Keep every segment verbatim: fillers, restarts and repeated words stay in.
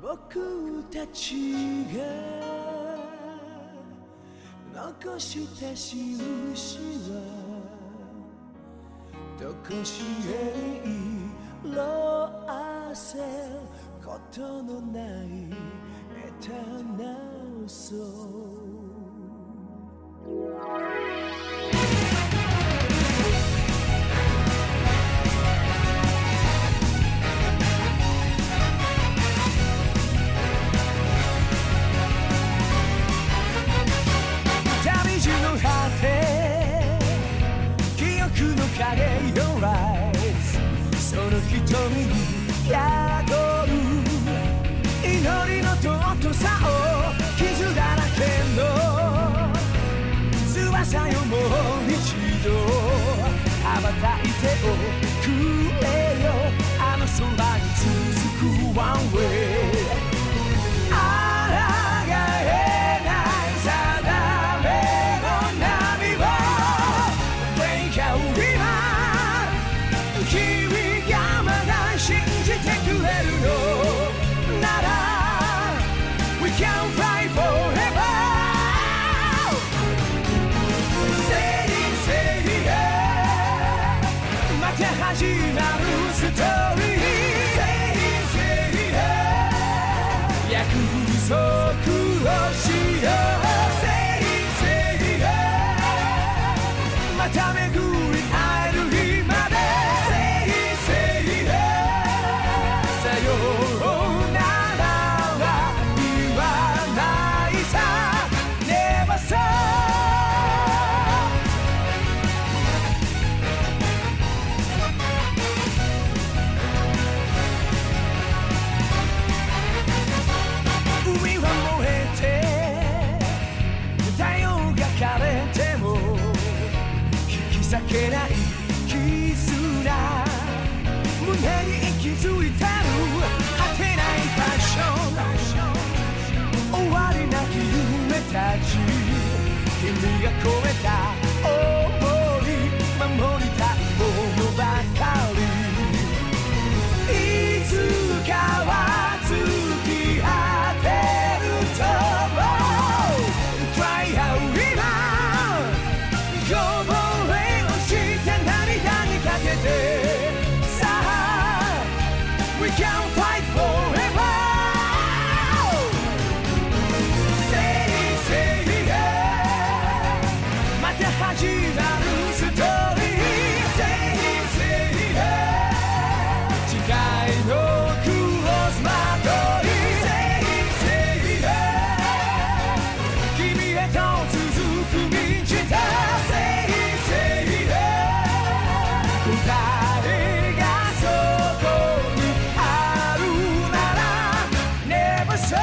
僕たちが残した印はどこしへ色あせることのないエターナルソウル旅路の果て記憶の影 Your eyes その瞳に宿る祈りの尊さを傷だらけの翼よもう一度羽ばたいておくれよあの空に続く One way 抗えない定めの波を Break out 今君がまだ信じてくれるのなら We can fly forever Say say yeah また始まるストーリー Say say yeah 約束をしよう Say say yeah また巡り会える日まで Say say yeah さようならは言わないさ Never say 海は燃えて太陽が枯れても引き裂けない絆胸に息づいてる果てないパッション終わりなき夢たち君が込めた想い守りたいものばかりいつかは突き果てると思う Cry out 今こぼれ落ちて涙にかけてさあ We can fight forever Say say yeah また始まるストーリー Say say yeah 誓いのクロスまとい Say say yeah 君へと続く道だ Say say yeah 答えがそこにあるなら Never say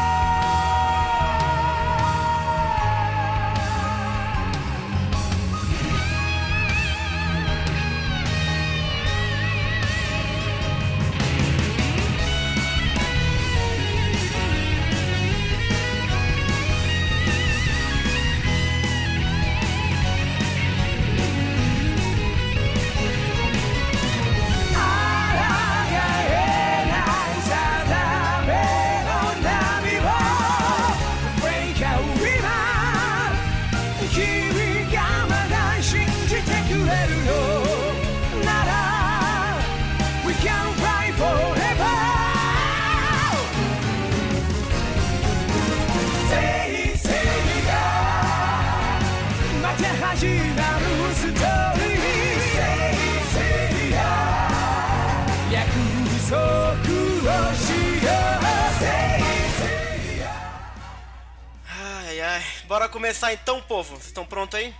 始まるストーリー Say say yeah 約束をしよう Say say yeah Ai, ai. Bora começar então, povo. Vocês estão prontos aí?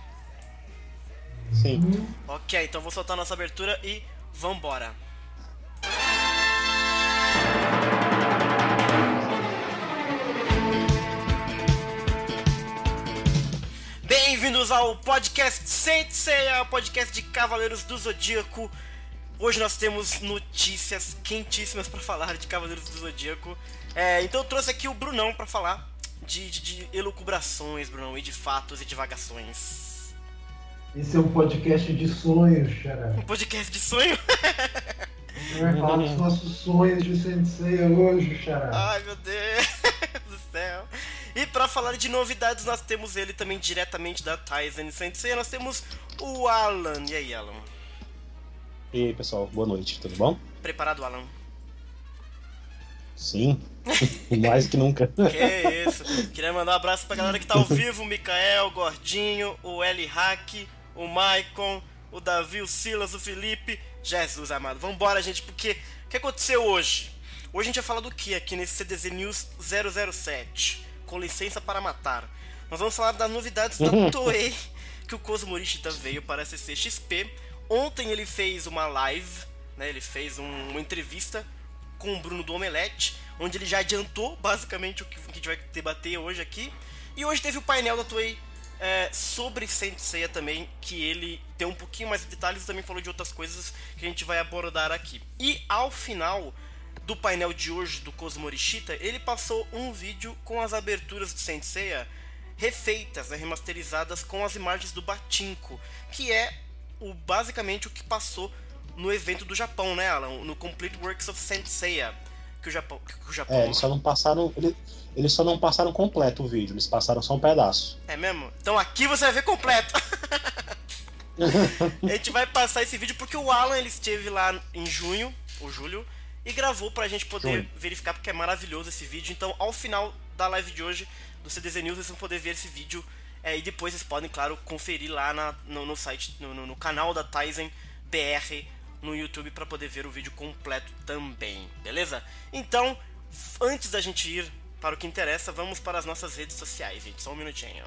Sim. Ok, então vou soltar nossa abertura e vambora. Bem-vindos ao podcast Saint Seiya, podcast de Cavaleiros do Zodíaco. Hoje nós temos notícias quentíssimas para falar de Cavaleiros do Zodíaco. É, então eu trouxe aqui o Brunão para falar de, de, de elucubrações, Brunão, e de fatos e divagações. Esse é um podcast de sonhos, Xará. Um podcast de sonho? vai falar dos nossos sonhos de Sensei hoje, Xará. Ai, meu Deus do céu. E pra falar de novidades, nós temos ele também diretamente da Tizen Sensei. Nós temos o Alan. E aí, Alan? E aí, pessoal, boa noite, tudo bom? Preparado, Alan? Sim, mais que nunca. Que isso. Queria mandar um abraço pra galera que tá ao vivo. O Mikael, o Gordinho, o L Hack, o Maicon, o Davi, o Silas, o Felipe. Jesus amado, vambora, gente, porque o que aconteceu hoje? Hoje a gente vai falar do que aqui nesse C D Z News zero zero sete, com licença para matar. Nós vamos falar das novidades da Toei, que o Kozo Morishita veio para a C C X P. Ontem ele fez uma live, né, ele fez um, uma entrevista com o Bruno do Omelete, onde ele já adiantou basicamente o que a gente vai debater hoje aqui. E hoje teve o painel da Toei é, sobre Saint Seiya também, que ele tem um pouquinho mais de detalhes e também falou de outras coisas que a gente vai abordar aqui. E ao final do painel de hoje do Kozo Morishita, ele passou um vídeo com as aberturas de Saint Seiya refeitas, né, remasterizadas com as imagens do Batinko, que é o, basicamente o que passou no evento do Japão, né, Alan? No Complete Works of Saint Seiya, que o Japão... Que o Japão... É, eles só não passaram... Eles, eles só não passaram completo o vídeo, eles passaram só um pedaço. É mesmo? Então aqui você vai ver completo. A gente vai passar esse vídeo porque o Alan, ele esteve lá em junho, ou julho, e gravou pra gente poder Junho. verificar, porque é maravilhoso esse vídeo. Então, ao final da live de hoje, do C D Z News, vocês vão poder ver esse vídeo. É, e depois vocês podem, claro, conferir lá na, no, no site, no, no, no canal da Tizen B R, no YouTube, para poder ver o vídeo completo também, beleza? Então, antes da gente ir para o que interessa, vamos para as nossas redes sociais, gente. Só um minutinho.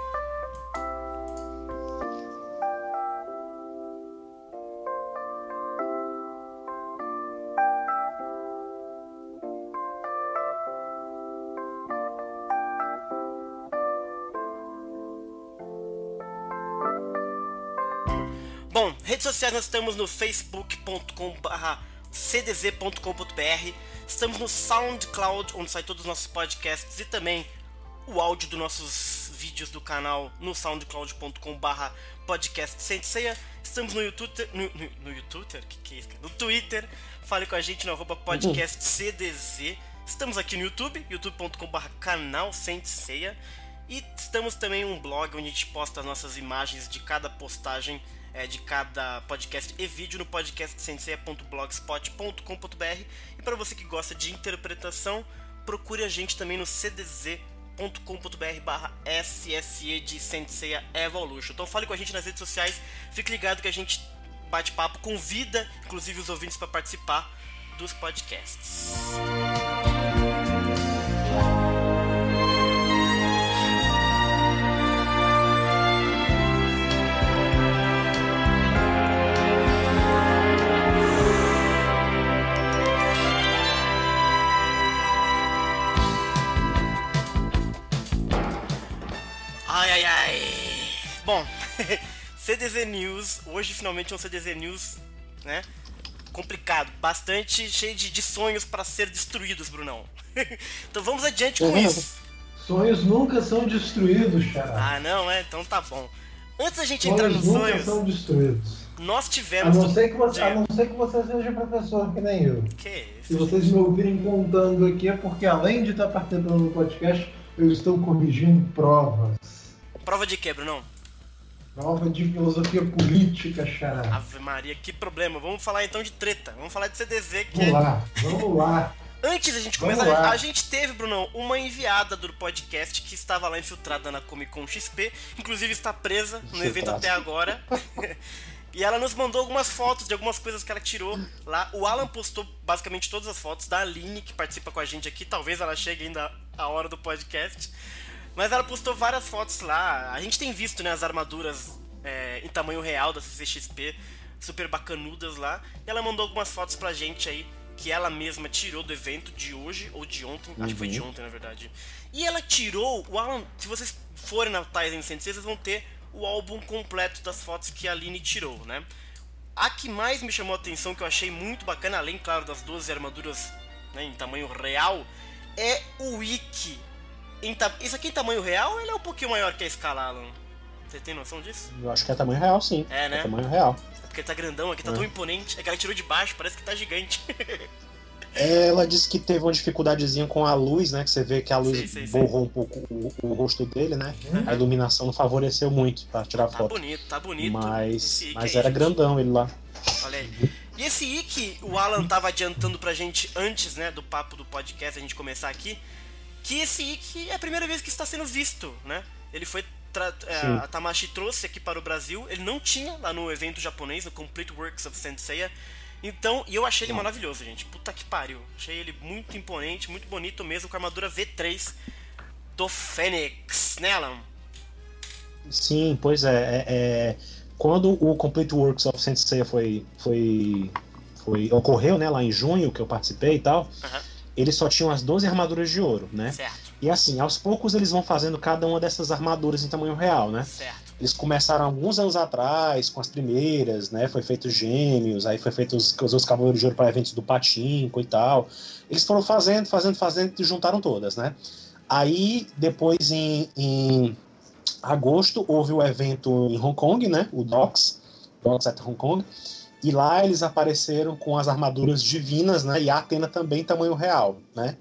Bom, redes sociais nós estamos no facebook ponto com barra c d z ponto com ponto b r, estamos no SoundCloud, onde sai todos os nossos podcasts e também o áudio dos nossos vídeos do canal no soundcloud ponto com barra podcast Saint Seiya. Estamos no YouTube, no, no, no YouTube, que que é isso? No Twitter, fale com a gente no arroba podcast C D Z. Estamos aqui no YouTube, youtube ponto com barra canal Saint Seiya. E estamos também em um blog onde a gente posta as nossas imagens de cada postagem, é, de cada podcast e vídeo no podcast senseiya ponto blogspot ponto com ponto b r. E para você que gosta de interpretação, procure a gente também no c d z ponto com ponto b r barra S S E de Saint Seiya Evolution. Então fale com a gente nas redes sociais, fique ligado que a gente bate papo, convida inclusive os ouvintes para participar dos podcasts. Ai, ai, ai. Bom, C D Z News, hoje finalmente é um C D Z News, né, complicado, bastante cheio de, de sonhos para ser destruídos, Brunão. Então vamos adiante com isso. Sonhos nunca são destruídos, Xará. Ah, não, é? Então tá bom. Antes da gente Sonhos entrar nos nunca sonhos, são destruídos. nós A tivemos... não, ser que você, Diga. a não ser que você seja professor que nem eu. Que isso? Se vocês me ouvirem contando aqui é porque, além de estar participando do podcast, eu estou corrigindo provas. Prova de quê, Brunão? Prova de filosofia política, Xará. Ave Maria, que problema. Vamos falar então de treta. Vamos falar de C D Z, que Vamos lá, vamos lá. Antes da gente Vamos começar, lá. a gente teve, Brunão, uma enviada do podcast que estava lá infiltrada na Comic Con X P, inclusive está presa no evento Infiltrada. até agora. E ela nos mandou algumas fotos de algumas coisas que ela tirou lá. O Alan postou basicamente todas as fotos da Aline, que participa com a gente aqui. Talvez ela chegue ainda a hora do podcast. Mas ela postou várias fotos lá. A gente tem visto, né, as armaduras é, em tamanho real da C C X P, super bacanudas lá. E ela mandou algumas fotos pra gente aí, que ela mesma tirou do evento de hoje, ou de ontem, acho que foi de ontem na verdade. E ela tirou, o Alan, se vocês forem na Tizen Sensei, vocês vão ter o álbum completo das fotos que a Aline tirou, né? A que mais me chamou a atenção, que eu achei muito bacana, além, claro, das doze armaduras, né, em tamanho real, é o Ikki. Em ta... Isso aqui em tamanho real, ele é um pouquinho maior que a escala, Alan? Você tem noção disso? Eu acho que é tamanho real, sim. É, né? É tamanho real. É porque ele tá grandão aqui, tá É. tão imponente. É que ela tirou de baixo, parece que tá gigante. Ela disse que teve uma dificuldadezinha com a luz, né? Que você vê que a luz Sei, sei, borrou um pouco o, o rosto dele, né? Uhum. A iluminação não favoreceu muito pra tirar Tá foto. bonito, tá bonito. Mas, esse Ikki mas aí, era gente. grandão ele lá. Olha aí. E esse Ikki, o Alan tava adiantando pra gente antes, né, do papo do podcast, a gente começar aqui, que esse Ikki é a primeira vez que está sendo visto, né? Ele foi... Tra- é, Sim. a Tamashii trouxe aqui para o Brasil, ele não tinha lá no evento japonês, no Complete Works of Saint Seiya. Então, e eu achei ele maravilhoso, gente. Puta que pariu. Achei ele muito imponente, muito bonito mesmo, com a armadura V três do Fênix, né, Alan? Sim, pois é, é, é, quando o Complete Works of Saint Seiya foi, foi, foi, ocorreu, né, lá em junho, que eu participei e tal, Aham, eles só tinham as doze armaduras de ouro, né? certo, E assim, aos poucos eles vão fazendo cada uma dessas armaduras em tamanho real, né? certo. Eles começaram alguns anos atrás com as primeiras, né? Foi feito gêmeos, aí foi feito os, os outros Cavaleiros de Ouro para eventos do Pachinko e tal. Eles foram fazendo, fazendo, fazendo e juntaram todas, né? Aí, depois em, em agosto, houve o evento em Hong Kong, né? O Docks, Docks at Hong Kong. E lá eles apareceram com as armaduras divinas, né? E a Athena também em tamanho real, né?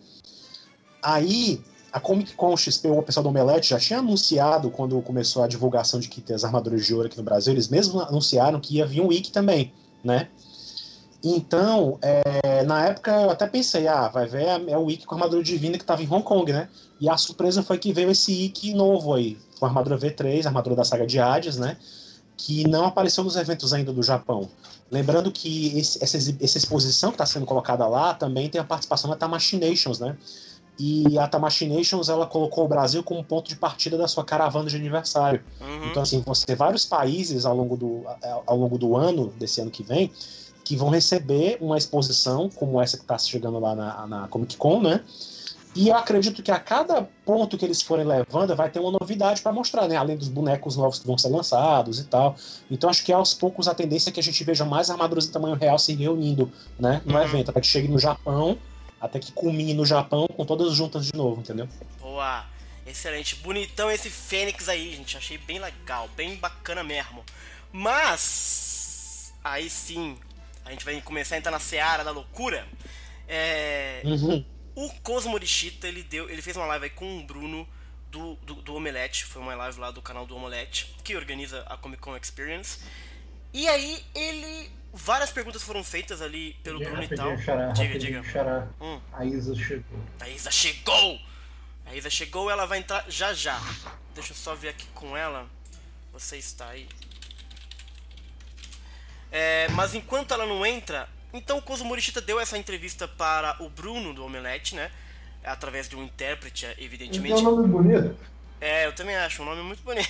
Aí, a Comic Con X P, o pessoal do Omelete, já tinha anunciado, quando começou a divulgação de que tem as armaduras de ouro aqui no Brasil, eles mesmos anunciaram que ia vir um Ikki também, né? Então, é, na época eu até pensei, ah, vai ver, é o Ikki com a armadura divina que estava em Hong Kong, né? E a surpresa foi que veio esse Ikki novo aí, com a armadura V três, a armadura da saga de Hades, né? Que não apareceu nos eventos ainda do Japão. Lembrando que esse, essa, essa exposição que está sendo colocada lá também tem a participação da Tamashii Nations, né? E a Tamashii Nations, ela colocou o Brasil como ponto de partida da sua caravana de aniversário. Uhum. Então, assim, vão ser vários países ao longo, do, ao longo do ano, desse ano que vem, que vão receber uma exposição como essa que está chegando lá na, na Comic Con, né? E eu acredito que a cada ponto que eles forem levando vai ter uma novidade para mostrar, né? Além dos bonecos novos que vão ser lançados e tal. Então acho que aos poucos a tendência é que a gente veja mais armaduras de tamanho real se reunindo, né? No Uhum. evento, até que chegue no Japão, até que culmine no Japão com todas juntas de novo, entendeu? Boa, excelente, bonitão esse Fênix aí, gente, achei bem legal, bem bacana mesmo. Mas, aí sim, a gente vai começar a entrar na seara da loucura. É, Uhum. o Kozo Morishita, ele, deu, ele fez uma live aí com o Bruno do, do, do Omelete, foi uma live lá do canal do Omelete, que organiza a Comic Con Experience. E aí ele, várias perguntas foram feitas ali pelo Rapidinho, Bruno e tal. rapidinho, Xará, Diga, rapidinho, diga. Xará. Hum. A Isa chegou. A Isa chegou! A Isa chegou, ela vai entrar já já. Deixa eu só ver aqui com ela. Você está aí. É, mas enquanto ela não entra, então o Kozo Morishita deu essa entrevista para o Bruno do Omelete, né? Através de um intérprete, Ele tem evidentemente. um nome bonito. É, eu também acho um nome muito bonito.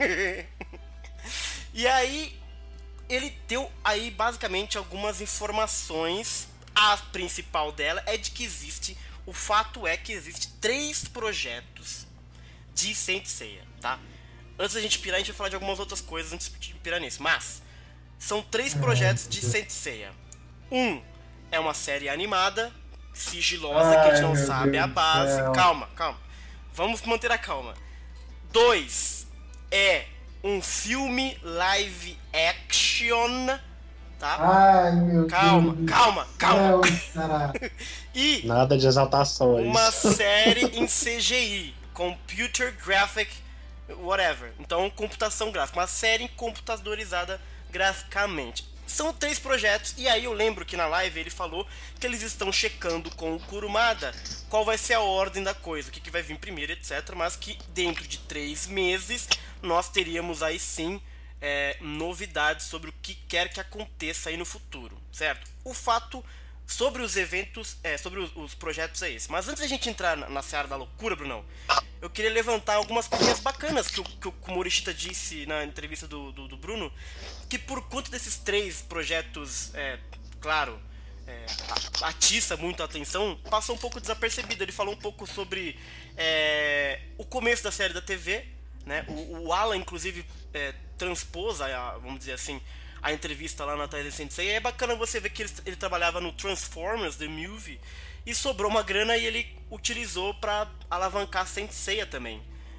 E aí, ele deu aí basicamente algumas informações. A principal dela é de que existe, o fato é que existe três projetos de Saint Seiya, tá? Antes da gente pirar, a gente vai falar de algumas outras coisas antes de pirar nisso, mas são três projetos de Saint Seiya. Um é uma série animada, sigilosa, que a gente Ai, não meu sabe Deus a do base. céu. Calma, calma. Vamos manter a calma. Dois é um filme live action, tá? Ai, meu Calma, Deus. calma, calma. Céu, Xará. E Nada de exaltações. uma série em C G I, Computer Graphic, whatever. Então, computação gráfica, uma série computadorizada graficamente. São três projetos, e aí eu lembro que na live ele falou que eles estão checando com o Kurumada qual vai ser a ordem da coisa, o que, que vai vir primeiro, etcétera. Mas que dentro de três meses nós teríamos aí sim é, novidades sobre o que quer que aconteça aí no futuro, certo? O fato sobre os eventos, é, sobre os, os projetos é esse. Mas antes da gente entrar na, na seara da loucura, Brunão, eu queria levantar algumas coisinhas bacanas que o, que o Morishita disse na entrevista do, do, do Bruno, que por conta desses três projetos, é, claro, é, atiça muito a atenção, passou um pouco desapercebido. Ele falou um pouco sobre é, o começo da série da T V, né? O, o Alan, inclusive, é, transpôs, a, vamos dizer assim, a entrevista lá na Taizai Sensei. E é bacana você ver que ele, ele trabalhava no Transformers, The Movie, e sobrou uma grana e ele utilizou para alavancar Saint Seiya também.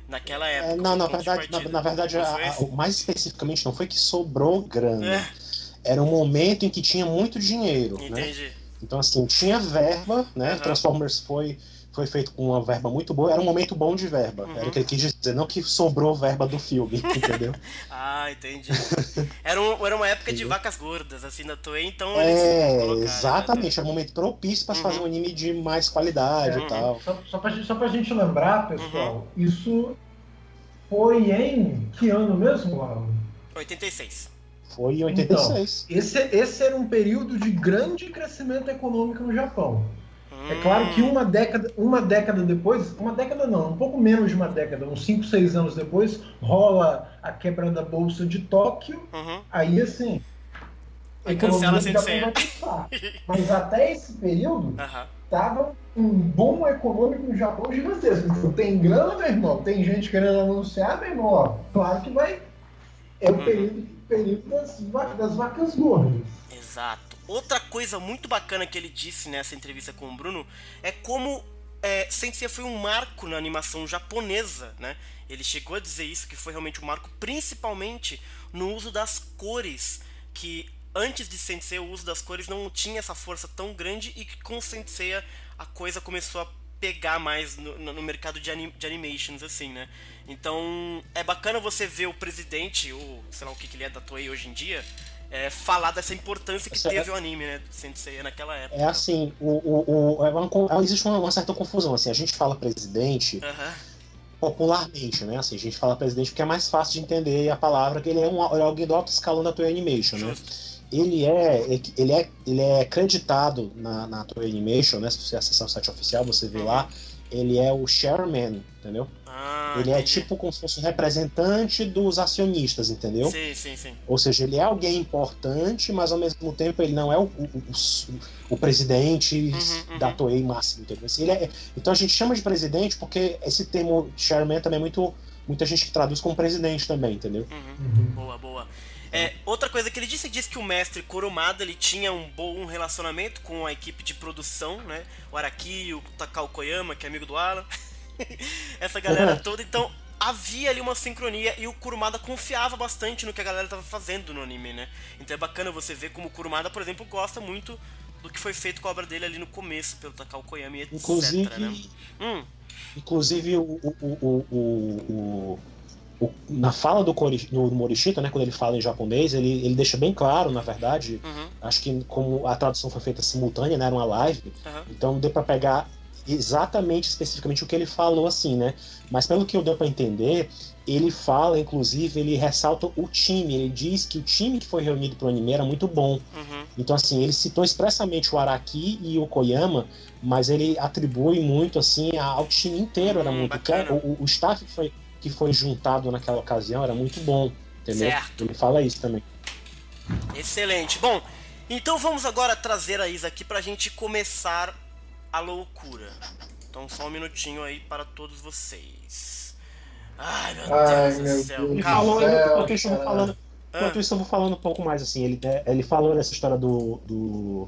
Naquela época. É, não, na ponto de verdade, na, partida. na verdade Não a- foi a- esse? o mais especificamente não foi que sobrou grana. É. Era um momento em que tinha muito dinheiro, né? Entendi. Então, assim, tinha verba, né? Aham. Transformers foi, foi feito com uma verba muito boa. Era um momento bom de verba. Uhum. Era o que ele quis dizer, não que sobrou verba do filme, entendeu? Ah, entendi. Era, um- era uma época de vacas gordas, assim, da Toei, então É, eles colocaram, exatamente. Era um momento propício para se fazer Uhum. um anime de mais qualidade Uhum. e tal. Só, só, pra, gente- só pra gente lembrar, pessoal, isso foi em que ano mesmo, Alan? né? oitenta e seis. Foi em oitenta e seis. Esse, esse era um período de grande crescimento econômico no Japão. É Hum. claro que uma década, uma década depois, uma década não, um pouco menos de uma década, uns cinco, seis anos depois, rola a quebra da Bolsa de Tóquio, Uhum. aí assim, a Aí economia cancela do sem Japão ser. vai pifar. Mas até esse período, Aham. tava um boom econômico no Japão gigantesco. Então, tem grana, meu irmão, tem gente querendo anunciar, meu irmão, ó, claro que vai. É o Uhum. período, período das, va- das vacas gordas. Exato. Outra coisa muito bacana que ele disse nessa entrevista com o Bruno é como é, Sensei foi um marco na animação japonesa, né? Ele chegou a dizer isso, que foi realmente um marco, principalmente no uso das cores, que antes de Sensei o uso das cores não tinha essa força tão grande e que com Sensei a coisa começou a pegar mais no, no mercado de, anim, de animations, assim, né? Então é bacana você ver o presidente, ou sei lá o que, que ele é da Toei hoje em dia, é, falar dessa importância que Isso é- teve o anime, né? Do Sensei naquela época. É assim, o, o, o, é uma co- existe uma, uma certa confusão. Assim, a gente fala presidente Aham. popularmente, né? Assim, a gente fala presidente porque é mais fácil de entender a palavra, que ele é, um, ele é alguém do alto escalão da Toei Animation, né? Justo. Ele é, ele é, ele é creditado na, na Toei Animation, né? Se você acessar o site oficial, você vê lá, ele é o chairman, entendeu? Ah, ele é entendi. tipo como se fosse um representante dos acionistas, entendeu? Sim, sim, sim. Ou seja, ele é alguém importante, mas ao mesmo tempo ele não é o, o, o, o presidente Uhum, uhum. da Toei máximo, entendeu? Assim, ele é- então a gente chama de presidente porque esse termo chairman também é muito, muita gente que traduz como presidente também, entendeu? Uhum. Boa, boa. É, outra coisa que ele disse, disse que o mestre Kurumada ele tinha um bom relacionamento com a equipe de produção, né? O Araki, o Takao Koyama, que é amigo do Alan. Essa galera toda, então havia ali uma sincronia e o Kurumada confiava bastante no que a galera tava fazendo no anime, né? Então é bacana você ver como o Kurumada, por exemplo, gosta muito do que foi feito com a obra dele ali no começo, pelo Takao Koyama e etcétera, Inclusive, né? Hum, inclusive o, o, o, o, o- o- na fala do, Kori- do Morishita, né, quando ele fala em japonês, ele, ele deixa bem claro, na verdade, uhum, acho que como a tradução foi feita simultânea, né, era uma live, uhum. então deu pra pegar exatamente, especificamente o que ele falou, assim, né? Mas pelo que eu deu pra entender, ele fala, inclusive, ele ressalta o time. Ele diz que o time que foi reunido pro anime era muito bom. Uhum. Então, assim, ele citou expressamente o Araki e o Koyama, mas ele atribui muito, assim, ao time inteiro. Era Hum, muito. bacana. O, o, o staff que foi, que foi juntado naquela ocasião era muito bom, entendeu? Certo. Ele fala isso também. Excelente. Bom, então vamos agora trazer a Isa aqui pra gente começar a loucura. Então só um minutinho aí para todos vocês. Ai, meu Ai, Deus meu do céu. Deus. Ele Calma. falou, céu, enquanto isso eu vou cara. falando, Ah. enquanto isso eu vou falando um pouco mais, assim, ele, ele falou dessa história do, do,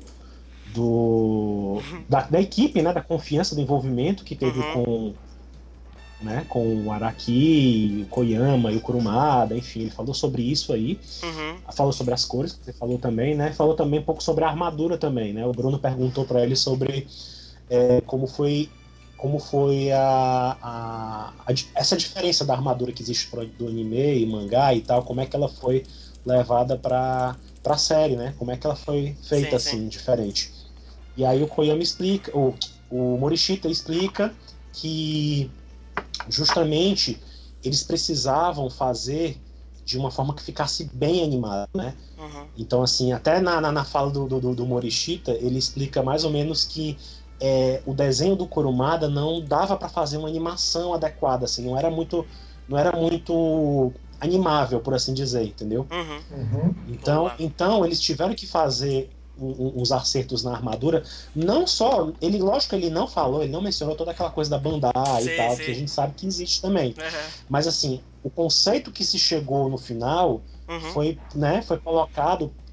do da, da equipe, né, da confiança, do envolvimento que teve Uhum. com, né, com o Araki, o Koyama e o Kurumada, enfim, ele falou sobre isso aí, Uhum. falou sobre as cores, que você falou também, né, falou também um pouco sobre a armadura também, né, o Bruno perguntou para ele sobre é, como foi como foi a, a, a di- essa diferença da armadura que existe pro, do anime e mangá e tal, como é que ela foi levada pra, pra série, né? Como é que ela foi feita Sim, assim, sim. diferente. E aí o Koyama explica, o, o Morishita explica que justamente eles precisavam fazer de uma forma que ficasse bem animada, né? Uhum. Então, assim, até na, na, na fala do, do, do Morishita, ele explica mais ou menos que é, o desenho do Kurumada não dava para fazer uma animação adequada, assim, não era muito, não era muito animável, por assim dizer, entendeu? Uhum. Uhum. Então, Boa. então eles tiveram que fazer um- um- uns acertos na armadura, não só, ele, lógico que ele não falou, ele não mencionou toda aquela coisa da Bandai Sim, e tal, sim. que a gente sabe que existe também, Uhum. mas assim, o conceito que se chegou no final Uhum. foi, né, foi colocado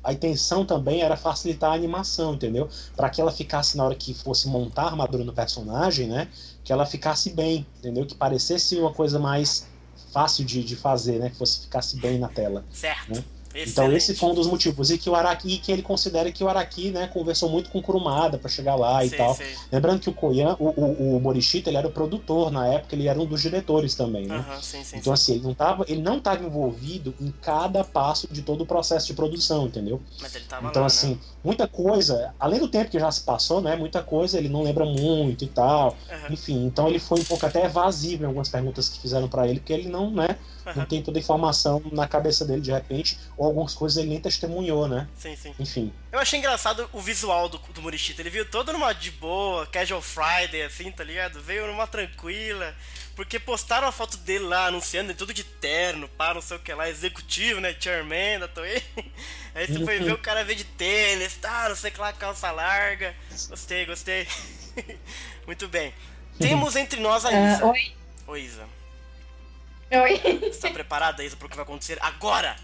a intenção também era facilitar a animação, entendeu? Para que ela ficasse, na hora que fosse montar a armadura no personagem, né? Que ela ficasse bem, entendeu? Que parecesse uma coisa mais fácil de, de fazer, né? Que fosse ficasse bem na tela. Certo. Né? Excelente. Então esse foi um dos motivos. E que o Araki, que ele considera que o Araki, né, conversou muito com o Kurumada para chegar lá Sei, e tal. sei. Lembrando que o Koyan, o, o, o Morishita, ele era o produtor na época, ele era um dos diretores também, né? Aham, sim, sim, Então sim. assim, ele não tava, ele não estava envolvido em cada passo de todo o processo de produção, entendeu? Mas ele tava Então lá, assim, né? muita coisa, além do tempo que já se passou, né, muita coisa ele não lembra muito e tal. Aham, Enfim, então ele foi um pouco até evasivo em algumas perguntas que fizeram para ele, porque ele não, né, não aham. tem toda a informação na cabeça dele de repente, ou algumas coisas ele nem testemunhou, né? Sim, sim. Enfim. Eu achei engraçado o visual do, do Morishita. Ele veio todo numa de boa, casual Friday, assim, tá ligado? Veio numa tranquila. Porque postaram a foto dele lá, anunciando, ele tudo de terno, pá, não sei o que lá, executivo, né? Chairman da Toei. Aí você foi ver o cara veio de tênis, tá, não sei o que lá, calça larga. Gostei, gostei. Muito bem. Temos entre nós a Isa. Ah, oi. Oi, Isa. Oi. Você tá preparada, Isa, pro que vai acontecer agora?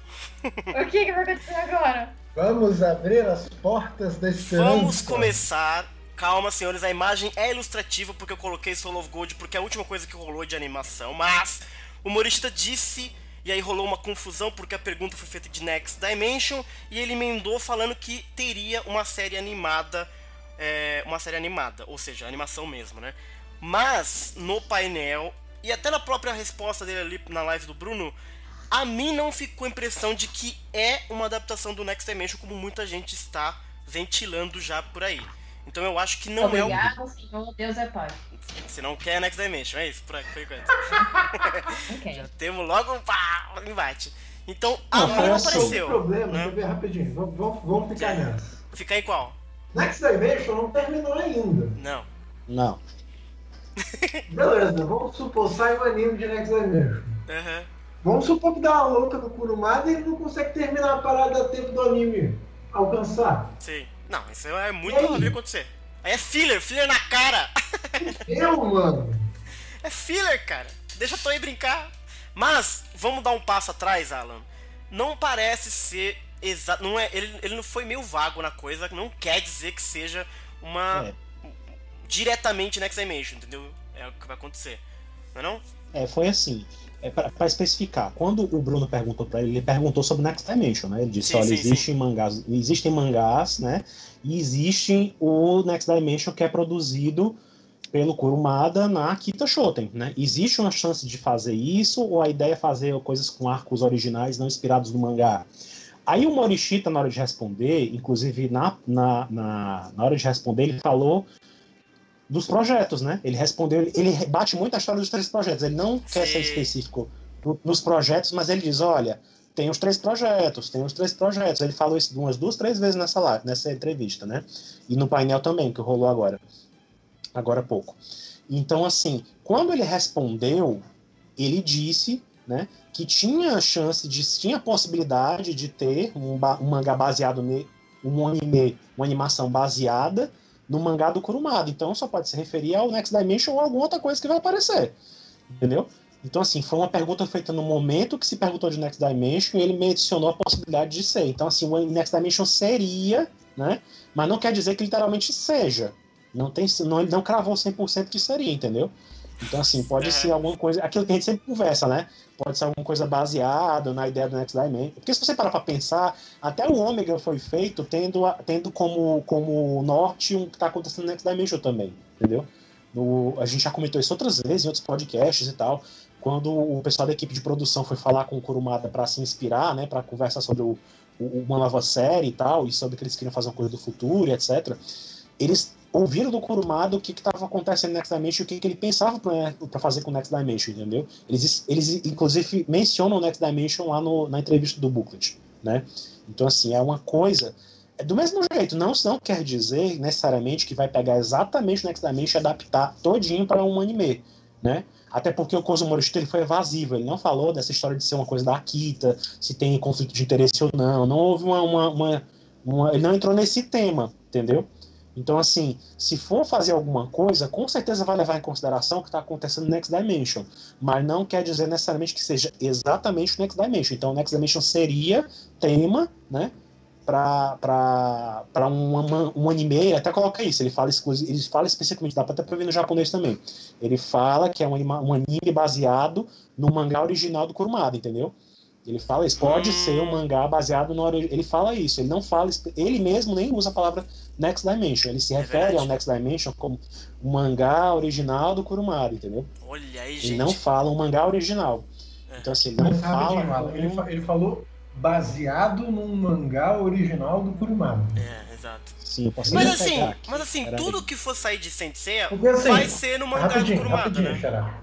O que, que vai acontecer agora? Vamos abrir as portas da esperança. Vamos começar. Calma, senhores, a imagem é ilustrativa porque eu coloquei Soul of Gold porque é a última coisa que rolou de animação, mas o Morishita disse, e aí rolou uma confusão porque a pergunta foi feita de Next Dimension, e ele emendou falando que teria uma série animada, é, uma série animada, ou seja, animação mesmo, né? Mas, no painel, e até na própria resposta dele ali na live do Bruno, a mim não ficou a impressão de que é uma adaptação do Next Dimension como muita gente está ventilando já por aí. Então eu acho que não Obrigado, é o... Senhor, Deus é Pai. Você não quer Next Dimension, é isso? Por, por enquanto. Ok. Já temos logo um, pá, um embate. Então, a Não, mim não parece O apareceu. problema, né? deixa eu ver rapidinho. Vamos, vamos, vamos ficar É. nessa. Fica em qual? Next Dimension não terminou ainda. Não. Não. Beleza, vamos supor, sai o anime de Next Dimension. Aham. Vamos supor que dá uma louca no Kurumada e ele não consegue terminar a parada a tempo do anime alcançar. Sim. Não, isso é muito E aí? provável de acontecer. Aí é filler, filler na cara. Eu, mano. É filler, cara. Deixa a Toei brincar. Mas, vamos dar um passo atrás, Alan. Não parece ser exato. Não é, ele, ele não foi meio vago na coisa. Não quer dizer que seja uma. É. Diretamente Next Dimension, entendeu? É o que vai acontecer. Não é não? É, foi assim. É para especificar, quando o Bruno perguntou para ele, ele perguntou sobre Next Dimension, né? Ele disse, Sim, olha, sim, existem mangás, existem mangás, né? E existe o Next Dimension que é produzido pelo Kurumada na Akita Shoten, né? Existe uma chance de fazer isso ou a ideia é fazer coisas com arcos originais não inspirados no mangá? Aí o Morishita, na hora de responder, inclusive na, na, na, na hora de responder, ele falou dos projetos, né? Ele respondeu, ele bate muito a história dos três projetos. Ele não quer Sim. ser específico no- nos projetos, mas ele diz, olha, tem os três projetos, tem os três projetos. Ele falou isso umas duas, três vezes nessa live, nessa entrevista, né? E no painel também, que rolou agora. Agora há pouco. Então, assim, quando ele respondeu, ele disse, né, que tinha chance, de, tinha possibilidade de ter um, ba- um mangá baseado, ne, um anime, uma animação baseada no mangá do Kurumada. Então só pode se referir ao Next Dimension ou alguma outra coisa que vai aparecer. Entendeu? Então, assim, foi uma pergunta feita no momento que se perguntou de Next Dimension e ele mencionou a possibilidade de ser. Então, assim, o Next Dimension seria, né? Mas não quer dizer que literalmente seja. Não tem, não, ele não cravou cem por cento que seria, entendeu? Então, assim, pode É. ser alguma coisa... Aquilo que a gente sempre conversa, né? Pode ser alguma coisa baseada na ideia do Next Dimension. Porque se você parar pra pensar, até o Ômega foi feito tendo, a- tendo como, como norte o que está acontecendo no Next Dimension também, entendeu? No, a gente já comentou isso outras vezes em outros podcasts e tal. Quando o pessoal da equipe de produção foi falar com o Kurumada para se inspirar, né? Para conversar sobre o, o- uma nova série e tal, e sobre que eles queriam fazer uma coisa do futuro e etcétera. Eles ouviram do Kurumada o que estava acontecendo no Next Dimension e o que, que ele pensava para fazer com o Next Dimension, entendeu? Eles, eles inclusive mencionam o Next Dimension lá no, na entrevista do booklet, né? Então, assim, é uma coisa... é do mesmo jeito, não, não quer dizer necessariamente que vai pegar exatamente o Next Dimension e adaptar todinho para um anime, né? Até porque o Kozo Morishita, ele foi evasivo, ele não falou dessa história de ser uma coisa da Akita, se tem conflito de interesse ou não, não houve uma... uma, uma, uma ele não entrou nesse tema, entendeu? Então, assim, se for fazer alguma coisa, com certeza vai levar em consideração o que está acontecendo no Next Dimension. Mas não quer dizer necessariamente que seja exatamente o Next Dimension. Então, o Next Dimension seria tema, né? para um, um anime, ele até coloca isso, ele fala, exclusivo, ele fala especificamente, dá para até ver no japonês também. Ele fala que é um, anima, um anime baseado no mangá original do Kurumada, entendeu? Ele fala isso, pode hum. ser um mangá baseado no... Ele fala isso, ele não fala... Ele mesmo nem usa a palavra Next Dimension, ele se é refere verdade. ao Next Dimension como um mangá original do Kurumada, entendeu? Olha aí, gente. Ele não fala um mangá original. É. Então, assim, ele não fala... Ele, fa ele falou baseado num mangá original do Kurumada. É, exato. Sim, eu posso mas, assim, mas assim, Era tudo bem. que for sair de Saint Seiya assim, vai ser no mangá do Kurumada, né? Xará.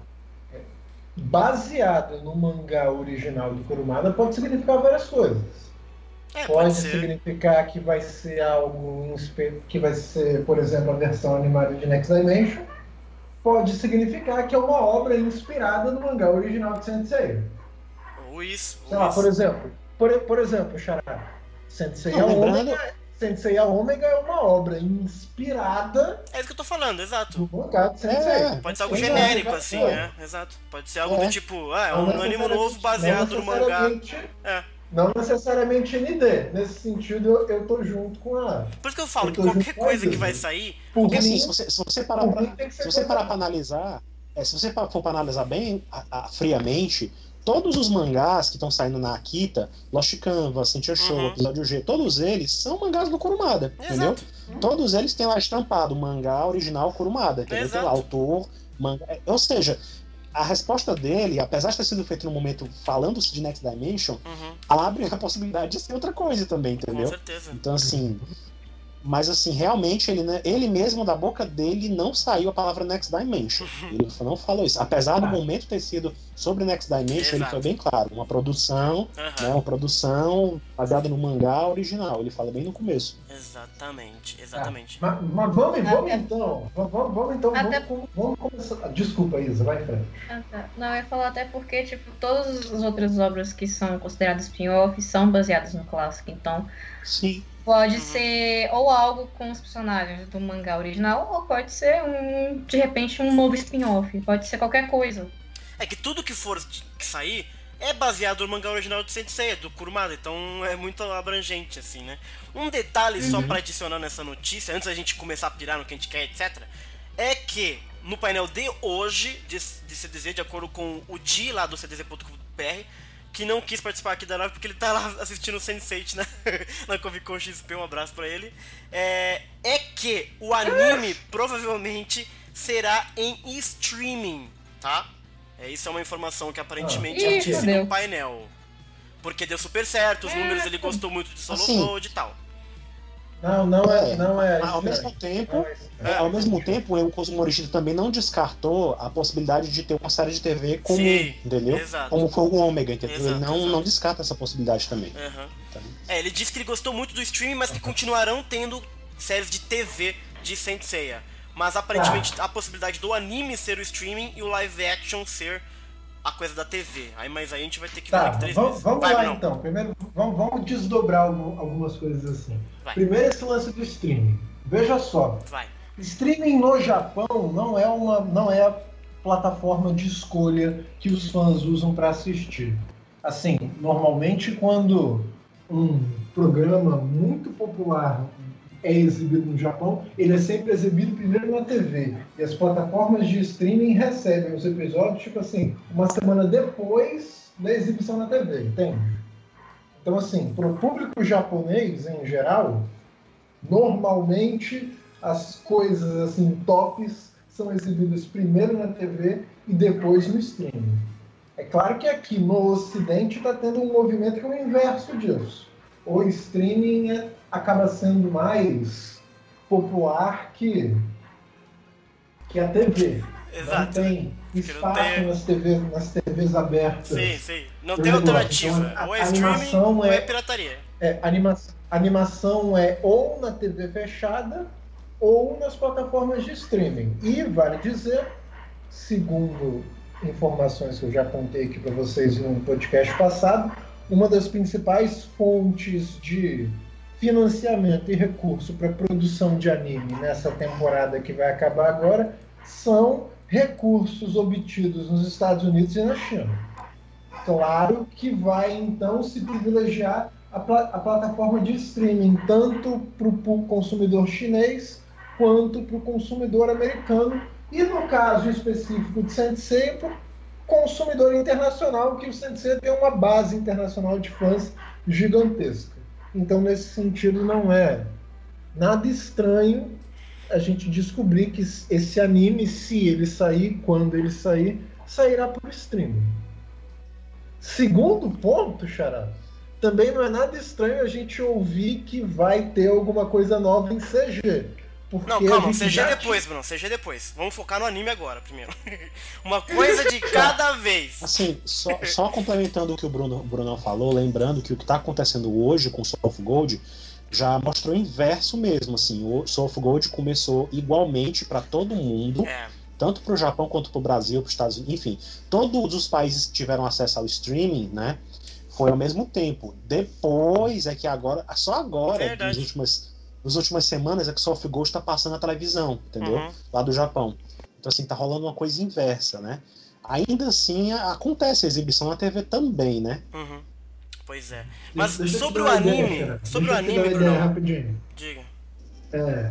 Baseado no mangá original do Kurumada pode significar várias coisas. É, pode pode significar que vai ser algo que vai ser, por exemplo, a versão animada de Next Dimension. Pode significar que é uma obra inspirada no mangá original de Saint Seiya. Ou isso. Sei ou lá, isso. por exemplo, por, por exemplo, Xará, Saint Seiya Ômega, Saint Seiya Ômega é uma obra inspirada. É isso que eu tô falando, exato. No mangá de Saint Seiya. É, pode ser algo genérico, é, assim, é. é, exato. Pode ser algo é. do tipo, ah, é um anime novo baseado no mangá. É. Não necessariamente N D. Nesse sentido, eu, eu tô junto com a... Por isso que eu falo eu que qualquer coisa que vai sair... Porque assim, se você, se você parar pra, se você parar pra analisar, é, se você for pra analisar bem a, a, friamente, todos os mangás que estão saindo na Akita, Lost Canvas, Sentia Show, uhum. Episódio G, todos eles são mangás do Kurumada, Exato. entendeu? Uhum. Todos eles têm lá estampado mangá original Kurumada, entendeu? Tem lá autor, mangá... Ou seja... A resposta dele, apesar de ter sido feito no momento falando-se de Next Dimension, uhum. abre a possibilidade de ser outra coisa também, entendeu? Com certeza. Então, assim... Mas, assim, realmente, ele, ele mesmo, da boca dele, não saiu a palavra Next Dimension. Uhum. Ele não falou isso. Apesar do momento ter sido sobre Next Dimension, Exato. ele foi bem claro. Uma produção, uhum. né, uma produção baseada no mangá original. Ele fala bem no começo. Exatamente, exatamente. Ah, mas, mas vamos, vamos então. Vamos, vamos então. Até... Vamos, vamos começar. Desculpa, Isa, vai em frente. Ah, tá. Não, eu ia falar até porque, tipo, todas as outras obras que são consideradas spin-off são baseadas no clássico. Então... Sim. Pode ser ou algo com os personagens do mangá original, ou pode ser, um, de repente, um novo spin-off. Pode ser qualquer coisa. É que tudo que for que sair é baseado no mangá original de Saint Seiya, do Kurumada. Então é muito abrangente, assim, né? Um detalhe uhum. só pra adicionar nessa notícia, antes da gente começar a pirar no que a gente quer, etcétera, é que no painel de hoje, de, de C D Z, de acordo com o Di lá do C D Z ponto com ponto B R, que não quis participar aqui da live porque ele tá lá assistindo o sense eight, né? na Comic Con X P, um abraço pra ele. É, é que o anime provavelmente será em streaming, tá? É, isso é uma informação que aparentemente ah. ele disse no painel. Porque deu super certo, os números, ele gostou muito de Solo assim, Load e tal. Não, não é, não é. Ao mesmo tempo, é, ao mesmo tempo, o Kosumo Morishita também não descartou a possibilidade de ter uma série de T V comum, Sim, entendeu? Exato. Como foi o Ômega, entendeu? Exato, ele não, exato. não descarta essa possibilidade também. Uhum. Então... É, ele disse que ele gostou muito do streaming, mas que continuarão tendo séries de T V de Saint Seiya. Mas aparentemente ah. a possibilidade do anime ser o streaming e o live action ser a coisa da T V. Aí, mas aí a gente vai ter que tá, ver aqui três vamos, vezes. Vamos vai, lá não. então. Primeiro, vamos, vamos desdobrar algum, algumas coisas assim. Vai. Primeiro esse lance do streaming. Veja só. Vai. Streaming no Japão não é uma não é a plataforma de escolha que os fãs usam para assistir. Assim, normalmente quando um programa muito popular é exibido no Japão, ele é sempre exibido primeiro na T V. E as plataformas de streaming recebem os episódios, tipo assim, uma semana depois da exibição na T V, entende? Então, assim, para o público japonês, em geral, normalmente as coisas, assim, tops são exibidas primeiro na T V e depois no streaming. É claro que aqui no Ocidente está tendo um movimento que é o inverso disso. O streaming é, acaba sendo mais popular que, que a T V. Exato. Não tem espaço não tem... nas, T V, nas T Vs abertas. Sim, sim. Não tem alternativa. Então, ou é streaming ou é pirataria. É, anima, animação é ou na T V fechada ou nas plataformas de streaming. E vale dizer, segundo informações que eu já contei aqui para vocês no podcast passado, uma das principais fontes de financiamento e recurso para produção de anime nessa temporada que vai acabar agora são recursos obtidos nos Estados Unidos e na China. Claro que vai então se privilegiar a, pla- a plataforma de streaming, tanto para o consumidor chinês quanto para o consumidor americano, e no caso específico de Saint Seiya, para o consumidor internacional, que o Saint Seiya tem uma base internacional de fãs gigantesca. Então, nesse sentido, não é nada estranho a gente descobrir que esse anime, se ele sair, quando ele sair, sairá por streaming. Segundo ponto, Xará, também não é nada estranho a gente ouvir que vai ter alguma coisa nova em C G. Porque Não, calma, a gente C G já depois, Bruno, C G depois. Vamos focar no anime agora, primeiro. Uma coisa de cada vez. Assim, só, só complementando o que o Bruno, o Bruno falou, lembrando que o que está acontecendo hoje com o Soul of Gold já mostrou o inverso mesmo, assim, o Soul of Gold começou igualmente para todo mundo, É. tanto para o Japão quanto para o Brasil, para os Estados Unidos, enfim, todos os países que tiveram acesso ao streaming, né, foi ao mesmo tempo. Depois é que agora, só agora, Verdade. nas últimas, nas últimas semanas, é que o Soul of Gold está passando na televisão, entendeu? Uhum. Lá do Japão. Então, assim, tá rolando uma coisa inversa, né? Ainda assim, a- acontece a exibição na T V também, né? Uhum. Pois é. Mas Deixa eu te sobre dar o uma ideia, anime, cara. sobre o Deixa eu te anime, dar uma ideia Bruno, rapidinho. diga. É,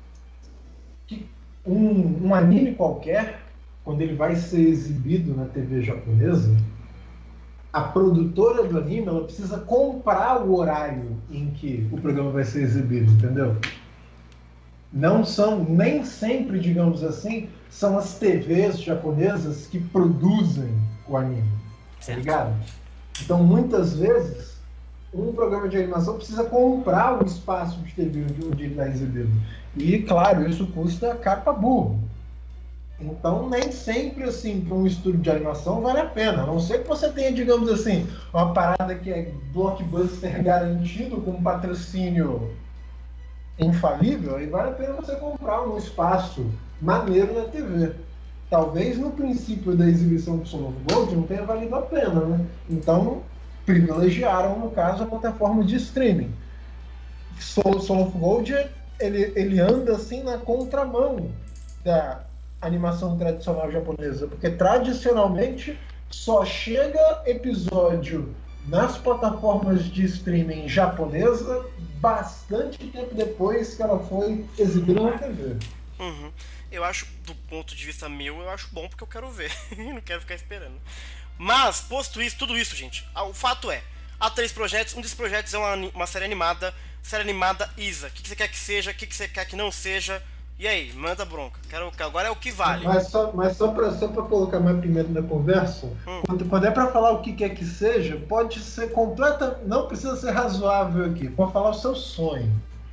que um, um anime qualquer, quando ele vai ser exibido na T V japonesa, a produtora do anime ela precisa comprar o horário em que o programa vai ser exibido, entendeu? Não são, nem sempre, digamos assim, são as T Vs japonesas que produzem o anime, tá Certo. ligado? Então, muitas vezes, um programa de animação precisa comprar o espaço de T V onde ele está exibido. E, claro, isso custa capa burro. Então, nem sempre, assim, para um estúdio de animação vale a pena. A não ser que você tenha, digamos assim, uma parada que é blockbuster garantido, com um patrocínio infalível, aí vale a pena você comprar um espaço maneiro na T V. Talvez no princípio da exibição do Soul of Gold não tenha valido a pena, né? Então, privilegiaram, no caso, a plataforma de streaming. Soul, Soul of Gold, ele, ele anda assim na contramão da animação tradicional japonesa, porque tradicionalmente só chega episódio nas plataformas de streaming japonesa bastante tempo depois que ela foi exibida na T V. Uhum. Eu acho, do ponto de vista meu, eu acho bom porque eu quero ver. Não quero ficar esperando. Mas, posto isso, tudo isso, gente, o fato é, há três projetos, um desses projetos é uma, uma série animada, série animada Isa. O que, que você quer que seja, o que, que você quer que não seja? E aí, manda bronca. Quero, agora é o que vale. Mas só, mas só para só pra colocar mais primeiro na conversa, Hum. quando, quando é para falar o que quer que seja, pode ser completa, não precisa ser razoável aqui, pode falar o seu sonho.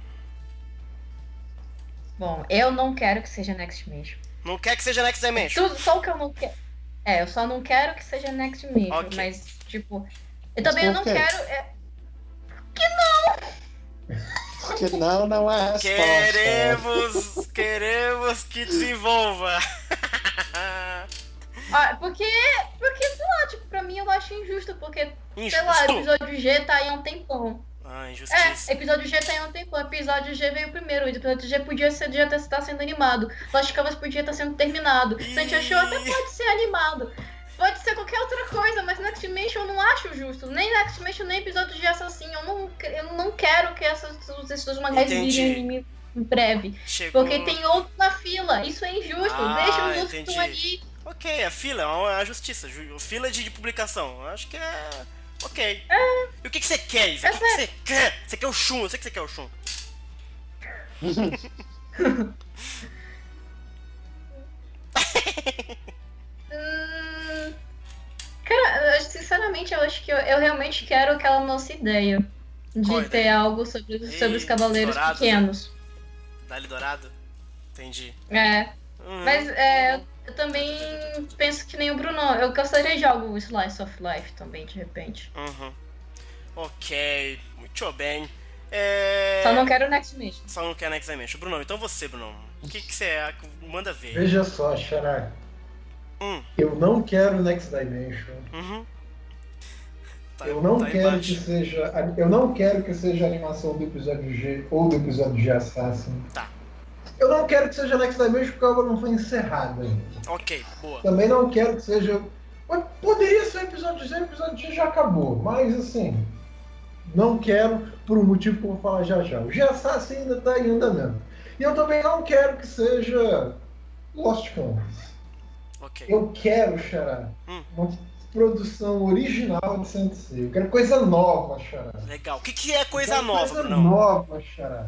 Bom, eu não quero que seja Next Dimension. Não quer que seja Next Dimension. Tudo, só o que eu não quero. É, eu só não quero que seja Next Dimension, Ok. mas, tipo. Eu Mas também por não quê? quero. é, Porque não, não é a resposta. Queremos, queremos que desenvolva. Ah, porque. Porque, sei lá, tipo, pra mim eu acho injusto, porque, sei lá, Injusto. episódio G tá aí há um tempão. Ah, É, injustiça. episódio G tá aí há um tempão. Episódio G veio primeiro. O episódio G podia ser, já estar sendo animado. Lost Canvas podia estar sendo terminado. Saint Show até pode ser animado. Pode ser qualquer outra coisa, mas Next Dimension eu não acho justo. Nem Next Dimension, nem episódio de assassino. Eu não, eu não quero que essas, essas mangás Entendi. virem anime em breve. Chegou. Porque tem outro na fila. Isso é injusto. Ah, Deixa o justo entendi. ali. Ok, a fila é uma- é a justiça. Ju- Fila de, de publicação. Acho que é. Ok. E o que, que você quer, Isa? O que, que É você quer? Você quer o Shun? Eu sei que você quer o Shun. Hum, cara, eu, sinceramente, eu acho que eu, eu realmente quero aquela nossa ideia. De Qual ter ideia? algo sobre, Ei, sobre os cavaleiros dourados, pequenos. Dali Dourado? Entendi. É. Uhum. Mas é, eu também penso que nem o Bruno. Eu gostaria de algo Slice of Life também, de repente. Uhum. Ok, muito bem. É... Só não quero Next Mission. Só não quer Next Dimension. Bruno, então você, Bruno. O que, que você é? Manda ver. Veja só, Xará, Hum. eu não quero Next Dimension. Uhum. Tá- Eu não tá quero embaixo. que seja. Eu não quero que seja a animação do episódio G ou do episódio G Assassin. Tá. Eu não quero que seja Next Dimension porque ela não foi encerrada ainda. Ok, boa. Também não quero que seja. Mas poderia ser episódio G, o episódio G já acabou. Mas assim. Não quero, por um motivo que eu vou falar já já. O G-Assassin ainda está em andamento. E eu também não quero que seja Lost Canvas. Ok. Eu quero, Xará, Hum. uma produção original de Sensei. Eu quero coisa nova, Xará. Legal. O que, que é coisa Eu quero nova, Coisa Brunão? nova, Xará.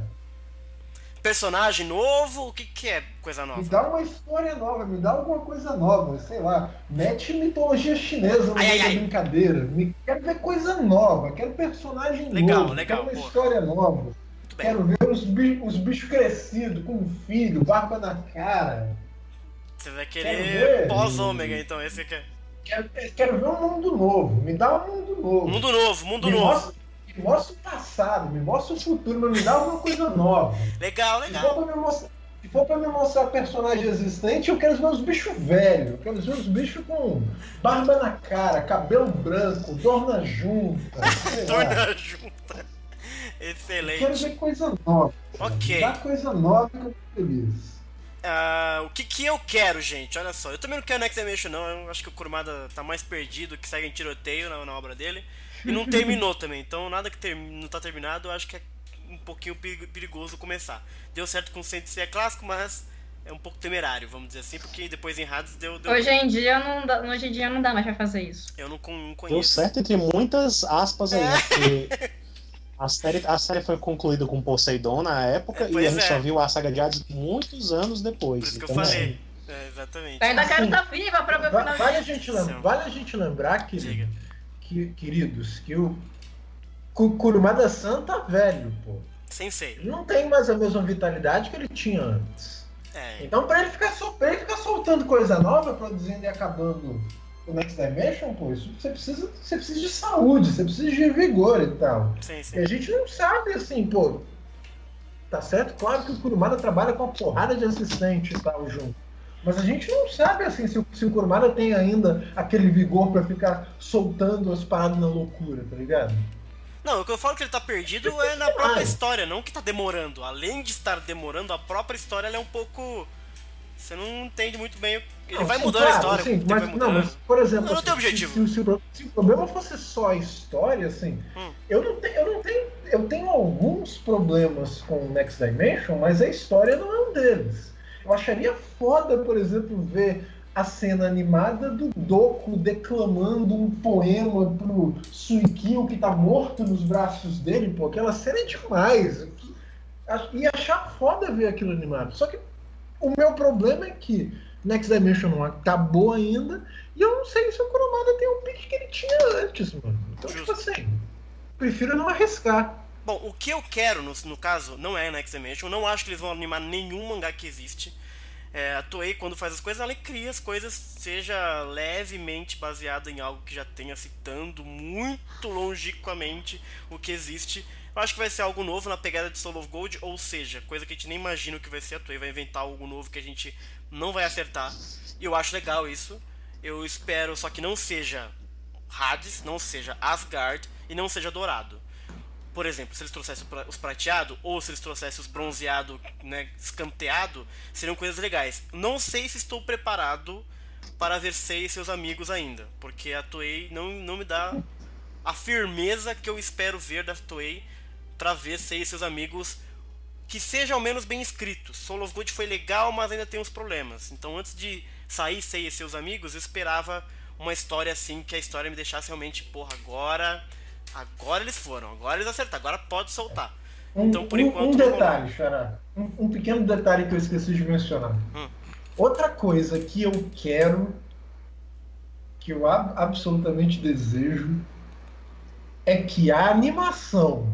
Personagem novo? O que, que é coisa Me nova? dá uma história nova, me dá alguma coisa nova, sei lá. Mete mitologia chinesa no Ai, meio ai, da ai. brincadeira. Me... Quero ver coisa nova, quero personagem Legal, novo, legal, quero uma pô. história nova. Muito bem. Quero ver os bichos, os bichos crescidos, com um filho, barba na cara. Você vai Quero querer ver. pós-ômega, então. Esse aqui é. Quero, quero ver um mundo novo, me dá um mundo novo. Mundo novo, mundo me novo. Mostra, me mostra o passado, me mostra o futuro, mas me dá alguma coisa nova. Legal, Se for legal. pra me mostrar, se for pra me mostrar personagem existente, eu quero ver os bichos velhos. Eu quero ver os bichos com barba na cara, cabelo branco, dorna junta. sei lá. Torna junta. Eu quero Excelente. ver coisa nova. Ok. Me dá coisa nova que eu tô feliz. Ah, o que que eu quero, gente? Olha só, eu também não quero Next Dimension, não. Eu acho que o Kurumada tá mais perdido, que segue em tiroteio na, na obra dele. E não terminou também, então nada que ter, não tá terminado, eu acho que é um pouquinho peri- perigoso começar. Deu certo com o Sensei clássico, mas é um pouco temerário, vamos dizer assim, porque depois em Hades deu... deu Hoje em dia não dá, hoje em dia não dá mais pra fazer isso. Eu não, con- não Deu conheço. certo entre muitas aspas aí, né? Porque a série, a série foi concluída com Poseidon na época É, e pois a gente é. só viu a saga de Hades muitos anos depois. Por isso que eu Então, falei. assim, É, exatamente. Eu ainda quero Assim, estar viva pra ver o Va- final. Vale a gente, lem- Sim. vale a gente lembrar que, Diga. que, queridos, que o Ku- Kurumada-san tá velho, pô. Sensei. Ele não tem mais a mesma vitalidade que ele tinha antes. É, Então, pra ele ficar, sol- pra ele ficar soltando coisa nova, produzindo e acabando o Next Dimension, pô, isso você precisa, você precisa de saúde, você precisa de vigor e tal. sim, E sim. a gente não sabe, assim, pô. Tá certo? Claro que o Kurumada trabalha com uma porrada de assistente e tal junto. Mas a gente não sabe, assim, se o, se o Kurumada tem ainda aquele vigor pra ficar soltando as paradas na loucura, tá ligado? Não, o que eu falo que ele tá perdido é na própria Ah. história, não que tá demorando. Além de estar demorando, a própria história ela é um pouco... Você não entende muito bem. Ele Não, vai sim, mudando a claro, história, sim, o tempo mas, vai não, mudando. mas, por exemplo, Não, não tem assim, objetivo. Se, se, se, o, pro- se o problema fosse só a história, assim, Hum. eu não tenho, eu não tenho, eu tenho alguns problemas com o Next Dimension, mas a história não é um deles. Eu acharia foda, por exemplo, ver a cena animada do Doku declamando um poema pro Suikyo que tá morto nos braços dele, pô, aquela cena é demais. E achar foda ver aquilo animado. Só que o meu problema é que Next Dimension não acabou ainda e eu não sei se o Kurumada tem o pique que ele tinha antes, mano. Então, Justo. tipo assim, prefiro não arriscar. Bom, o que eu quero, no, no caso, não é Next Dimension. Eu não acho que eles vão animar nenhum mangá que existe. É, a Toei, quando faz as coisas, ela cria as coisas, seja levemente baseado em algo que já tenha citando muito longicamente o que existe. Eu acho que vai ser algo novo na pegada de Soul of Gold, ou seja, coisa que a gente nem imagina o que vai ser. A Toei vai inventar algo novo que a gente não vai acertar. E eu acho legal isso. Eu espero só que não seja Hades, não seja Asgard e não seja Dourado. Por exemplo, se eles trouxessem os prateados ou se eles trouxessem os bronzeados, né, escanteado, seriam coisas legais. Não sei se estou preparado para ver Sei e seus amigos ainda, porque a Toei não, não me dá a firmeza que eu espero ver da Toei para ver Sei e seus amigos que seja ao menos bem escritos. Soul of Gold foi legal, mas ainda tem uns problemas. Então, antes de sair Sei e seus amigos, eu esperava uma história assim, que a história me deixasse realmente, porra, agora... Agora eles foram, agora eles acertaram, agora pode soltar. Um, Então, por um- enquanto, um não detalhe, Xará. Um, um pequeno detalhe que eu esqueci de mencionar. Hum. Outra coisa que eu quero, que eu ab- absolutamente desejo, é que a animação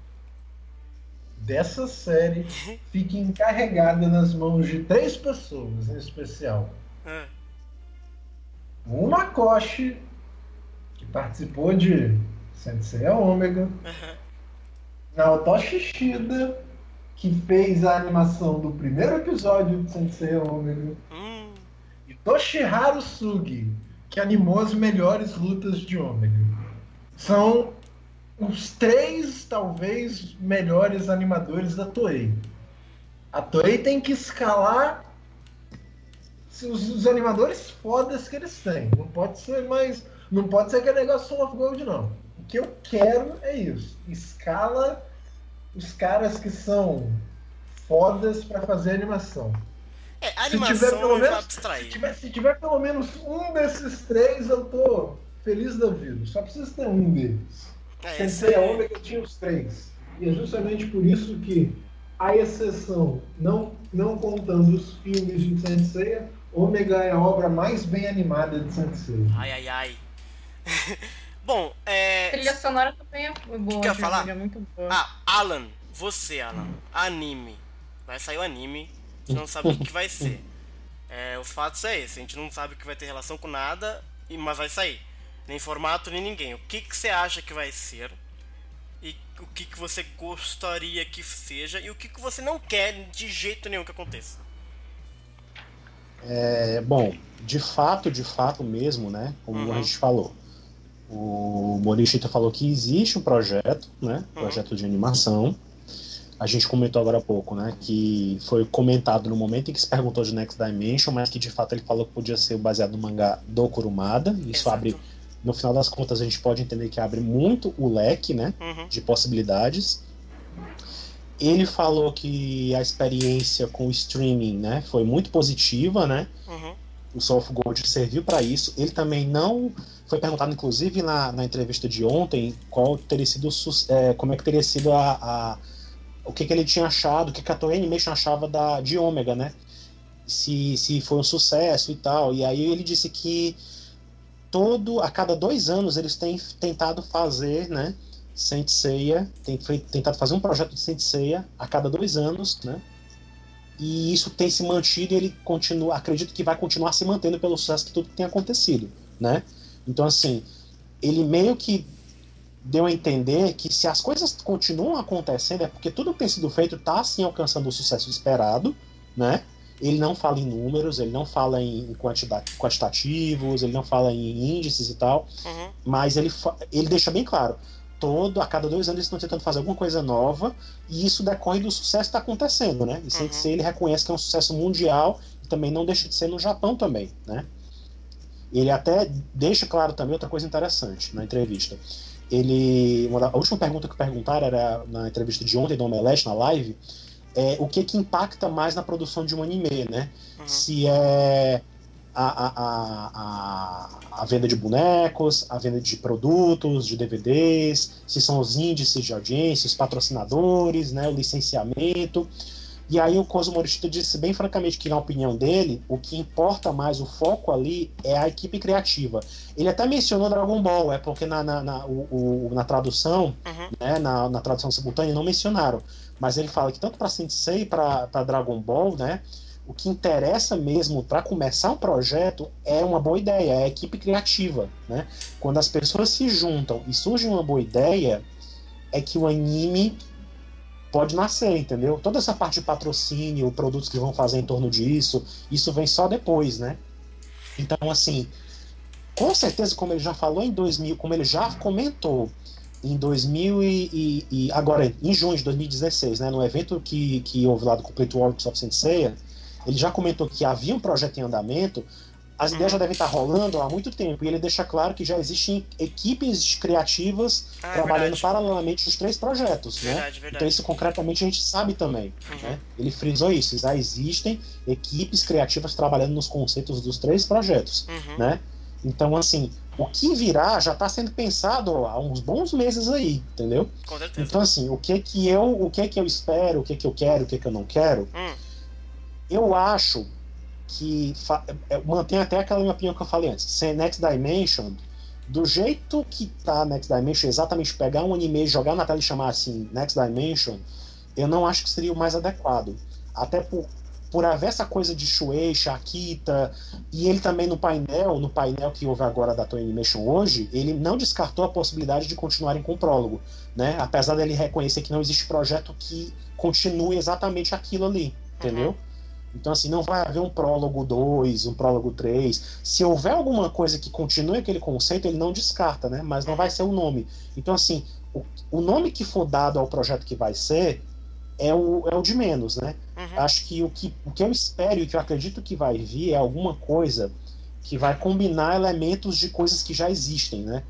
dessa série fique encarregada nas mãos de três pessoas em especial. Ah, O Makoshi, que participou de Sensei Ômega, aham. Naotoshi Shida, que fez a animação do primeiro episódio de Sensei Ômega, Hum, e Toshiharu Sugi, que animou as melhores lutas de Ômega. São os três, talvez, melhores animadores da Toei. A Toei tem que escalar os, os animadores fodas que eles têm. Não pode ser mais. Não pode ser aquele negócio Soul of Gold, não. que eu quero é isso. Escala os caras que são fodas pra fazer animação. É, a Se animação tiver pelo vai menos, se abstrair. tiver, se tiver pelo menos um desses três, eu tô feliz da vida. Só precisa ter um deles. É, esse Sensei aí. Omega tinha os três. E é justamente por isso que, a exceção, não, não contando os filmes de Sensei, Omega é a obra mais bem animada de Sensei. Ai, ai, ai. Bom, A é... trilha sonora também é boa. Quer de falar? Omega, é muito boa. Ah, Alan, você, Alan, anime. Vai sair o anime, a gente não sabe o que vai ser. É, os fatos é esse, a gente não sabe que vai ter relação com nada, e- mas vai sair. Nem formato, nem ninguém. O que, que você acha que vai ser? E o que, que você gostaria que seja? E o que, que você não quer de jeito nenhum que aconteça? É, bom, de fato, de fato mesmo, né? Como Uhum. a gente falou. O Morishita falou que existe um projeto, né? Uhum. Projeto de animação. A gente comentou agora há pouco, né? Que foi comentado no momento em que se perguntou de Next Dimension, mas que de fato ele falou que podia ser baseado no mangá do Kurumada. Isso Exato. abre, no final das contas, a gente pode entender que abre muito o leque, né? Uhum. De possibilidades. Ele falou que a experiência com o streaming, né? Foi muito positiva, né? Uhum. O Soul of Gold serviu para isso. Ele também não foi perguntado, inclusive na, na entrevista de ontem, qual teria sido o su- é, como é que teria sido a, a- o que, que ele tinha achado, o que, que a Toei Animation achava da, de Omega, né? Se, se foi um sucesso e tal. E aí ele disse que todo a cada dois anos eles têm tentado fazer, né? Saint Seiya, tem feito, tentado fazer um projeto de Saint Seiya a cada dois anos, né? E isso tem se mantido e ele continua, acredito que vai continuar se mantendo pelo sucesso que tudo tem acontecido, né? Então, assim, ele meio que deu a entender que se as coisas continuam acontecendo é porque tudo que tem sido feito está, assim, alcançando o sucesso esperado, né? Ele não fala em números, ele não fala em quantida- quantitativos, ele não fala em índices e tal, Uhum. mas ele, fa- ele deixa bem claro, todo, a cada dois anos eles estão tentando fazer alguma coisa nova e isso decorre do sucesso que está acontecendo, né? E sem Uhum. ser, ele reconhece que é um sucesso mundial e também não deixa de ser no Japão também, né? Ele até deixa claro também outra coisa interessante na entrevista. Ele, uma da- a última pergunta que perguntaram era na entrevista de ontem do Omelete, na live, é o que que impacta mais na produção de um anime, né? Uhum. Se é a, a, a, a, a venda de bonecos, a venda de produtos, de D V Ds, se são os índices de audiência, os patrocinadores, né, o licenciamento. E aí o Kozo Morishita disse bem francamente que, na opinião dele, o que importa mais, o foco ali, é a equipe criativa. Ele até mencionou Dragon Ball, é porque na, na, na, o, o- na tradução, Uhum. né, na, na tradução simultânea, não mencionaram. Mas ele fala que tanto para Sensei e para Dragon Ball, né, o que interessa mesmo para começar um projeto é uma boa ideia, é a equipe criativa, né? Quando as pessoas se juntam e surge uma boa ideia, é que o anime pode nascer, entendeu? Toda essa parte de patrocínio, produtos que vão fazer em torno disso, isso vem só depois, né? Então, assim, com certeza, como ele já falou em dois mil, como ele já comentou em dois mil e, e- e agora em junho de dois mil e dezesseis, né, no evento que, que houve lá do Complete Works of Saint Seiya, ele já comentou que havia um projeto em andamento. As ideias já devem estar rolando há muito tempo e ele deixa claro que já existem equipes criativas Ah, é trabalhando verdade. paralelamente nos três projetos, né? Verdade, verdade. Então isso concretamente a gente sabe também, Uhum. né? Ele frisou isso, já existem equipes criativas trabalhando nos conceitos dos três projetos, Uhum. né? Então, assim, o que virá já está sendo pensado há uns bons meses aí, entendeu? Com certeza. Então, assim, o que que eu, o que que eu espero, o que que eu quero, o que que eu não quero, Hum. eu acho que fa- é, mantém até aquela minha opinião que eu falei antes. Se Next Dimension, do jeito que tá Next Dimension, exatamente pegar um anime, jogar na tela e chamar assim Next Dimension, eu não acho que seria o mais adequado. Até por, por haver essa coisa de Shueisha, Akita, e ele também no painel, no painel que houve agora da Toei Animation hoje, ele não descartou a possibilidade de continuarem com o prólogo, né? Apesar dele reconhecer que não existe projeto que continue exatamente aquilo ali, entendeu? Então, assim, não vai haver um prólogo dois, um prólogo três. Se houver alguma coisa que continue aquele conceito, ele não descarta, né? Mas não vai ser o nome. Então, assim, o, o nome que for dado ao projeto que vai ser é o, é o de menos, né? Uhum. Acho que o, que o que eu espero e que eu acredito que vai vir é alguma coisa que vai combinar elementos de coisas que já existem, né?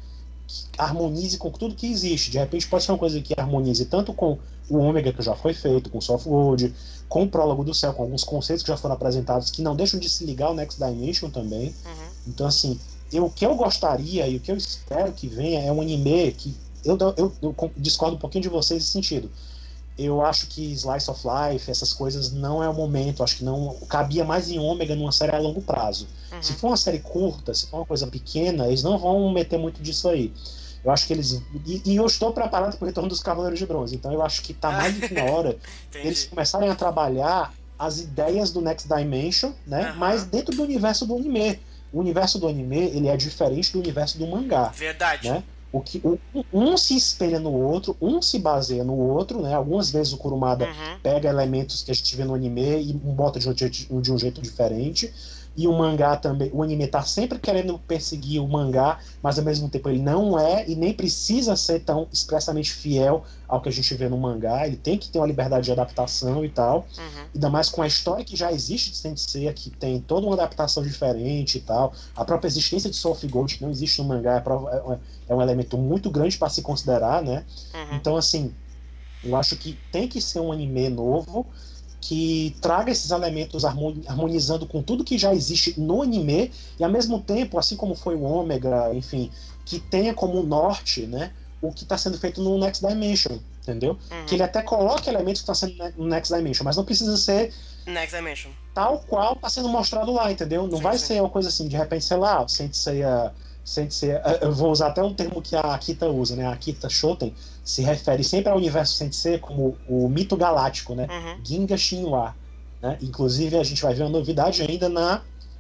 que harmonize com tudo que existe. De repente pode ser uma coisa que harmonize tanto com o Ômega, que já foi feito, com o Soft World, com o Prólogo do Céu, com alguns conceitos que já foram apresentados, que não deixam de se ligar ao Next Dimension também. Uhum. Então, assim, eu, o que eu gostaria e o que eu espero que venha é um anime que... Eu, eu, eu discordo um pouquinho de vocês nesse sentido. Eu acho que Slice of Life, essas coisas, não é o momento. Acho que não cabia mais em Ômega numa série a longo prazo. Uhum. Se for uma série curta, se for uma coisa pequena, eles não vão meter muito disso aí. Eu acho que eles... E, e eu estou preparado para o retorno dos Cavaleiros de Bronze. Então eu acho que tá mais do que na hora eles começarem a trabalhar as ideias do Next Dimension, né? Uhum. Mas dentro do universo do anime. O universo do anime, ele é diferente do universo do mangá. Verdade. Né? O que, um, um se espelha no outro, um se baseia no outro, né? Algumas vezes o Kurumada uhum. pega elementos que a gente vê no anime e bota de um jeito, de um jeito diferente. E o mangá também, o anime tá sempre querendo perseguir o mangá, mas ao mesmo tempo ele não é e nem precisa ser tão expressamente fiel ao que a gente vê no mangá. Ele tem que ter uma liberdade de adaptação e tal. Uhum. Ainda mais com a história que já existe de Saint Seiya, que tem toda uma adaptação diferente e tal. A própria existência de Soul of Gold, que não existe no mangá, é um elemento muito grande para se considerar, né? Uhum. Então, assim, eu acho que tem que ser um anime novo, que traga esses elementos harmonizando com tudo que já existe no anime, e ao mesmo tempo, assim como foi o Ômega, enfim, que tenha como norte, né, o que está sendo feito no Next Dimension, entendeu? Uhum. Que ele até coloque elementos que estão sendo no Next Dimension, mas não precisa ser Next Dimension tal qual está sendo mostrado lá, entendeu? Não sim, vai sim. ser uma coisa assim, de repente, sei lá, Saint Seiya, Saint Seiya, eu vou usar até um termo que a Akita usa, né? A Akita Shoten se refere sempre ao universo Saint Seiya como o mito galáctico, né? Uhum. Ginga Shinwa, né? Inclusive a gente vai ver uma novidade ainda na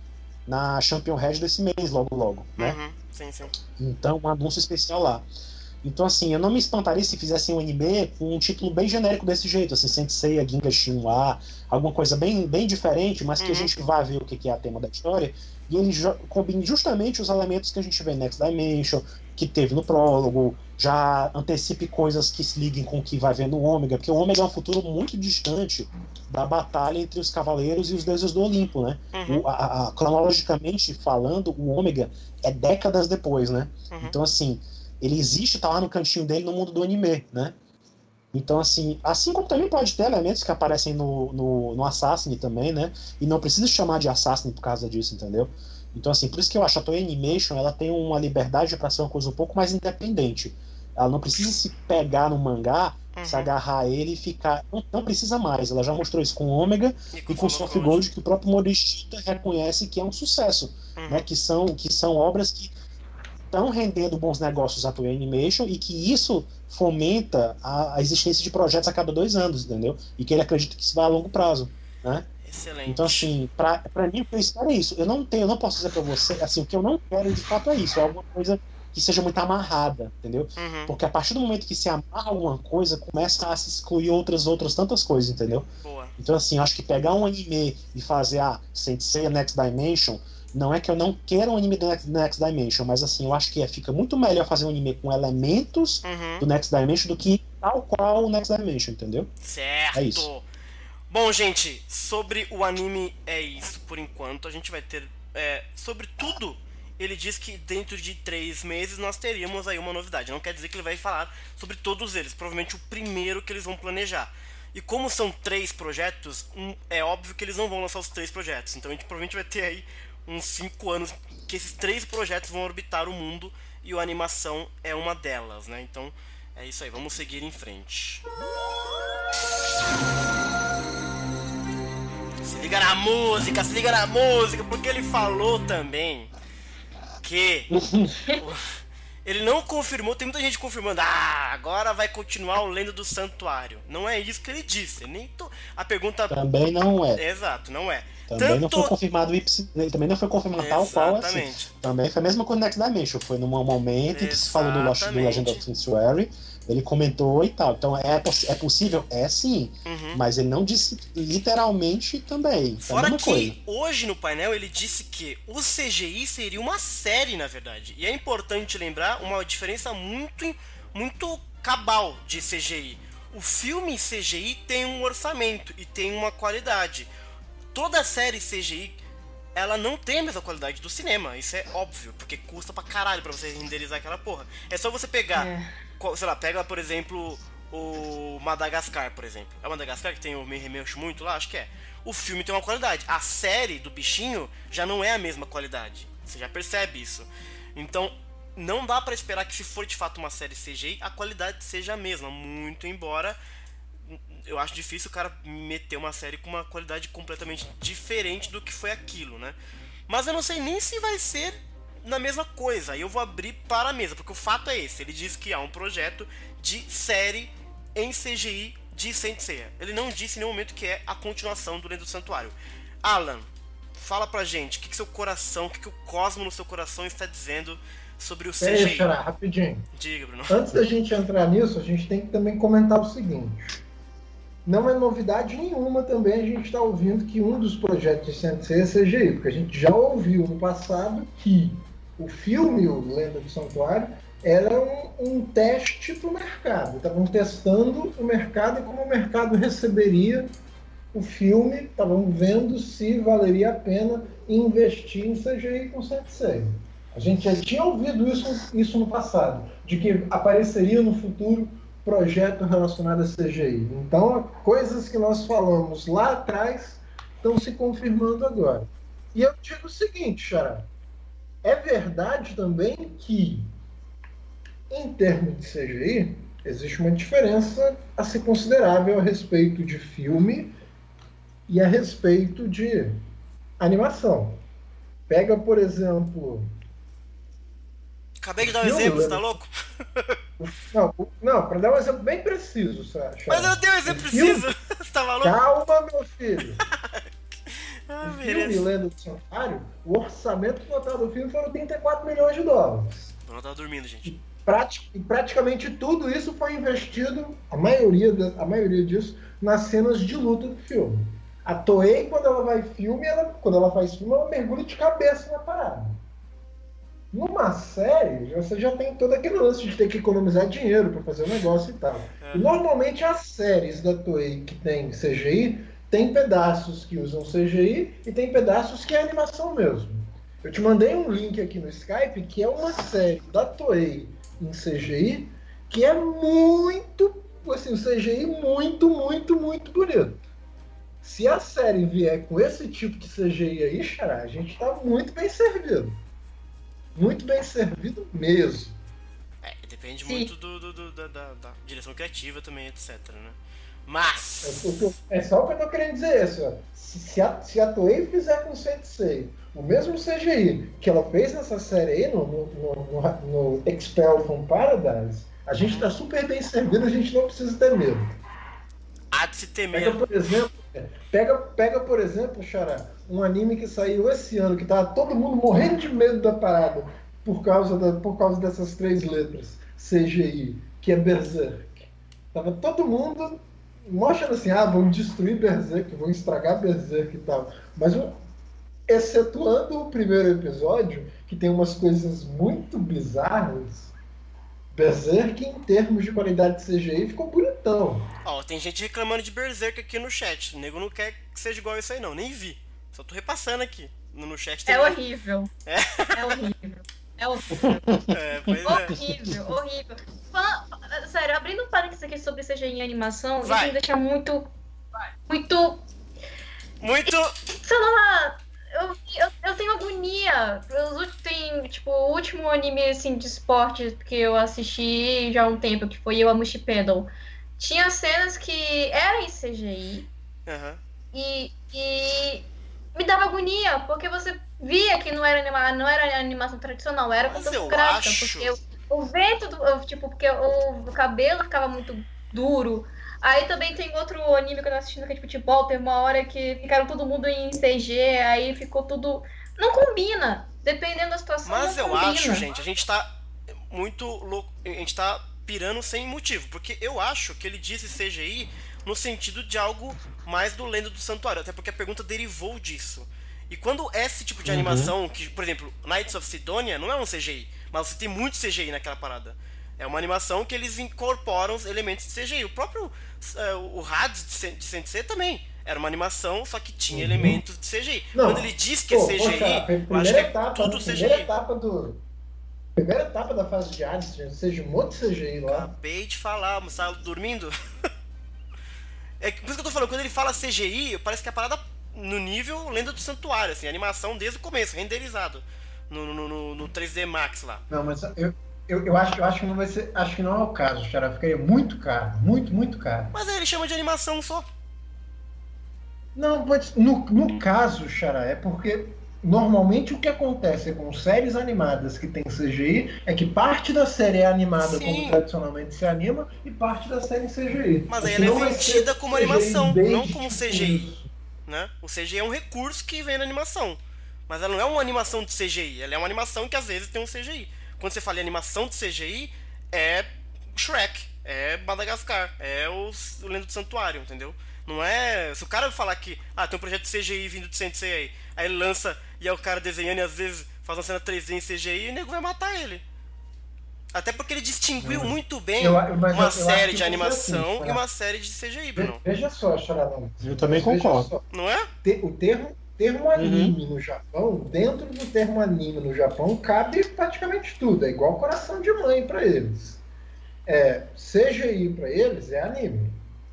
na Champion Red desse mês, logo logo, né? Uhum. Sim, sim. Então, um anúncio especial lá. Então, assim, eu não me espantaria se fizessem um anime com um título bem genérico desse jeito, assim, Saint Seiya, Ginga Shinwa, alguma coisa bem, bem diferente, mas que uhum. a gente vá ver o que é a tema da história, e ele combine justamente os elementos que a gente vê em Next Dimension, que teve no prólogo, já antecipe coisas que se liguem com o que vai ver no Ômega, porque o Ômega é um futuro muito distante da batalha entre os Cavaleiros e os Deuses do Olimpo, né? Uhum. O, a, a, cronologicamente falando, o Ômega é décadas depois, né? Uhum. Então, assim, ele existe, tá lá no cantinho dele no mundo do anime, né? Então, assim, assim como também pode ter elementos que aparecem no, no, no Assassin também, né? E não precisa chamar de Assassin por causa disso, entendeu? Então, assim, por isso que eu acho a Toei Animation, ela tem uma liberdade para ser uma coisa um pouco mais independente. Ela não precisa se pegar no mangá, uhum. se agarrar a ele e ficar... Não, não precisa mais. Ela já mostrou isso com o Ômega e com, e com o Soft Gold, que o próprio Morishita reconhece que é um sucesso. Uhum. Né? Que, são, que são obras que estão rendendo bons negócios à Toei Animation e que isso fomenta a, a existência de projetos a cada dois anos, entendeu? E que ele acredita que isso vai a longo prazo, né? Excelente. Então, assim, pra, pra mim o que eu espero é isso. Eu não tenho, eu não posso dizer pra você, assim, o que eu não quero de fato é isso, é alguma coisa que seja muito amarrada, entendeu? Uhum. Porque a partir do momento que se amarra alguma coisa, começa a se excluir outras, outras tantas coisas, entendeu? Boa. Então, assim, eu acho que pegar um anime e fazer, ah, Saint Seiya Next Dimension, não é que eu não quero um anime do Next, Next Dimension, mas assim, eu acho que é, fica muito melhor fazer um anime com elementos uhum. do Next Dimension do que tal qual o Next Dimension, entendeu? Certo. É isso. Bom, gente, sobre o anime é isso por enquanto. A gente vai ter... É, sobre tudo, ele diz que dentro de três meses nós teríamos aí uma novidade. Não quer dizer que ele vai falar sobre todos eles. Provavelmente o primeiro que eles vão planejar. E como são três projetos, um, é óbvio que eles não vão lançar os três projetos. Então a gente provavelmente vai ter aí uns cinco anos que esses três projetos vão orbitar o mundo. E a animação é uma delas, né? Então é isso aí, vamos seguir em frente. Se liga na música, se liga na música, porque ele falou também que ele não confirmou, tem muita gente confirmando, ah, agora vai continuar o Lenda do Santuário. Não é isso que ele disse, nem to... a pergunta... Também não é. Exato, não é. Também Tanto... não foi confirmado ipsi... também não foi confirmado tal qual assim. Também foi a mesma coisa no Next Dimension, foi num momento em que se falou do, Lost, do Legend of Sanctuary, ele comentou e tal. Então é, é possível? É sim. Uhum. Mas ele não disse literalmente também. Fora que coisa. Hoje no painel ele disse que o C G I seria uma série, na verdade. E é importante lembrar uma diferença muito, muito cabal de C G I. O filme C G I tem um orçamento e tem uma qualidade. Toda série C G I ela não tem a mesma qualidade do cinema, isso é óbvio, porque custa pra caralho pra você renderizar aquela porra. É só você pegar, É. qual- sei lá, pega, por exemplo, o Madagascar, por exemplo. É o Madagascar que tem o Me Remexo Muito lá? Acho que é. O filme tem uma qualidade. A série do bichinho já não é a mesma qualidade. Você já percebe isso. Então, não dá pra esperar que se for de fato uma série C G I, a qualidade seja a mesma. Muito embora eu acho difícil o cara meter uma série com uma qualidade completamente diferente do que foi aquilo, né? Mas eu não sei nem se vai ser na mesma coisa. Aí eu vou abrir para a mesa, porque o fato é esse. Ele diz que há um projeto de série em C G I de Saint Seiya. Ele não disse em nenhum momento que é a continuação do Lenda do Santuário. Alan, fala pra gente, o que, que seu coração, o que, que o cosmo no seu coração está dizendo sobre o Pera C G I? aí, Xará, rapidinho. Diga, Bruno. Antes da gente entrar nisso, a gente tem que também comentar o seguinte. Não é novidade nenhuma também a gente estar ouvindo que um dos projetos de Saint Seiya é C G I, porque a gente já ouviu no passado que o filme, o Lenda do Santuário, era um, um teste para o mercado. Estavam testando o mercado e como o mercado receberia o filme, estavam vendo se valeria a pena investir em C G I com Saint Seiya. A gente já tinha ouvido isso, isso no passado, de que apareceria no futuro projeto relacionado a C G I. Então, coisas que nós falamos lá atrás estão se confirmando agora. E eu digo o seguinte, Xará, é verdade também que, em termos de C G I, existe uma diferença a ser considerável a respeito de filme e a respeito de animação. Pega, por exemplo... Acabei de dar um Filme, exemplo, você né? tá louco? Não, não para dar um exemplo bem preciso, Xará. Mas eu tenho um exemplo O filme- preciso. Você tá maluco? Calma, meu filho. Ah, O filme beleza. Lenda do Santuário, o orçamento total do filme foram trinta e quatro milhões de dólares. Eu não tava dormindo, gente. Prati- E praticamente tudo isso foi investido, a maioria, da- a maioria disso, nas cenas de luta do filme. A Toei, quando ela vai filme, ela, quando ela faz filme, ela mergulha de cabeça na parada. Numa série, você já tem todo aquele lance de ter que economizar dinheiro para fazer o negócio e tal. É. E normalmente as séries da Toei que tem C G I, tem pedaços que usam C G I e tem pedaços que é animação mesmo. Eu te mandei um link aqui no Skype que é uma série da Toei em C G I que é muito, assim, um C G I muito, muito, muito bonito. Se a série vier com esse tipo de C G I aí, Xará, a gente tá muito bem servido. Muito bem servido mesmo. É, depende Sim. muito do, do- do- da, da- da direção criativa também, etc, né? Mas... É, o que eu- é só o que eu tô querendo dizer, assim, ó. Se, se a, se a Toei fizer com o Saint Seiya o mesmo C G I que ela fez nessa série aí, no, no, no, no, no Expel from Paradise, a gente tá super bem servido, a gente não precisa ter medo. Há de se temer. Pega, por exemplo, pega, pega, por exemplo, Xará, um anime que saiu esse ano, que tava todo mundo morrendo de medo da parada por causa, da, por causa dessas três letras, C G I, que é Berserk. Tava todo mundo mostrando assim, ah, vão destruir Berserk, vão estragar Berserk e tal. Mas, excetuando o primeiro episódio, que tem umas coisas muito bizarras, Berserk, em termos de qualidade de C G I, ficou bonitão. Ó, tem gente reclamando de Berserk aqui no chat. O nego não quer que seja igual isso aí, não. Nem vi. Só tô repassando aqui. No, no chat tem... É horrível. É? É horrível. É horrível. É, pois é. Horrível, horrível. Fala- sério, abrindo um parênteses aqui sobre C G I em animação, isso Vai. me deixa muito. Muito. Muito... Sei lá. Eu, eu, eu tenho agonia. Os ult- tem, tipo, o último anime assim, de esporte que eu assisti já há um tempo, que foi Eu Amo Shippuden. Tinha cenas que eram em C G I Aham. e, e me dava agonia, porque você via que não era, anima, não era animação tradicional, era Mas com eu gráfica, acho- porque o, o vento, do, tipo, porque o, o cabelo ficava muito duro. Aí também tem outro anime que eu tô assistindo que é de futebol, tem uma hora que ficaram todo mundo em C G, aí ficou tudo... Não combina, dependendo da situação, Mas não eu combina. acho, gente, a gente tá muito louco. A gente tá pirando sem motivo. Porque eu acho que ele disse C G I no sentido de algo mais do Lenda do Santuário. Até porque a pergunta derivou disso. E quando esse tipo de Uhum. animação, que, por exemplo, Knights of Sidonia não é um C G I, mas você tem muito C G I naquela parada. É uma animação que eles incorporam os elementos de C G I. O próprio uh, o Hades de Saint Seiya também Era uma animação, só que tinha Uhum. elementos de C G I. Não. Quando ele diz que é Pô, C G I, poxa, a eu acho primeira que é etapa, tudo a C G primeira I. etapa do... Primeira etapa da fase de Hades, tinha seja um monte de C G I lá. Acabei de falar, você tava dormindo? É por isso que eu tô falando, quando ele fala C G I, parece que é a parada no nível Lenda do Santuário, assim, animação desde o começo, renderizado. No, no, no, no três D Max lá. Não, mas eu, eu, eu, acho, eu acho que não vai ser. Acho que não é o caso, Xará. Ficaria muito caro. Muito, muito caro. Mas aí ele chama de animação só. Não, pode, no, no caso, Xará, é porque normalmente o que acontece com séries animadas que tem C G I é que parte da série é animada Sim. como tradicionalmente se anima e parte da série em C G I. Mas aí Acho que ela é não vai vendida ser como C G I animação, desde não como C G I. isso. Né? O C G I é um recurso que vem na animação. Mas ela não é uma animação de C G I, ela é uma animação que às vezes tem um C G I. Quando você fala em animação de C G I, é Shrek, é Madagascar, é o, o Lenda do Santuário, entendeu? Não é... Se o cara falar que, ah, tem um projeto de C G I vindo de Sensei aí, aí ele lança e é o cara desenhando e às vezes faz uma cena três D em C G I, o nego vai matar ele. Até porque ele distinguiu Hum. muito bem Eu- mas eu- uma eu acho série que de tem que ser assim, animação tá? e uma série de C G I, Bruno. Veja só, Xará, não. Eu também Veja concordo. só. Não é? Te- o termo, termo anime no Japão, dentro do termo anime no Japão, cabe praticamente tudo. É igual coração de mãe para eles. É, C G I para eles é anime.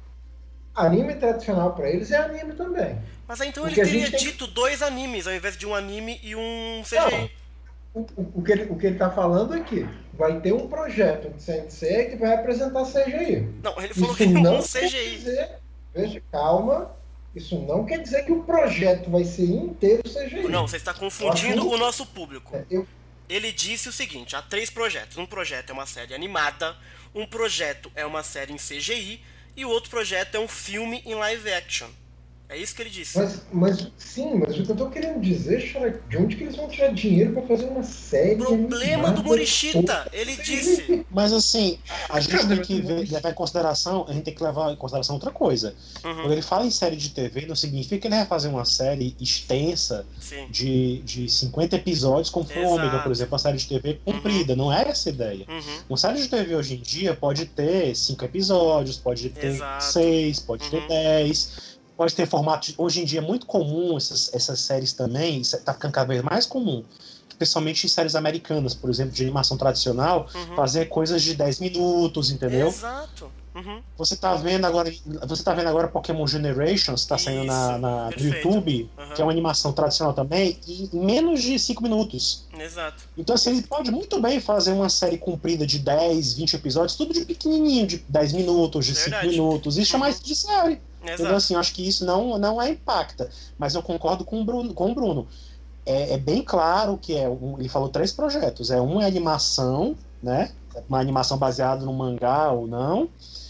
Anime tradicional para eles é anime também. Mas aí então O ele que a teria gente tem- dito dois animes ao invés de um anime e um C G I. Não. O, o, o que ele, o que ele tá falando é que vai ter um projeto de Sensei que vai apresentar C G I. Não, ele falou Isso que é não um C G quer I. dizer, veja, calma, isso não quer dizer que o projeto vai ser inteiro C G I. Não, você está confundindo Eu acho- o nosso público. É, eu, Ele disse o seguinte, há três projetos. Um projeto é uma série animada, um projeto é uma série em C G I e o outro projeto é um filme em live action. É isso que ele disse. mas, mas sim, mas o que eu tô querendo dizer, Xará, de onde que eles vão tirar dinheiro pra fazer uma série? Problema animada do Morishita, toda ele C G I? disse. Mas assim, a gente Cara, tem mas que eu ver, vou- levar em consideração, a gente tem que levar em consideração outra coisa. Uhum, Quando ele fala em série de T V, não significa que ele vai fazer uma série extensa sim. de, de cinquenta episódios, como foi o Exato. Ômega, por exemplo, uma série de T V comprida. Não é essa a ideia. Uhum, Uma série de T V hoje em dia pode ter cinco episódios, pode ter Exato. seis, pode Uhum. ter dez, pode ter formato. de- Hoje em dia é muito comum essas, essas séries também, isso tá ficando cada vez mais comum, especialmente em séries americanas, por exemplo, de animação tradicional, uhum. fazer coisas de dez minutos, entendeu? Exato. Uhum. Você tá vendo agora, você tá vendo agora Pokémon Generations, tá saindo na, Isso, na- no perfeito. YouTube, Uhum. que é uma animação tradicional também, e em menos de cinco minutos. Exato. Então, assim, ele pode muito bem fazer uma série comprida de dez, vinte episódios, tudo de pequenininho, de dez minutos, de cinco Verdade. minutos, e chamar Uhum. isso de série. Entendeu? Exato. Assim, eu acho que isso não, não é impacta, mas eu concordo com o Bruno. Com o Bruno. É, é bem claro que é um, ele falou três projetos. É um é animação, né? Uma animação baseada no mangá ou não.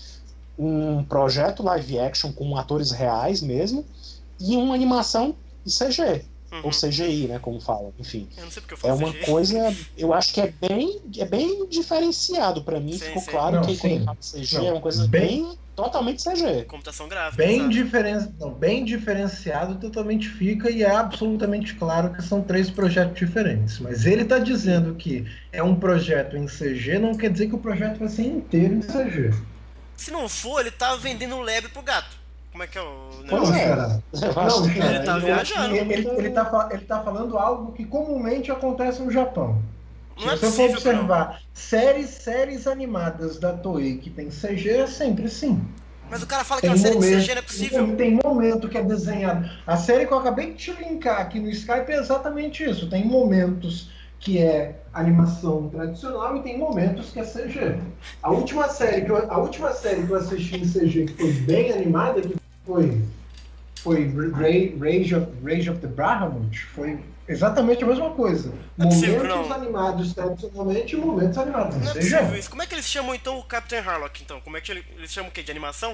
Um projeto live action com atores reais mesmo. E uma animação em C G. Uhum. Ou C G I, né? Como falam. Enfim. Eu não sei porque eu É falo uma C G I. coisa, eu acho que é bem, é bem diferenciado pra mim. Sim, Ficou sim. claro Não, que quando sim. ele fala C G Não, é uma coisa bem- bem, totalmente C G. Computação gráfica. Bem, exato. diferen... não, bem diferenciado totalmente fica e é absolutamente claro que são três projetos diferentes. Mas ele está dizendo que é um projeto em C G, não quer dizer que o projeto vai ser inteiro em C G. Se não for, ele tá vendendo um lebre pro gato. Como é que é o Pois negócio? é. Xará. Eu acho Não, que cara, ele tá eu- viajando. Ele, ele, ele, tá, fa- ele tá falando algo que comumente acontece no Japão. Não é Se você for possível, Bruno. observar séries, séries animadas da Toei que tem C G, é sempre assim. Mas o cara fala que é Tem uma série de momento, C G, não é possível. tem momento que é desenhado. A série que eu acabei de te linkar aqui no Skype é exatamente isso. Tem momentos que é animação tradicional e tem momentos que é C G. A última série que eu, a última série que eu assisti em C G que foi bem animada, que foi foi Ra- Rage of, Rage of the Bahamut, foi exatamente a mesma coisa. Não é possível, Momentos não. animados tradicionalmente e momentos animados em Não é C G. possível isso. Como é que eles chamam então o Captain Harlock, então? Como é que ele- eles chamam o quê? De animação?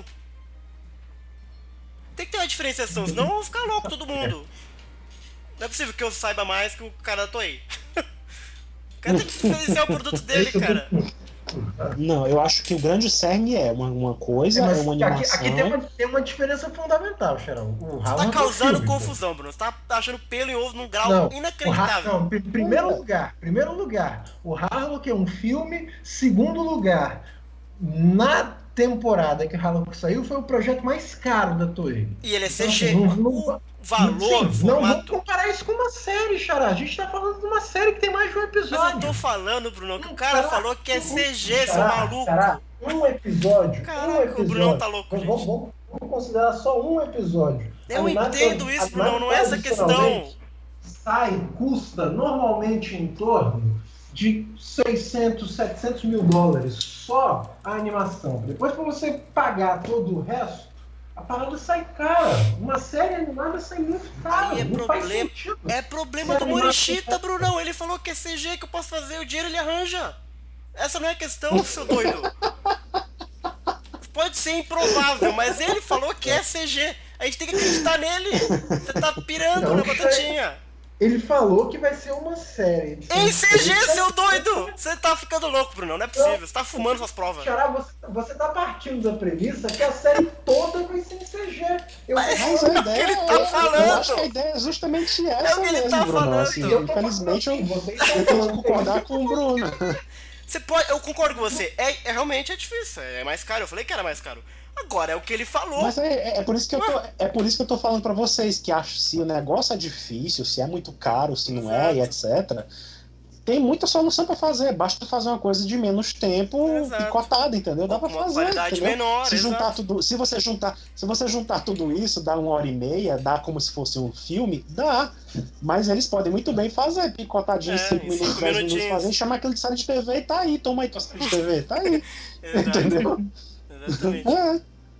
Tem que ter uma diferenciação, senão vão ficar louco todo mundo. Não é possível que eu saiba mais que o cara da Toei. O cara tem que diferenciar o produto dele, Esse eu tô- cara. Não, eu acho que o grande cerne é uma, uma coisa, É, é, mas uma aqui, animação. aqui tem, uma, tem uma diferença fundamental, Xerão. O Você Howard tá é um causando filme, confusão, Bruno. Você tá achando pelo em ovo num grau Não, O Har- inacreditável. não, pr- primeiro lugar, primeiro lugar, o Harlock é um filme. Segundo lugar, na temporada que Harlock saiu foi o projeto mais caro da Toei. E ele é Então, C G. assim, não- não- O valor, Sim, não vamos formato... comparar isso com uma série, Xará. A gente tá falando de uma série que tem mais de um Mas eu episódio. tô falando, Bruno, que o Não, cara Xará, falou que é um- C G, seu Xará, maluco. Xará, um episódio. Caraca, um o episódio. Brunão tá louco, Vamos, gente. vamos- vamos considerar só um episódio. Eu Animado- entendo isso, animado Bruno, não é essa questão. tradicionalmente Sai, custa normalmente em torno de seiscentos, setecentos mil dólares só a animação. Depois, para você pagar todo o resto, a parada sai cara. Uma série animada sai muito cara. Aí é não faz problema- sentido. É problema Se do animar- Morishita, Brunão. Ele falou que é C G, que eu posso fazer, o dinheiro ele arranja. Essa não é a questão, seu doido. Pode ser improvável, mas ele falou que é C G. A gente tem que acreditar nele. Você tá pirando Não, na batatinha. Ele falou que vai ser uma série. Em C G, seu doido! Você tá ficando louco, Bruno. Não é possível. Você tá fumando suas provas. Xará, você, você tá partindo da premissa que a série toda vai ser em C G. Eu Mas- Mas a ideia ele tá é, falando. eu acho que a ideia é justamente essa o que ele mesmo, tá Bruno. falando. Assim, eu tô infelizmente eu, falando assim, vocês eu estão tenho que falando concordar isso. com o Bruno. Você pode, eu concordo com você. É, é realmente é difícil. É mais caro. Eu falei que era mais caro. Agora é o que ele falou. Mas é, é, é por isso que eu tô, é por isso que eu tô falando pra vocês que acho se o negócio é difícil, se é muito caro, se não é, e etcétera. Tem muita solução pra fazer. Basta fazer uma coisa de menos tempo Exato. picotada, entendeu? Dá pra Uma fazer. qualidade entendeu? menor, se juntar exato. tudo, se você juntar, se você juntar tudo isso, dá uma hora e meia, dá como se fosse um filme, dá. Mas eles podem muito bem fazer picotadinho, É, cinco em minutos, cinco dez minutos, minutinhos. fazer, chamar aquilo de série de T V e tá aí, toma aí tua série de T V, tá aí. Exato. Entendeu? Exatamente. É.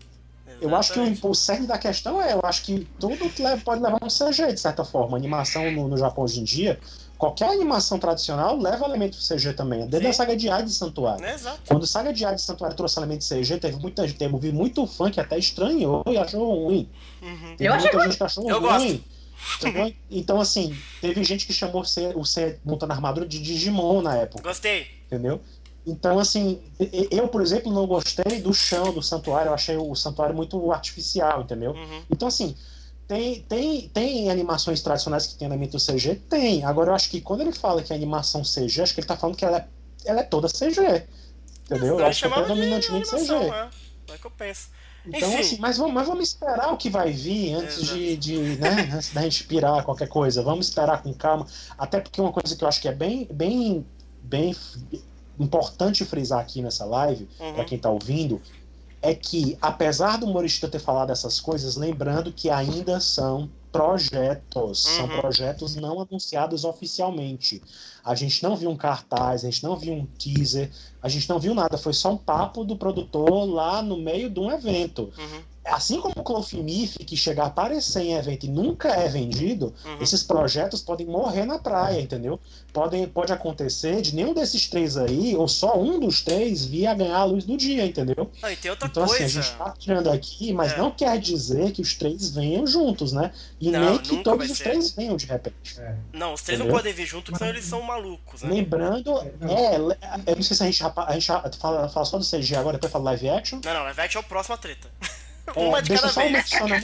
Eu acho que Exatamente. o, o cerne da questão é, eu acho que tudo leva- pode levar um C G, de certa forma. A animação no, no Japão hoje em dia, qualquer animação tradicional leva elementos C G também. Desde Sim. a saga de Hades de Santuário. Né, exato. Quando a saga de Hades de Santuário trouxe elementos C G, teve muita gente, teve muito fã que até estranhou e achou ruim. Uhum. Teve Eu achei muita gente que achou Eu ruim. Entendeu? Então, assim, teve gente que chamou o C montando armadura de Digimon na época. Gostei. Entendeu? Então, assim, e- eu, por exemplo, não gostei do chão do santuário, eu achei o santuário muito artificial, entendeu? Uhum. Então, assim, tem, tem, tem animações tradicionais que tem elemento C G? Tem. Agora, eu acho que quando ele fala que é animação C G, acho que ele tá falando que ela é, ela é toda C G. Entendeu? Senão Eu ele acho que é chamava de predominantemente C G. animação, é. É o que eu penso. Então, Enfim. assim, mas vamos, mas vamos esperar o que vai vir antes Exato. de, de, né, antes da gente pirar qualquer coisa. Vamos esperar com calma. Até porque uma coisa que eu acho que é bem, bem, bem importante frisar aqui nessa live, Uhum. para quem tá ouvindo, é que, apesar do Morishita ter falado essas coisas, lembrando que ainda são projetos, são Uhum. projetos não anunciados oficialmente. A gente não viu um cartaz, a gente não viu um teaser, a gente não viu nada, foi só um papo do produtor lá no meio de um evento. Uhum. Assim como o Clothmith, que chega a aparecer em evento e nunca é vendido, Uhum. esses projetos podem morrer na praia, entendeu? Pode, pode acontecer de nenhum desses três aí, ou só um dos três, vir a ganhar a luz do dia, entendeu? Ah, e tem outra Então, coisa. assim, a gente tá tirando aqui, mas É. não quer dizer que os três venham juntos, né? E Não, nem que nunca todos vai os ser. três venham de repente. É. Não, os três não Entendeu? podem vir junto, porque senão eles são malucos, né? Lembrando, Não. é, le- eu não sei se a gente, já- a gente já fala, fala só do C G agora, depois fala live action. Não, não, live action é o próximo a treta. É, Uma de deixa, cada eu só vez. mencionar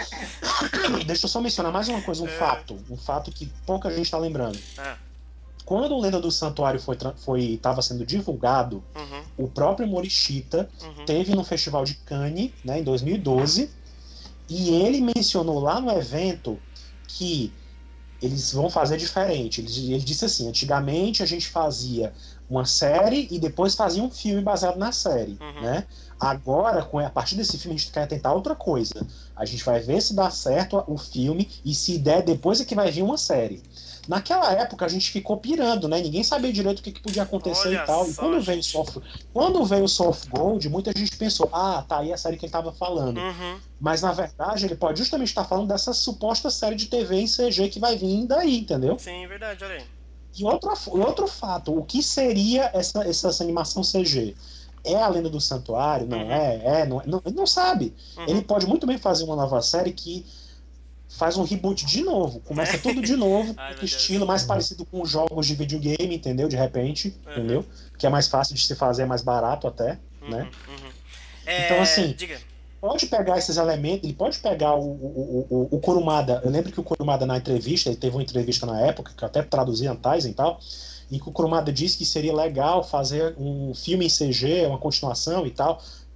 mais, deixa eu só mencionar mais uma coisa, um É. fato. Um fato que pouca gente está lembrando. Ah, Quando o Lenda do Santuário foi foi estava sendo divulgado, uhum, o próprio Morishita uhum. teve no Festival de Cannes, né, em dois mil e doze, e ele mencionou lá no evento que eles vão fazer diferente. Ele, ele disse assim, antigamente a gente fazia uma série e depois fazia um filme baseado na série, Uhum. né? Agora, com a partir desse filme, a gente quer tentar outra coisa. A gente vai ver se dá certo o filme e se der, depois é que vai vir uma série. Naquela época a gente ficou pirando, né? Ninguém sabia direito o que, que podia acontecer Olha e tal. E só, quando veio, gente. Soft, quando veio o Soft Gold, muita gente pensou, ah, tá aí a série que ele tava falando. Uhum. Mas na verdade ele pode justamente estar falando dessa suposta série de T V em C G que vai vir daí, entendeu? Sim, verdade, olha aí. E outro, outro fato, o que seria essa, essa, essa animação C G? É a Lenda do Santuário? Não Uhum. é? É, não é? Não, ele não sabe. Uhum. Ele pode muito bem fazer uma nova série que faz um reboot de novo, começa tudo de novo, Ai, com meu estilo Deus. mais parecido com os jogos de videogame, entendeu? De repente, Uhum. entendeu? Que é mais fácil de se fazer, é mais barato até, Uhum, né? uhum. É, Então, assim, diga. Pode pegar esses elementos, ele pode pegar o, o, o, o Kurumada. Eu lembro que o Kurumada na entrevista, ele teve uma entrevista na época, que eu até traduzi Antaisen e tal, e que o Kurumada disse que seria legal fazer um filme em C G, uma continuação e tal.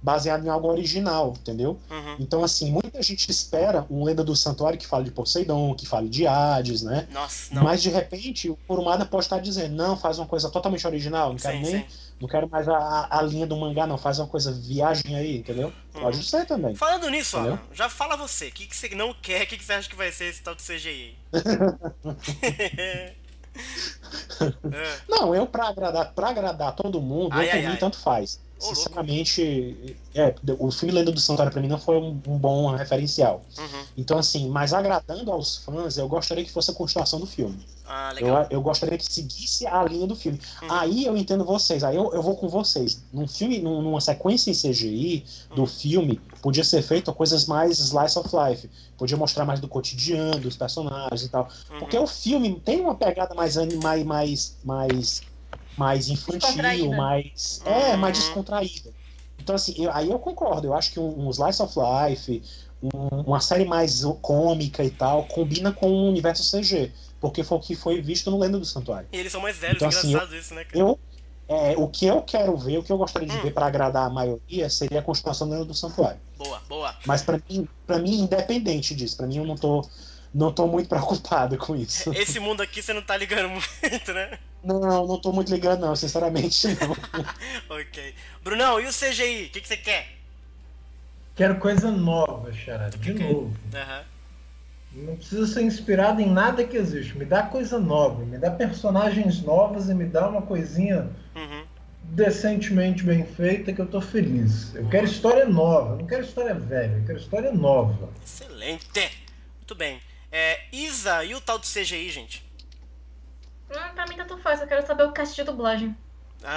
baseado em algo original, entendeu? Uhum. Então, assim, muita gente espera um Lenda do Santuário que fale de Poseidon, que fale de Hades, né? Nossa, não. Mas, de repente, o Kurumada pode estar dizendo, não, faz uma coisa totalmente original, não quero Sim, nem... sim. Não quero mais a, a, a linha do mangá, não. Faz uma coisa viagem aí, entendeu? Uhum. Pode ser também. Falando nisso, Entendeu? Alan, já fala você. O que, que você não quer? O que, que você acha que vai ser esse tal de C G I aí? É. Não, eu pra agradar, pra agradar todo mundo, Ai, eu por ai, mim ai. tanto faz. Ô, louco. Sinceramente, é, o filme Lenda do Santuário pra mim não foi um, um bom referencial. Uhum. Então, assim, mas agradando aos fãs, eu gostaria que fosse a continuação do filme. Ah, Eu, legal. eu gostaria que seguisse a linha do filme. Uhum. Aí eu entendo vocês, aí eu, eu vou com vocês. Num filme, num- numa sequência em C G I do Uhum. filme, podia ser feito coisas mais slice of life. Podia mostrar mais do cotidiano, dos personagens e tal. Uhum. Porque o filme tem uma pegada mais ani- mais mais mais, mais infantil, Descontraída. mais é, Uhum. mais descontraída. Então assim, eu- aí eu concordo. Eu acho que um, um slice of life, um- uma série mais cômica e tal, combina com o universo C G, porque foi o que foi visto no Lenda do Santuário. E eles são mais velhos, Então, assim, engraçado isso, né, cara? Eu é, o que eu quero ver, o que eu gostaria de Hum. ver para agradar a maioria seria a continuação do Lenda do Santuário. Boa, boa. Mas para mim, para mim independente disso, para mim eu não tô não tô muito preocupado com isso. Esse mundo aqui você não tá ligando muito, né? Não, não tô muito ligando não, sinceramente não. Ok. Brunão, e o C G I? O que, que você quer? Quero coisa nova, Xará, de Ok. novo. Aham. Não precisa ser inspirado em nada que existe. Me dá coisa nova, me dá personagens novas e me dá uma coisinha Uhum. decentemente bem feita que eu tô feliz. Eu quero história nova, não quero história velha, eu quero história nova. Excelente. Muito bem. É, Isa, e o tal do C G I, gente? Hum, pra mim tanto faz, eu quero saber o cast de dublagem. Ah.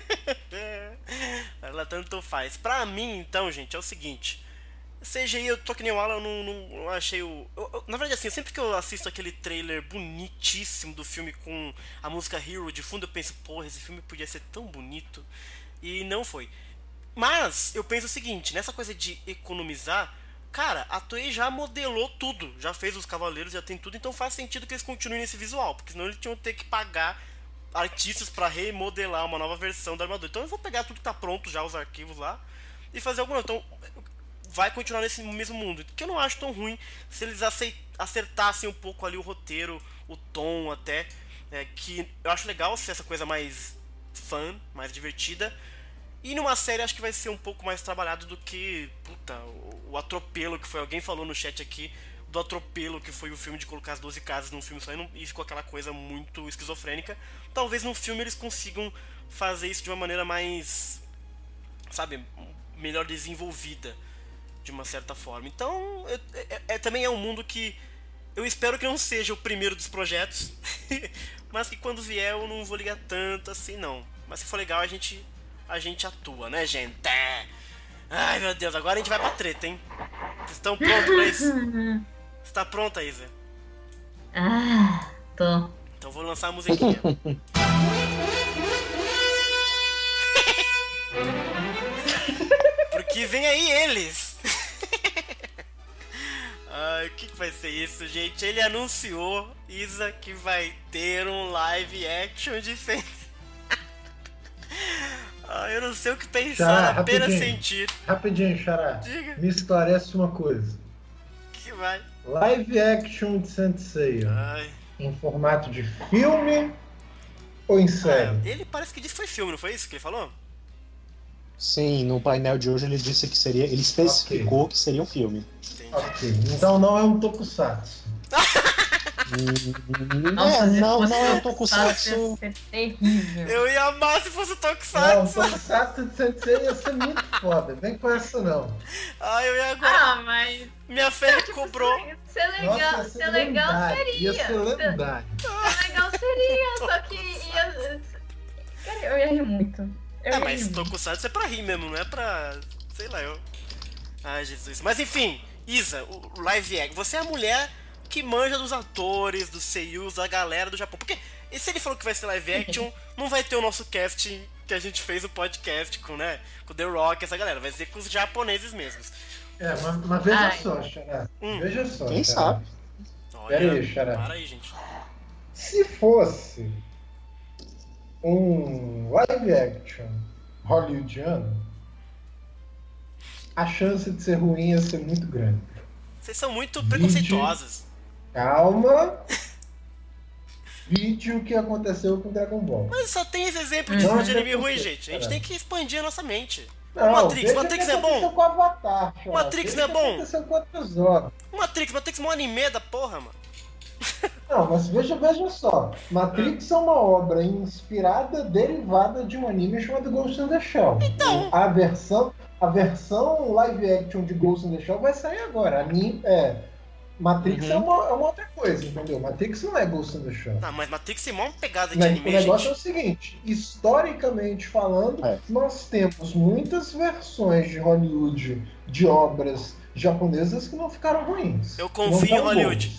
Ela tanto faz. Pra mim, então, gente, é o seguinte. C G I, eu tô que nem o Alan, eu não, não, não achei o... eu- eu- na verdade, assim, sempre que eu assisto aquele trailer bonitíssimo do filme com a música Hero de fundo, eu penso, porra, esse filme podia ser tão bonito. E não foi. Mas, eu penso o seguinte, nessa coisa de economizar, cara, a Toei já modelou tudo. Já fez os Cavaleiros, já tem tudo, então faz sentido que eles continuem nesse visual. Porque senão eles tinham que ter que pagar artistas pra remodelar uma nova versão da armadura. Então eu vou pegar tudo que tá pronto já, os arquivos lá, e fazer alguma. Então vai continuar nesse mesmo mundo. Que eu não acho tão ruim se eles acei- acertassem um pouco ali o roteiro, o tom até. É, que eu acho legal ser essa coisa mais fun, mais divertida. E numa série acho que vai ser um pouco mais trabalhado do que, puta, o, o atropelo que foi, alguém falou no chat aqui, do atropelo que foi o filme de colocar as doze casas num filme só e, não, e ficou aquela coisa muito esquizofrênica. Talvez no filme eles consigam fazer isso de uma maneira mais, sabe, melhor desenvolvida, de uma certa forma. Então, eu- é, é- também é um mundo que eu espero que não seja o primeiro dos projetos, mas que quando vier eu não vou ligar tanto assim, não. Mas se for legal, a gente, a gente atua, né, gente? Ai, meu Deus, agora a gente vai pra treta, hein? Vocês estão prontos pra isso? Você tá pronta, Isa? Ah, tô. Então vou lançar a musiquinha. Porque vem aí eles! Ai, o que, que vai ser isso, gente? Ele anunciou, Isa, que vai ter um live action de Fênix. Ai, eu não sei o que pensar, Tá, apenas rapidinho. sentir. Rapidinho, Xará, Diga. me esclarece uma coisa. Que vai. Live action de Sensei, Ai. em formato de filme ou em série? Ah, ele parece que disse que foi filme, não foi isso que ele falou? Sim, no painel de hoje ele disse que seria, ele especificou que seria um filme. Entendi. Ok, então não é um tokusatsu. Hum, Nossa, é, se não, fosse não é um Tokusatsu, tokusatsu. ia ser terrível. Eu ia amar se fosse o Não, Tokusatsu. tokusatsu de Sensei ia ser muito foda. Vem com essa não. Ai, eu ia agora. Ah, mas. Minha fé Tipo, cobrou. Ser legal, Nossa, ia ser legal lendário, seria. Ia ser Ser- lendário. ser legal seria, só que ia. Cara, eu ia rir muito. Eu É, ia mas rir muito. Tokusatsu é pra rir mesmo, não é pra... sei lá, eu... Ai, Jesus. Mas enfim, Isa, o live action. Você é a mulher que manja dos atores, dos seiyus, da galera do Japão. Porque e se ele falou que vai ser live action, não vai ter o nosso cast que a gente fez o podcast com, né? Com o The Rock, essa galera. Vai ser com os japoneses mesmos. É, mas, mas veja Ai. só, Xará. Hum. Veja só. Quem Xará. sabe? Olha, Pera aí, Xará. para aí, gente. Se fosse um live action hollywoodiano, a chance de ser ruim ia ser muito grande. Vocês são muito preconceituosos. Calma. Vídeo que aconteceu com Dragon Ball. Mas só tem esse exemplo de, Não, de anime é ruim, porque- gente. A gente cara. tem que expandir a nossa mente. Não, Matrix, veja Matrix o que é bom. aconteceu com o Avatar, cara. Matrix Veja não é o que bom. aconteceu com o episódio. Matrix, Matrix é um anime da porra, mano. Não, mas veja, veja só. Matrix é uma obra inspirada, derivada de um anime chamado Ghost in the Shell. Então. A versão, a versão live action de Ghost in the Shell vai sair agora. Anime, é, Matrix Uhum. é, uma, é uma outra coisa, entendeu? Matrix não é Ghost in the Shell. Ah, mas Matrix tem uma pegada de Né, anime, o negócio gente. é o seguinte, historicamente falando, É. nós temos muitas versões de Hollywood de obras japonesas que não ficaram ruins. Eu que confio não em ficaram Hollywood.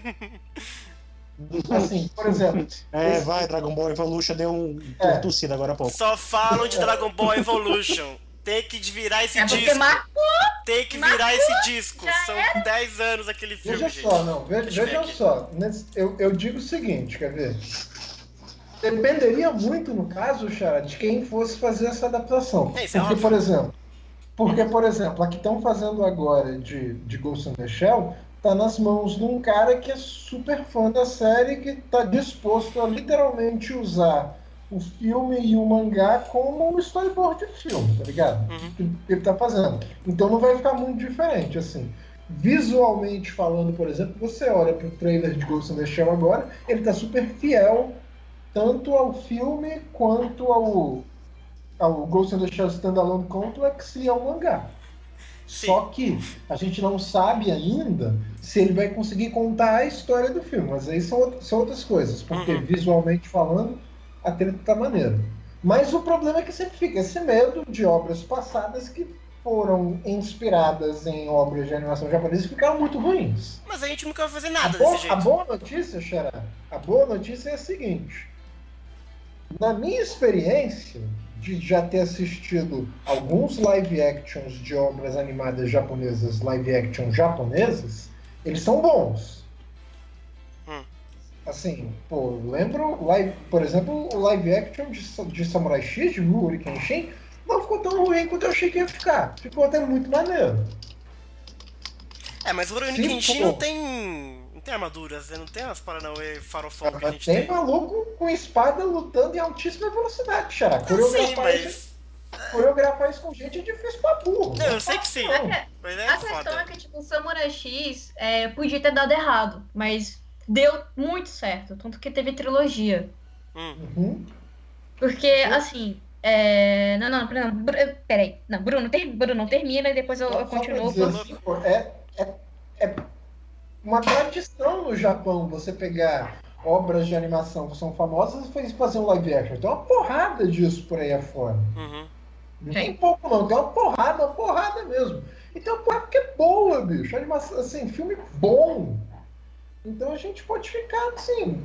boas. Assim, por exemplo, É, esse- vai, Dragon Ball Evolution deu um É. uma tossida agora há pouco. Só falam de Dragon Ball Evolution. Tem que virar esse É porque disco. marcou. Tem que virar esse disco. já São dez anos aquele filme, veja gente. só, não, ve- Deixa eu ver vejam aqui. só, nesse- eu, eu digo o seguinte, quer ver? Dependeria muito, no caso, Xará, de quem fosse fazer essa adaptação. É, isso é Porque, óbvio. por exemplo, porque, por exemplo, a que estão fazendo agora de, de Ghost in the Shell tá nas mãos de um cara que é super fã da série, que tá disposto a literalmente usar o filme e o mangá como um storyboard de filme, tá ligado? Uhum. Que que ele tá fazendo. Então não vai ficar muito diferente, assim. Visualmente falando, por exemplo, você olha pro trailer de Ghost in the Shell agora, ele tá super fiel tanto ao filme quanto ao, ao Ghost in the Shell Standalone Complex e ao mangá. Sim. Só que a gente não sabe ainda se ele vai conseguir contar a história do filme, mas aí são, out- são outras coisas, porque Uhum. visualmente falando, a treta tá maneira. Mas o problema é que sempre fica esse medo de obras passadas que foram inspiradas em obras de animação japonesa e ficaram muito ruins. Mas a gente nunca vai fazer A, nada bo- desse a jeito. boa notícia, Xará, a boa notícia é a seguinte. Na minha experiência de já ter assistido alguns live actions de obras animadas japonesas, live action japonesas, eles são bons. Hum. Assim, pô, lembro, live, por exemplo, o live action de, Sa- de Samurai X, de Rurouni Kenshin, não ficou tão ruim quanto eu achei que ia ficar. Ficou até muito maneiro. É, mas o Rurouni Sim, Kenshin pô. não tem... Não tem armaduras, né? Não tem as paranauê farofão que a Mas gente tem tem. maluco com espada lutando em altíssima velocidade, Xará. Ah, sim, Coreografar isso mas... Coreografar isso com gente é difícil pra burro. Não, eu sei que sim. Não. Mas é A questão foda. é que, tipo, o Samurai X é, podia ter dado errado, mas deu muito certo, tanto que teve trilogia. Hum. Uhum. Porque, assim, é... Não, não, não, Bru- peraí. Não, Bruno, ter... Bruno, termina e depois eu, eu Só pra continuo. dizer por- assim, pô, é, é, é uma tradição no Japão você pegar obras de animação que são famosas e fazer um live action. Tem uma porrada disso por aí afora. Uhum. Não Sim. tem pouco não, tem uma porrada, uma porrada mesmo. E tem uma porrada que é boa, bicho. Animação, assim, filme bom. Então a gente pode ficar assim,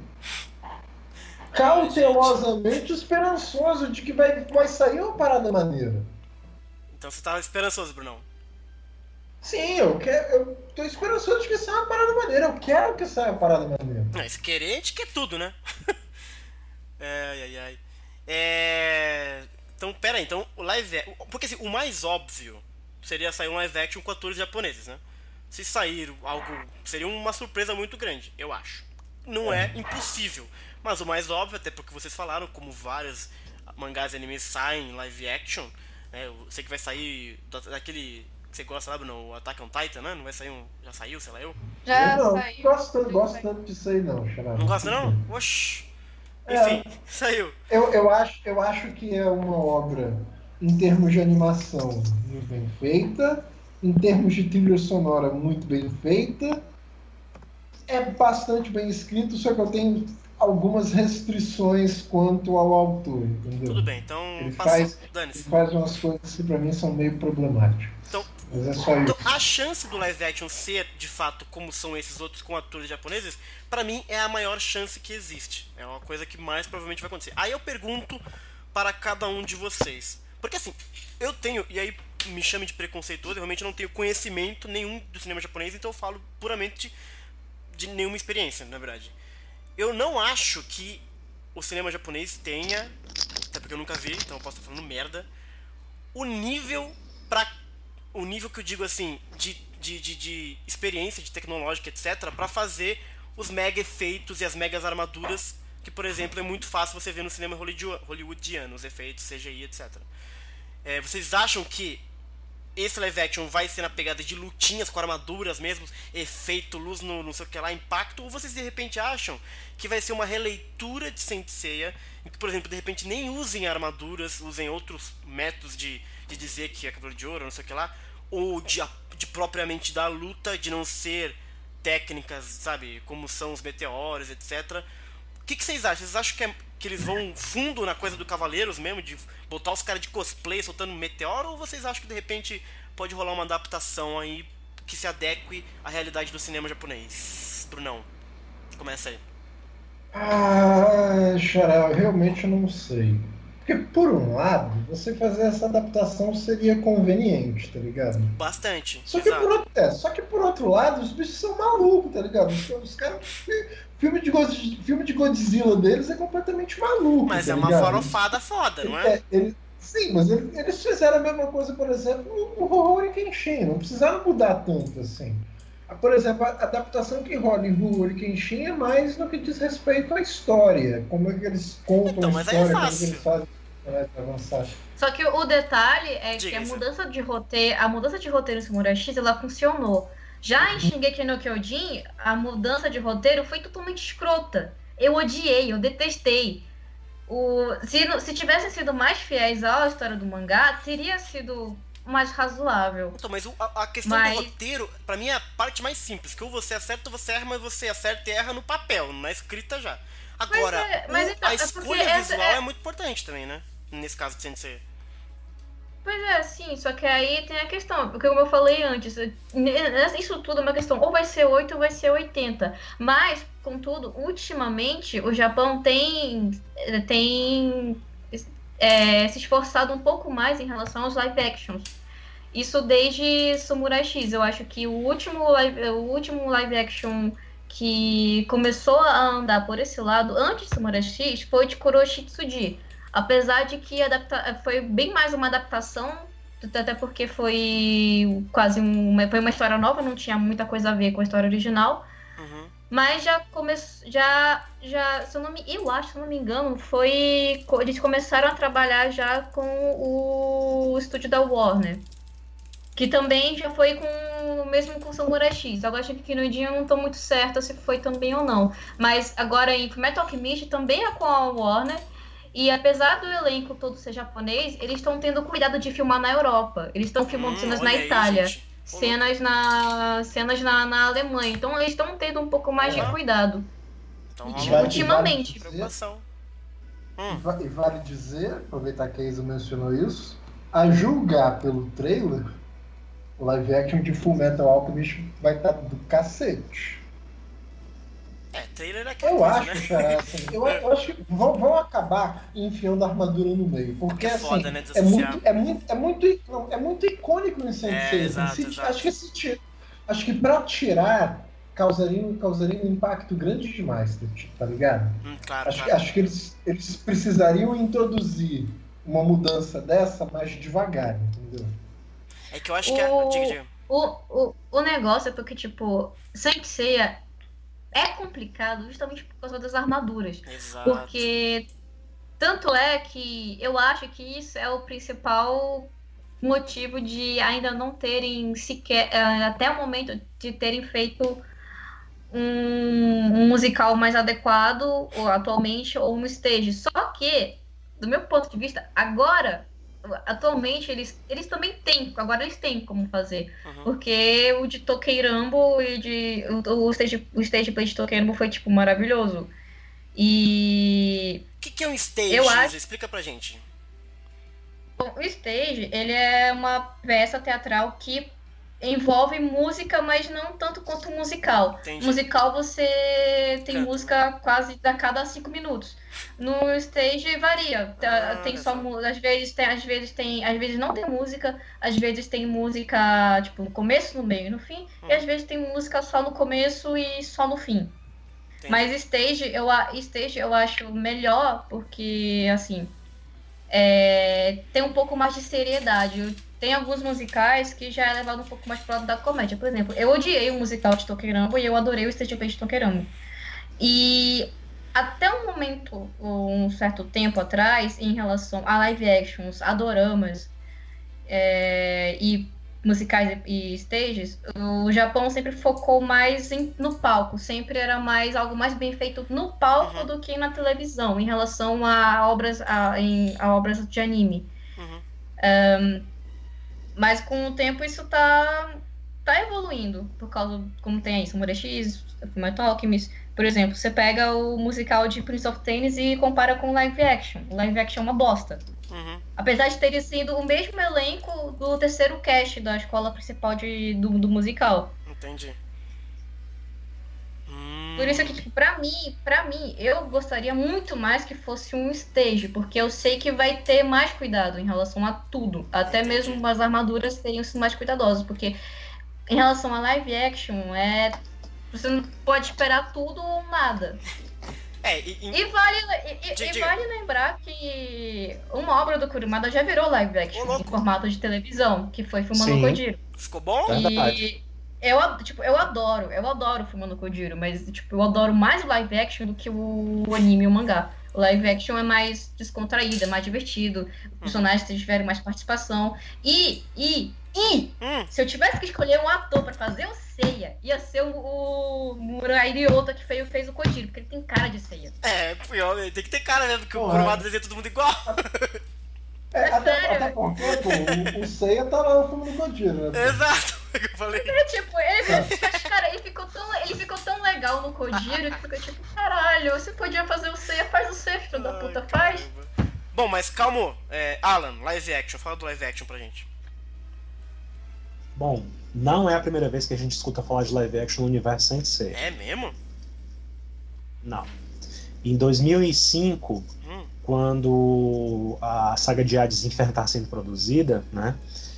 cautelosamente esperançoso de que vai, vai sair uma parada maneira. Então você tá esperançoso, Brunão. Sim, eu quero. Eu tô esperançoso de que saia uma parada maneira. Eu quero que saia uma parada maneira. Não, esse querer, a gente quer tudo, né? ai, ai, ai. É... Então, pera aí, então o live action... Porque assim, o mais óbvio seria sair um live action com atores japoneses, né? Se sair algo... Seria uma surpresa muito grande, eu acho. Não é impossível. Mas o mais óbvio, até porque vocês falaram, como vários mangás e animes saem live action, né? Eu sei que vai sair da- daquele... Que você gosta lá, Bruno? O Attack on Titan, né? Não vai sair um... Já saiu, sei lá eu? Já eu não, saiu. não gosto, tanto- gosto tanto disso aí, não, Xará. Não gosta não? Oxi. É. Enfim, saiu. Eu, eu, acho, eu acho que é uma obra, em termos de animação, muito bem feita, em termos de trilha sonora, muito bem feita. É bastante bem escrito, só que eu tenho algumas restrições quanto ao autor, entendeu? Tudo bem, então Ele passou. faz- Ele Dane-se. faz umas coisas que pra mim são meio problemáticas. Então, Mas é só então, isso. a chance do live action ser, de fato, como são esses outros com atores japoneses, pra mim é a maior chance que existe. É uma coisa que mais provavelmente vai acontecer. Aí eu pergunto para cada um de vocês. Porque assim, eu tenho, e aí me chame de preconceituoso, eu realmente não tenho conhecimento nenhum do cinema japonês, então eu falo puramente de, de nenhuma experiência, na verdade. Eu não acho que o cinema japonês tenha, até porque eu nunca vi, então eu posso estar falando merda, o nível pra o nível que eu digo assim, de, de, de, de experiência, de tecnológica, etcétera, pra fazer os mega efeitos e as megas armaduras, que, por exemplo, é muito fácil você ver no cinema hollywoodiano, os efeitos, C G I, etcétera. É, vocês acham que esse live action vai ser na pegada de lutinhas com armaduras mesmo, efeito, luz no não sei o que lá, impacto, ou vocês de repente acham que vai ser uma releitura de Saint Seiya, em que, por exemplo, de repente nem usem armaduras, usem outros métodos de, de dizer que é Cavaleiro de Ouro, não sei o que lá, ou de, de propriamente da luta, de não ser técnicas, sabe, como são os meteoros, etcétera. O que, que vocês acham? Vocês acham que, é, que eles vão fundo na coisa do Cavaleiros mesmo, de botar os caras de cosplay soltando meteoro, ou vocês acham que de repente pode rolar uma adaptação aí que se adeque à realidade do cinema japonês? Brunão, começa aí. Ah, Xará, eu realmente não sei. Porque, por um lado, você fazer essa adaptação seria conveniente, tá ligado? Bastante. Só que, por outro, é, só que por outro lado, os bichos são malucos, tá ligado? Os, os caras. Filme de, filme de Godzilla deles é completamente maluco. Mas tá é uma ligado? farofada foda, não é? é ele, sim, mas ele, eles fizeram a mesma coisa, por exemplo, no Rurouni Kenshin. Não precisaram mudar tanto assim. Por exemplo, a adaptação que rola em Rurouni Kenshin é mais no que diz respeito à história. Como é que eles contam então, a mas história, aí é como é fácil. que eles fazem para avançar. Só que o detalhe é Diga que a isso. mudança de roteiro, a mudança de roteiro em Samurai X, ela funcionou. Já em Shingeki no Kyojin, a mudança de roteiro foi totalmente escrota. Eu odiei, eu detestei. O, se, não- se tivessem sido mais fiéis à história do mangá, teria sido mais razoável. Então, mas o- a, a questão Mas- do roteiro, pra mim, é a parte mais simples. Que ou você acerta ou você erra, mas você acerta e erra no papel, na escrita já. Agora, é, mas o- então, a é porque escolha essa visual é... é- muito importante também, né? Nesse caso de Sensei. Pois é, sim, só que aí tem a questão, porque como eu falei antes, isso tudo é uma questão, ou vai ser oito ou vai ser oitenta. Mas, contudo, ultimamente o Japão tem, tem é, se esforçado um pouco mais em relação aos live actions. Isso desde Samurai X. Eu acho que o último live, o último live action que começou a andar por esse lado antes de Samurai X foi de Kuroshitsuji. Apesar de que adapta... foi bem mais uma adaptação, até porque foi quase uma... foi uma história nova, não tinha muita coisa a ver com a história original. Uhum. Mas já começou. Já, já, se eu não me. Eu acho, se eu não me engano, foi. Eles começaram a trabalhar já com o estúdio da Warner. Que também já foi com. Mesmo com Samurai X. Agora acho que no dia eu não tô muito certa se foi também ou não. Mas agora em Fullmetal Alchemist também é com a Warner. E apesar do elenco todo ser japonês, eles estão tendo cuidado de filmar na Europa. Eles estão filmando Hum, cenas olha na aí, Itália. gente. Cenas na, cenas na, na Alemanha. Então eles estão tendo um pouco mais Uhum. de cuidado. Então, E, rola tipo, uma ultimamente. Vale dizer, preocupação. e Hum. va- e vale dizer, aproveitar que a Isa mencionou isso, a julgar pelo trailer, o live action de Fullmetal Alchemist vai estar do cacete. É, trailer é aquela Eu coisa, acho, né? Xará, assim, eu, eu acho que vão, vão acabar enfiando a armadura no meio. Porque É assim, foda, né, é, desassociar. muito, é, muito, é, muito, não, é muito icônico em Saint É, Seiya. exato, Se- exato. Acho que se ti- acho que pra tirar causaria, um- causaria um impacto grande demais, tá ligado? Hum, claro, Acho, que- claro. acho que eles, eles precisariam introduzir uma mudança dessa mais devagar, entendeu? É que eu acho que é. O- Diga, diga. O, o, o negócio é porque, tipo, Saint Seiya é complicado justamente por causa das armaduras. Exato. Porque tanto é que eu acho que isso é o principal motivo de ainda não terem sequer, eh, até o momento de terem feito um, um musical mais adequado ou, atualmente ou um stage. Só que, do meu ponto de vista, agora, atualmente, eles, eles também têm, agora eles têm como fazer. Uhum. Porque o de Tokeirambo e de, o, o, stage, o stage play de Tokeirambo foi, tipo, maravilhoso. E O que, que é um stage? Eu acho- Explica pra gente. bom, o stage, ele é uma peça teatral que envolve música, mas não tanto quanto musical. Entendi. Musical você tem Canta. música quase a cada cinco minutos. No stage varia. Tá- Ah, tem olha só só. mu- às vezes tem, às vezes tem, às vezes não tem música, às vezes tem música tipo no começo, no meio e no fim, Hum. e às vezes tem música só no começo e só no fim. Entendi. Mas stage eu, a- stage eu acho melhor porque, assim, é, tem um pouco mais de seriedade. Tem alguns musicais que já é levado um pouco mais pro lado da comédia. Por exemplo, eu odiei o musical de Toquerambo e eu adorei o Stage Play de Toquerambo. E até um momento, um certo tempo atrás, em relação a live actions, a doramas é, e musicais e stages, o Japão sempre focou mais em, no palco. Sempre era mais algo mais bem feito no palco uhum. do que na televisão, em relação a obras, a, em, a obras de anime. Uhum. Um, mas com o tempo isso tá, tá evoluindo, por causa, como tem aí, Samurai X, Fullmetal Alchemist. Por exemplo, você pega o musical de Prince of Tennis e compara com o live action. O live action é uma bosta. Uhum. Apesar de ter sido o mesmo elenco do terceiro cast da escola principal de, do, do musical. Entendi. Hum... Por isso que, tipo, pra mim, pra mim, eu gostaria muito mais que fosse um stage, porque eu sei que vai ter mais cuidado em relação a tudo. Até Entendi. Mesmo as armaduras seriam mais cuidadosas, porque em relação a live action, é... você não pode esperar tudo ou nada. É, e, e... E, vale, e, e vale lembrar que uma obra do Kurumada já virou live action em formato de televisão, que foi Fumando Sim. Kojiro. Ficou bom? E eu, tipo, eu adoro, eu adoro Fumando Kojiro, mas tipo, eu adoro mais o live action do que o anime e o mangá. O live action é mais descontraído, é mais divertido, os personagens tiveram mais participação. E, e, e, hum. se eu tivesse que escolher um ator pra fazer o Seiya, ia ser o, o Murai Ryota que fez, fez o Kojiro, porque ele tem cara de Seiya. É, pior, ele tem que ter cara, né? Porque Porra. O Kurumada desenha todo mundo igual. É, é até, sério, até porque, pô, o, o Seiya tá lá no filme do Kojiro, né? Exato, é o que eu falei. É, tipo, ele, cara, ele ficou, tão, ele ficou tão legal no Kojiro que ficou tipo, caralho, você podia fazer o Seiya, faz o Seiya, filho da puta, faz. Bom, mas calma, é, Alan, live action, fala do live action pra gente. Bom, não é a primeira vez que a gente escuta falar de live action no universo Saint Seiya. É mesmo? Não. Em dois mil e cinco, hum. quando a saga de Hades Inferno estava sendo produzida, né,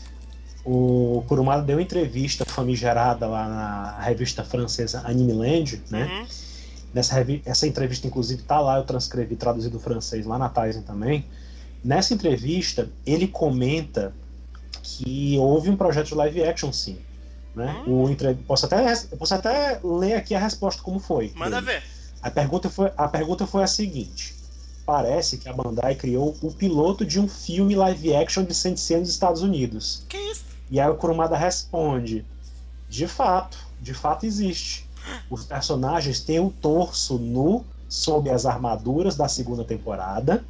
o Kurumada deu entrevista famigerada lá na revista francesa Anime Land, né? Uhum. Nessa revi- essa entrevista, inclusive, tá lá, eu transcrevi traduzido do francês lá na Tizen também. Nessa entrevista, ele comenta que houve um projeto de live action, sim. Né? Hum. O entre... posso, até, posso até ler aqui a resposta como foi. Manda ver. A pergunta, foi, a pergunta foi a seguinte: parece que a Bandai criou o piloto de um filme live action de Saint Seiya nos Estados Unidos. Que isso? E aí o Kurumada responde: de fato, de fato existe. Os personagens têm o torso nu sob as armaduras da segunda temporada,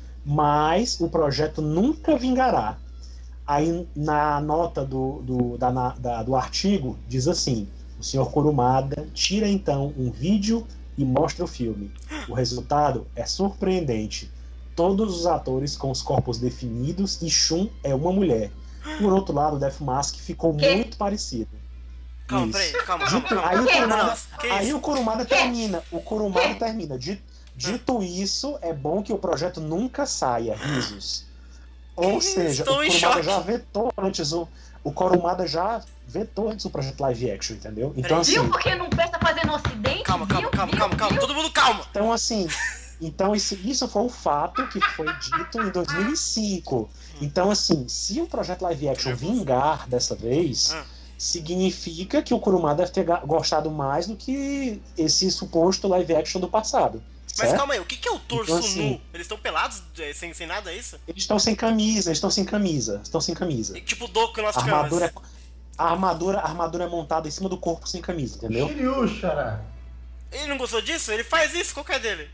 mas o projeto nunca vingará. Aí na nota do, do, da, da, do artigo diz assim: o senhor Kurumada tira então um vídeo e mostra o filme. O resultado é surpreendente. Todos os atores com os corpos definidos e Shun é uma mulher. Por outro lado, o Death Mask ficou que? muito parecido. Calma, peraí, calma, calma, calma. Aí o Kurumada, Nossa, aí o Kurumada termina. O Kurumada termina. Dito, dito isso, é bom que o projeto nunca saia. Risos. Ou seja, Estou o em Kurumada choque. já vetou antes o. O Kurumada já vetou antes o projeto live action, entendeu? Então, assim, Viu porque não presta fazer no ocidente? Calma, calma, Viu? calma, Viu? calma, calma. Viu? Todo mundo calma. então, assim, então isso, isso foi um fato que foi dito em dois mil e cinco. Então, assim, se o projeto live action vingar dessa vez, Ah. significa que o Kurumada deve ter ga- gostado mais do que esse suposto live action do passado. Mas certo? calma aí, o que que é o torso Então, assim, nu? Eles estão pelados, é, sem, sem nada, é isso? Eles estão sem camisa, eles estão sem camisa, estão sem camisa. E, tipo o Doku que nós A armadura, é, ficamos. a, armadura, a armadura é montada em cima do corpo sem camisa, entendeu? Shiryu, xará. Ele não gostou disso? Ele faz isso, qual que é dele?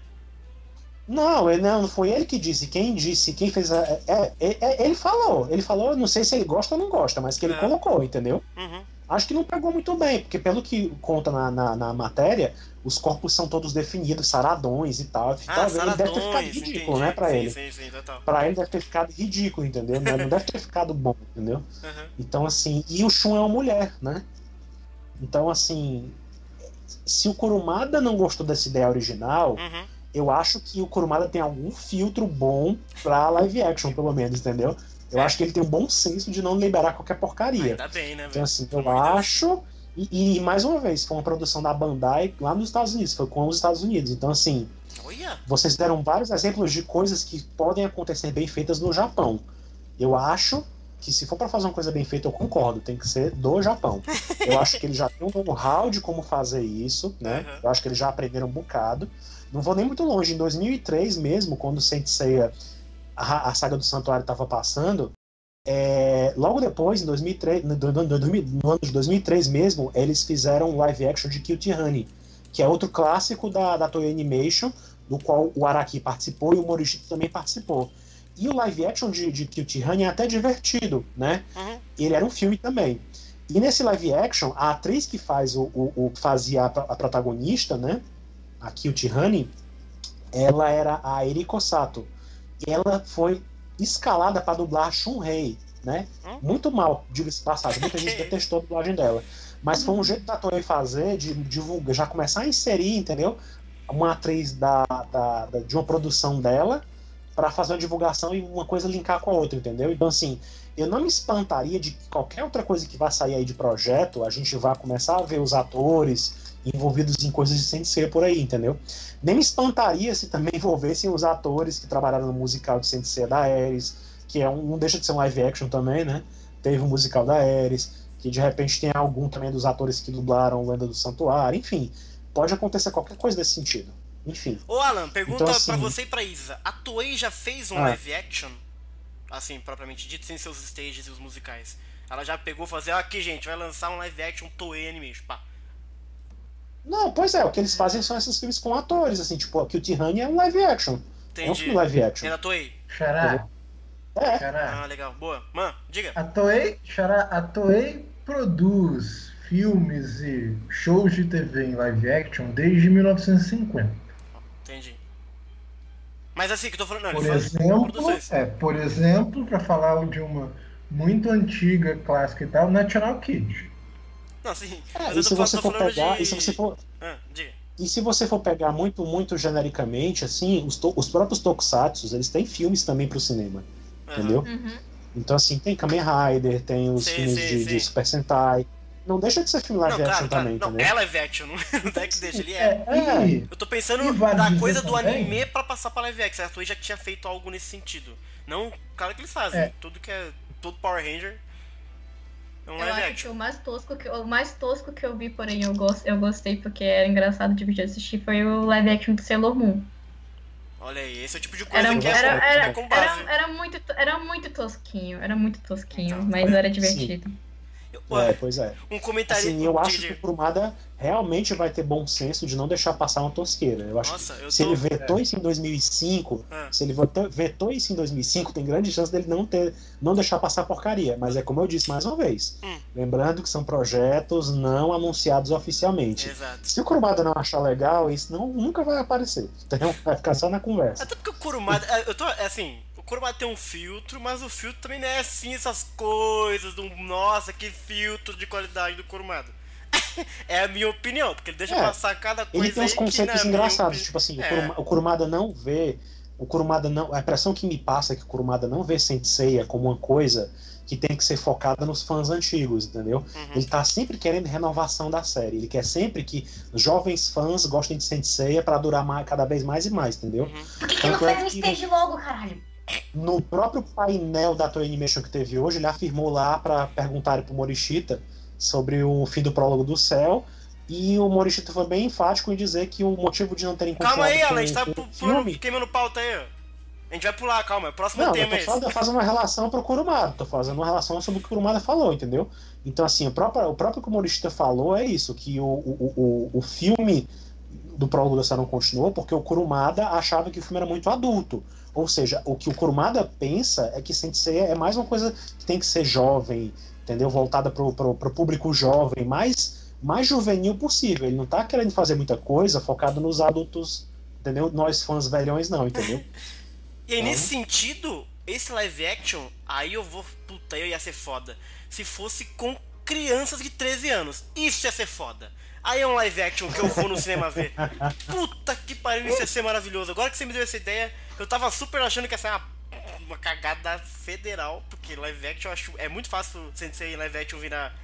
Não, ele, não, não foi ele que disse. Quem disse, quem fez a. É, é, é, ele falou, ele falou, não sei se ele gosta ou não gosta, mas que ele É. colocou, entendeu? Uhum. Acho que não pegou muito bem, porque pelo que conta na, na, na matéria, os corpos são todos definidos, saradões e tal. Ah, Então, ele deve ter ficado saradões, ridículo, entendi. né, pra sim, ele. Sim, sim, total. Pra ele deve ter ficado ridículo, entendeu? Não não deve ter ficado bom, entendeu? Uhum. Então, assim, e o Shun é uma mulher, né? Então, assim, se o Kurumada não gostou dessa ideia original, Uhum. eu acho que o Kurumada tem algum filtro bom pra live action, pelo menos, entendeu? Eu acho que ele tem um bom senso de não liberar qualquer porcaria. Ainda bem, né, Então, velho? assim, eu Pelo amor de Deus. acho... E, e, mais uma vez, foi uma produção da Bandai lá nos Estados Unidos, foi com os Estados Unidos. Então, assim, Olha! Vocês deram vários exemplos de coisas que podem acontecer bem feitas no Japão. Eu acho que se for pra fazer uma coisa bem feita, eu concordo, tem que ser do Japão. Eu acho que eles já têm um know-how de como fazer isso, né? Uhum. Eu acho que eles já aprenderam um bocado. Não vou nem muito longe, em dois mil e três mesmo, quando o Saint Seiya, a, a saga do Santuário estava passando, é, logo depois, em dois mil e três, no, no, no, no ano de dois mil e três mesmo, eles fizeram um live action de Cute Honey, que é outro clássico da, da Toei Animation, do qual o Araki participou e o Morishita também participou. E o live action de, de Cute Honey é até divertido, né? Uhum. Ele era um filme também. E nesse live action, a atriz que faz o, o, o fazia a, a protagonista, né? A Cute Honey, ela era a Eriko Sato. E ela foi escalada para dublar a Shun-Rei, né? Hum? Muito mal, diga-se passado. Muita gente detestou a dublagem dela. Mas foi um jeito da Toei fazer, de divulgar, já começar a inserir, entendeu? Uma atriz da, da, da, de uma produção dela para fazer uma divulgação e uma coisa linkar com a outra, entendeu? Então, assim, eu não me espantaria de que qualquer outra coisa que vai sair aí de projeto, a gente vai começar a ver os atores envolvidos em coisas de Saint Seiya por aí, entendeu? Nem me espantaria se também envolvessem os atores que trabalharam no musical de Saint Seiya da Ares, que é um, não deixa de ser um live action também, né? Teve o musical da Ares, que de repente tem algum também dos atores que dublaram Lenda do Santuário, enfim, pode acontecer qualquer coisa desse sentido. Enfim. Ô Alan, pergunta Então, assim, pra você e pra Isa. A Toei já fez um Ah. live action? Assim, propriamente dito, sem seus stages e os musicais. Ela já pegou fazer, ah, aqui gente, vai lançar um live action Toei Animation, pá. Não, pois é, o que eles fazem são esses filmes com atores, assim, tipo, a Cute Honey é um live action. É um Entendi. filme live action. É da Toei? Xará, É. Xará. Ah, legal. Boa. Man, diga. A Toei, Xará, a Toei produz filmes e shows de T V em live action desde mil novecentos e cinquenta. Entendi. Mas assim, que eu tô falando, não, Por ele faz exemplo, produções. é, por exemplo, para falar de uma muito antiga, clássica e tal, National Kid. Não, sim. É, Mas e eu se tô, você tô for falando pegar, de... e se você for, Ah, diga. e se você for pegar muito, muito genericamente, assim, os, to, os próprios tokusatsu, eles têm filmes também pro cinema, Aham. entendeu? Uhum. Então, assim, tem Kamen Rider, tem os Sim, filmes sim, de, sim. de Super Sentai. Não deixa de ser filme live Não, action claro, claro. também, Não, entendeu? é live action, não não é que deixa, ele é. É, e Eu tô pensando E vale da dizer coisa do também- anime pra passar pra live action. A Toei já tinha feito algo nesse sentido. Não, claro que eles fazem. É. Tudo que é. Todo Power Ranger é um Eu live acho que action. o mais tosco que, o mais tosco que eu vi, porém eu, gost, eu gostei porque era engraçado de assistir, foi o live action do Sailor Moon. Olha aí, esse é o tipo de coisa Era, que era, é, era, é com base. era, era muito, era muito tosquinho, era muito tosquinho, Então, mas é, era divertido. Eu- É, pois é. Um comentário. Assim, eu acho diga, que o diga. Kurumada realmente vai ter bom senso de não deixar passar uma tosqueira. Eu acho Nossa, eu que se tô- ele vetou isso em dois mil e cinco, Ah. se ele vetou, vetou isso em dois mil e cinco, tem grande chance dele não ter, não deixar passar porcaria. Mas é como eu disse mais uma vez, Hum. lembrando que são projetos não anunciados oficialmente. Exato. Se o Kurumada não achar legal, isso não, nunca vai aparecer. Entendeu? Vai ficar só na conversa. Até porque o Kurumada. é, Eu tô. é Assim, o Kurumada tem um filtro, mas o filtro também não é assim essas coisas do. Nossa, que filtro de qualidade do Kurumada. É a minha opinião, porque ele deixa É, passar cada coisa Ele tem uns aí que, conceitos na minha engraçados, opini- tipo assim, É. o, Kuruma, o Kurumada não vê. O Kurumada não. A impressão que me passa é que o Kurumada não vê Saint Seiya como uma coisa que tem que ser focada nos fãs antigos, entendeu? Uhum. Ele tá sempre querendo renovação da série. Ele quer sempre que jovens fãs gostem de Saint Seiya pra durar mais, cada vez mais e mais, entendeu? Uhum. Por que, que não Tanto é faz um que- stage logo, caralho? No próprio painel da Toei Animation que teve hoje, ele afirmou lá pra perguntarem pro Morishita sobre o fim do prólogo do céu. E o Morishita foi bem enfático em dizer que o motivo de não terem Calma aí, continuado Alan, a gente tá com pu- o pulando- filme... queimando pauta aí, ó. A gente vai pular, calma, é o próximo Não, eu tema tô esse. falando- fazendo uma relação pro Kurumada, tô fazendo uma relação sobre o que o Kurumada falou, entendeu? Então, assim, o próprio, o próprio que o Morishita falou é isso, que o, o, o, o filme do prólogo do céu não continuou porque o Kurumada achava que o filme era muito adulto. Ou seja, o que o Kurumada pensa é que Saint Seiya é mais uma coisa que tem que ser jovem, entendeu? Voltada pro, pro, pro público jovem, mais, mais juvenil possível. Ele não tá querendo fazer muita coisa focado nos adultos, entendeu? Nós fãs velhões não, entendeu? E aí, Então- nesse sentido, esse live action, aí eu vou. Puta, eu ia ser foda. Se fosse com crianças de treze anos. Isso ia ser foda. Aí é um live action que eu vou no cinema ver. Puta que pariu, isso ia ser maravilhoso. Agora que você me deu essa ideia, eu tava super achando que ia ser uma, uma cagada federal. Porque live action, eu acho é muito fácil Sensei em live action virar.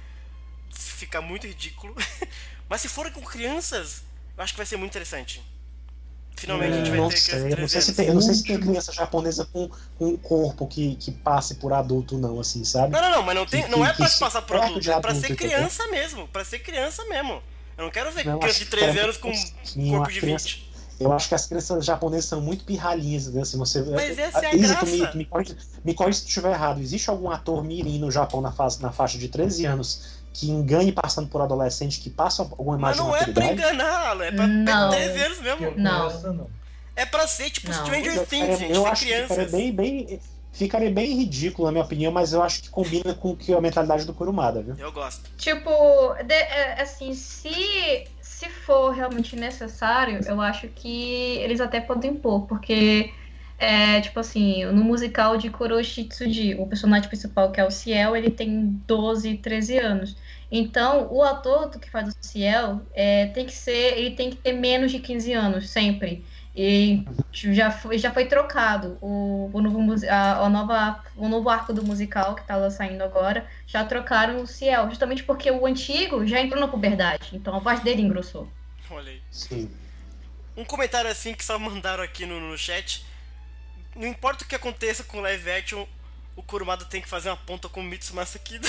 Ficar muito ridículo. Mas se forem com crianças, eu acho que vai ser muito interessante. Finalmente a gente vai Não ter sei, aqueles eu não sei se trezentos. tem, eu não sei se tem criança japonesa com, com um corpo que, que passe por adulto, não, assim, sabe? Não, não, não, mas não, tem, Que- não é que- pra que se passar por perto adulto, de é pra adulto, ser entendeu? criança mesmo. Pra ser criança mesmo. Eu não quero ver Não, criança acho de que treze é anos com um um pouquinho, corpo a de criança- vinte. Eu acho que as crianças japonesas são muito pirralhinhas, entendeu? Assim, você... Mas essa é a Isa, graça. tu me, tu me, corrige, me corrige se estiver errado. Existe algum ator mirim no Japão na, fase, na faixa de treze anos que engane passando por adolescente, que passa alguma Mas imagem não de é pra maturidade? enganar, Alan, é pra Não. ter treze anos mesmo. Eu Não. conheço, não. É pra ser tipo Não. Stranger Eu, Things, gente, eu ser acho que ficaria crianças. bem, bem, ficaria bem ridículo, na minha opinião, mas eu acho que combina com que a mentalidade do Kurumada, viu? Eu gosto. Tipo, de- é, assim, se, se for realmente necessário, eu acho que eles até podem pôr, porque, é, tipo assim, no musical de Koroshitsuji, o personagem principal, que é o Ciel, ele tem doze, treze anos. Então, o ator que faz o Ciel é, tem que ser, ele tem que ter menos de quinze anos, sempre. E já foi, já foi trocado o, o, novo, muse- a, a nova, o novo arco do musical que tá saindo agora, já trocaram o Ciel, justamente porque o antigo já entrou na puberdade, então a voz dele engrossou. Olha aí. Sim. Um comentário assim que só mandaram aqui no, no chat. Não importa o que aconteça com o live action, o Kurumada tem que fazer uma ponta com o Mitsumasa Kida.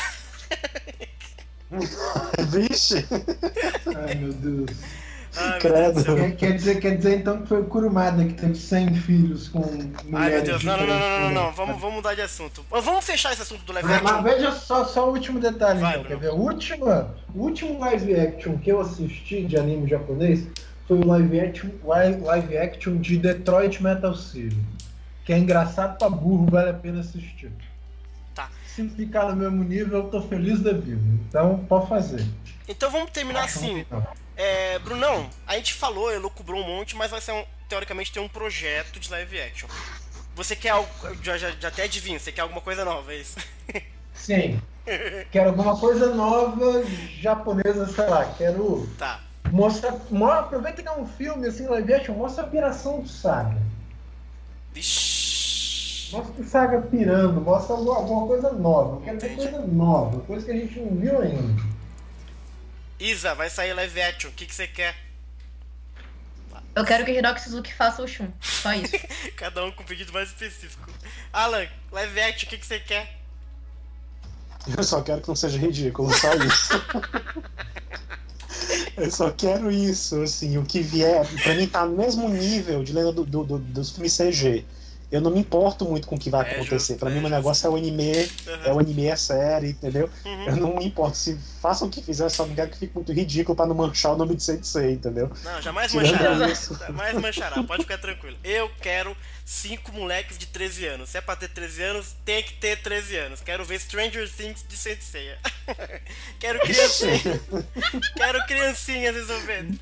Vixe! Ai, meu Deus. Ai, meu Credo. Deus do céu. Quer, quer dizer, quer dizer então que foi o Kurumada que teve cem filhos com mulheres Ai, meu Deus. Não, não, não, não, não, diferentes, não. né? Vamos, vamos mudar de assunto. Mas vamos fechar esse assunto do live Mas, mas action. veja só, só o último detalhe, Vai, então. Quer Bruno. ver? O último, o último live action que eu assisti de anime japonês foi o live action, li- live action de Detroit Metal City. Que é engraçado pra burro, vale a pena assistir. Tá. Se ficar no mesmo nível, eu tô feliz da vida. Então, pode fazer. Então vamos terminar Acho assim. muito legal. É, Brunão, a gente falou, elucubrou um monte, mas vai ser um, teoricamente ter um projeto de live action. Você quer algo. Já, já, já até adivinho, você quer alguma coisa nova, é isso? Sim. Quero alguma coisa nova, japonesa, sei lá. Quero Tá. mostrar. mo- Aproveita que é um filme assim, live action, mostra a piração do Saga. Vixe. Mostra o Saga pirando, mostra alguma, alguma coisa nova. Eu quero ver Entendi. coisa nova, coisa que a gente não viu ainda. Isa, vai sair live action, o que, que você quer? Eu quero que o Hiroki Suzuki faça o Shun, só isso. Cada um com um pedido mais específico. Alan, live action, o que, que você quer? Eu só quero que não seja ridículo, só isso. Eu só quero isso, assim, o que vier, pra mim tá no mesmo nível de lenda do, do, do, dos filmes C G. Eu não me importo muito com o que vai É acontecer. justo, pra é mim o justo. negócio é o anime, Uhum. é o anime, é série, entendeu? Uhum. Eu não me importo. Se façam o que fizer, só não quero que fique muito ridículo pra não manchar o nome de Sensei, entendeu? Não, jamais Tirando manchará. isso. Jamais manchará, pode ficar tranquilo. Eu quero cinco moleques de treze anos. Se é pra ter treze anos, tem que ter treze anos. Quero ver Stranger Things de Sensei. Quero criancinha. Quero criancinhas resolvendo.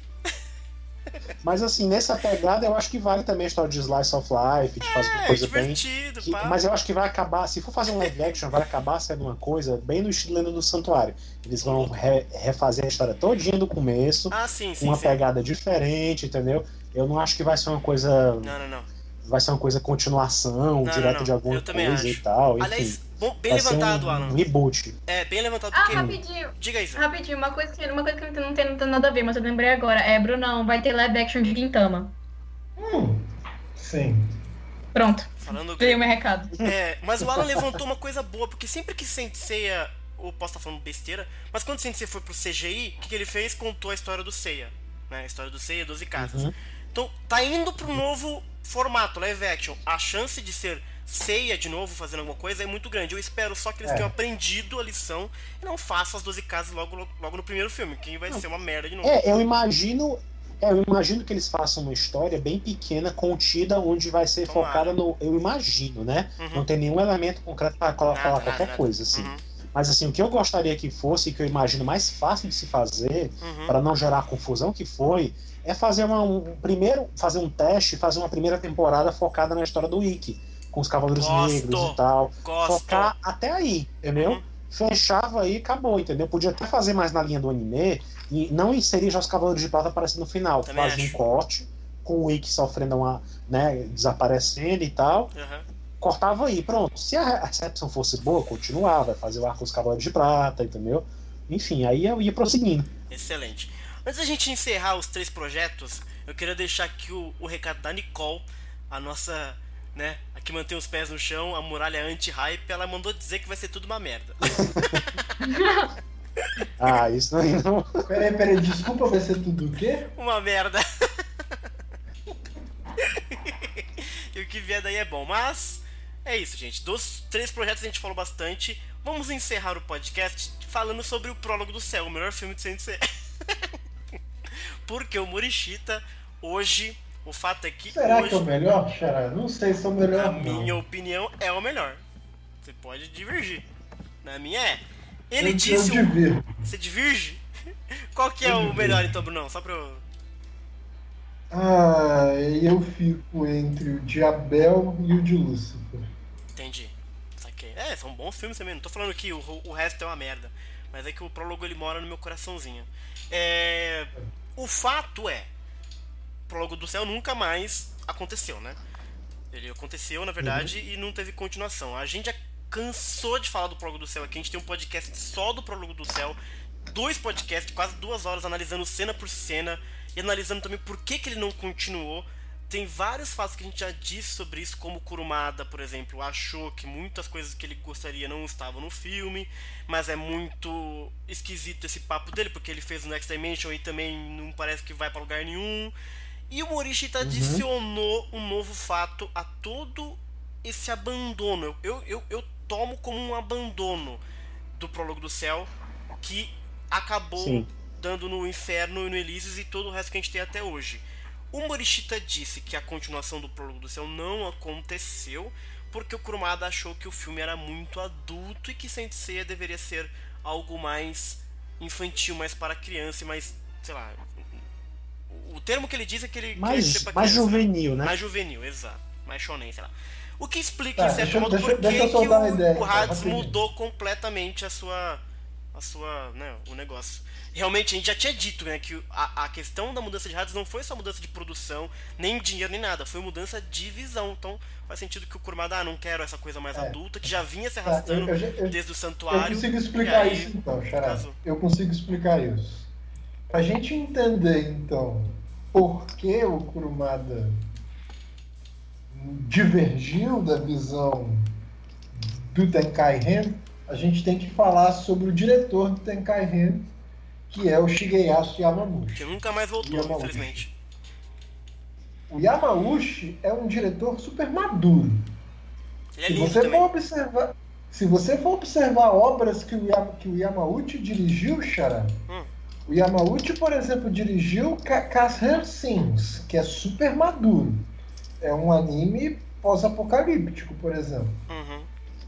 Mas assim, nessa pegada eu acho que vale também a história de Slice of Life, de fazer uma É, coisa bem. divertido, que- pá. mas eu acho que vai acabar, se for fazer um live action, vai acabar sendo uma coisa bem no estilo Lenda do Santuário. Eles vão re- refazer a história todinha do começo, Ah, sim, com sim, uma sim. pegada diferente, entendeu? Eu não acho que vai ser uma coisa. Não, não, não. Vai ser uma coisa continuação, Não, direta não. de alguma Eu também coisa acho. e tal. Enfim, Aliás, bom, bem vai ser levantado, um, Alan. um reboot. É, bem levantado Ah, porque. rapidinho, Diga isso. rapidinho, uma coisa que, uma coisa que não, tem, não tem nada a ver, mas eu lembrei agora. É, Brunão, vai ter live action de Gintama. Hum, sim. Pronto, Falando veio o meu recado. É, mas o Alan levantou uma coisa boa, porque sempre que Senseiya, ou posso estar falando besteira, mas quando Sensei foi pro C G I, o que, que ele fez? Contou a história do Seiya, né? A história do Seiya, doze casas. Uhum. Então, tá indo pro novo formato, live action. A chance de ser Seiya de novo fazendo alguma coisa é muito grande. Eu espero só que eles É. tenham aprendido a lição e não façam as doze casas logo, logo, logo no primeiro filme, que vai ser uma merda de novo. É, eu imagino. É, eu imagino que eles façam uma história bem pequena, contida, onde vai ser Tomara. focada no. Eu imagino, né? Uhum. Não tem nenhum elemento concreto para falar Nada, nada, qualquer nada. coisa, assim. Uhum, Mas assim, o que eu gostaria que fosse, que eu imagino mais fácil de se fazer, uhum. para não gerar a confusão que foi, é fazer uma, um primeiro, fazer um teste, fazer uma primeira temporada focada na história do Ikki, com os Cavaleiros Gosto. Negros e tal. Gosto. Focar até aí, entendeu? Uhum. Fechava aí e acabou, entendeu? Podia até fazer mais na linha do anime e não inserir já os Cavaleiros de Prata aparecendo no final. Também Fazia um acho. corte, com o Ikki sofrendo uma, né, desaparecendo e tal. Uhum. Cortava aí, pronto. Se a recepção fosse boa, continuava, fazia o arco dos Cavaleiros de Prata, entendeu? Enfim, aí eu ia prosseguindo. Excelente. Antes da gente encerrar os três projetos, eu queria deixar aqui o, o recado da Nicole, a nossa, né, a que mantém os pés no chão, a muralha anti-hype. Ela mandou dizer que vai ser tudo uma merda. Ah, isso não... não. Peraí, peraí, desculpa, vai ser tudo o quê? Uma merda. E o que vier daí é bom, mas é isso, gente. Dos três projetos a gente falou bastante. Vamos encerrar o podcast falando sobre o Prólogo do Céu, o melhor filme de Sensei. Porque o Morishita, hoje, o fato é que Será hoje, que é o melhor, Xará? Não sei se é o melhor, na não. minha opinião, é o melhor. Você pode divergir. Na minha é. Ele eu, disse... Eu o... divirjo. Você diverge? Qual que é Eu o divirjo. melhor, então, Brunão? Só pra eu... Ah, eu fico entre o de Abel e o de Lúcifer. Entendi. Saquei. É, são bons filmes também. Não tô falando que o, o resto é uma merda. Mas é que o Prólogo, ele mora no meu coraçãozinho. É... O fato é... O Prólogo do Céu nunca mais aconteceu, né? Ele aconteceu, na verdade, uhum. e não teve continuação. A gente já cansou de falar do Prólogo do Céu aqui. A gente tem um podcast só do Prólogo do Céu. Dois podcasts, quase duas horas, analisando cena por cena. E analisando também por que, que ele não continuou. Tem vários fatos que a gente já disse sobre isso, como o Kurumada, por exemplo, achou que muitas coisas que ele gostaria não estavam no filme, mas é muito esquisito esse papo dele, porque ele fez o Next Dimension e também não parece que vai pra lugar nenhum. E o Morishita uhum. adicionou um novo fato a todo esse abandono. Eu, eu, eu tomo como um abandono do Prólogo do Céu, que acabou... Sim. dando no Inferno e no Elísios e todo o resto que a gente tem até hoje. O Morishita disse que a continuação do Prólogo do Céu não aconteceu porque o Kurumada achou que o filme era muito adulto e que Saint Seiya deveria ser algo mais infantil, mais para criança e mais, sei lá... O termo que ele diz é que ele mais, quer ser para mais criança. juvenil, né? Mais juvenil, exato. Mais shonen, sei lá. O que explica, tá, em certo deixa, modo, deixa, por que que o, ideia, o Hades então, mudou completamente a sua... a sua, né, o negócio. Realmente, a gente já tinha dito, né, que a, a questão da mudança de Hades não foi só mudança de produção, nem dinheiro, nem nada, foi mudança de visão. Então, faz sentido que o Kurumada, ah, não quero essa coisa mais é. adulta, que já vinha se arrastando tá, eu, eu, eu, eu, desde o Santuário. Eu consigo explicar aí, isso, então, Xará. Eu consigo explicar isso. Pra gente entender, então, por que o Kurumada divergiu da visão do Tenkaihen, a gente tem que falar sobre o diretor do Tenkaihen, que é o Shigeyasu Yamauchi. Que nunca mais voltou, Yamauchi. Infelizmente. O Yamauchi é um diretor super maduro. Ele é se, lindo você também. for observar, se você for observar obras que o, Yama, que o Yamauchi dirigiu, Xará, hum. o Yamauchi, por exemplo, dirigiu Casher Sins, que é super maduro. É um anime pós-apocalíptico, por exemplo. Uhum.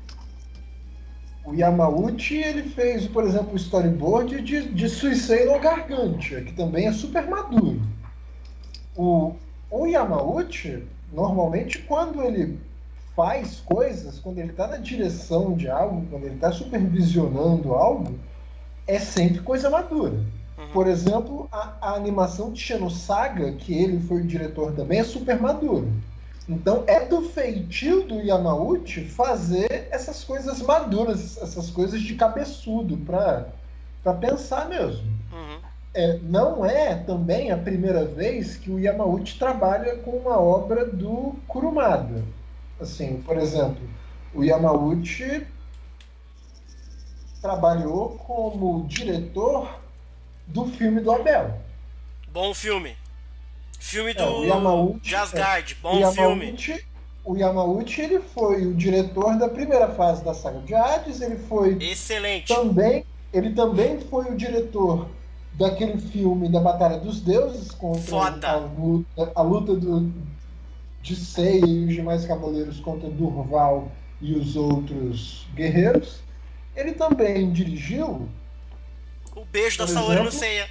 O Yamauchi, ele fez, por exemplo, o storyboard de, de Suicide no Gargantia, que também é super maduro. O, o Yamauchi, normalmente, quando ele faz coisas, quando ele está na direção de algo, quando ele está supervisionando algo, é sempre coisa madura. Uhum. Por exemplo, a, a animação de Xenosaga, que ele foi o diretor também, é super madura. Então é do feitio do Yamauchi fazer essas coisas maduras, essas coisas de cabeçudo, para pensar mesmo. Uhum. É, não é também a primeira vez que o Yamauchi trabalha com uma obra do Kurumada. Assim, por exemplo, o Yamauchi trabalhou como diretor do filme do Abel. Bom filme. Filme do é, o Yamauchi, de Asgard, é, bom o Yamauchi, filme. O Yamauchi, ele foi o diretor da primeira fase da saga de Hades, ele foi excelente. Também, ele também foi o diretor daquele filme da Batalha dos Deuses contra a luta, a luta do, de Seiya e os demais cavaleiros contra Durval e os outros guerreiros. Ele também dirigiu o beijo da Saori no Seiya.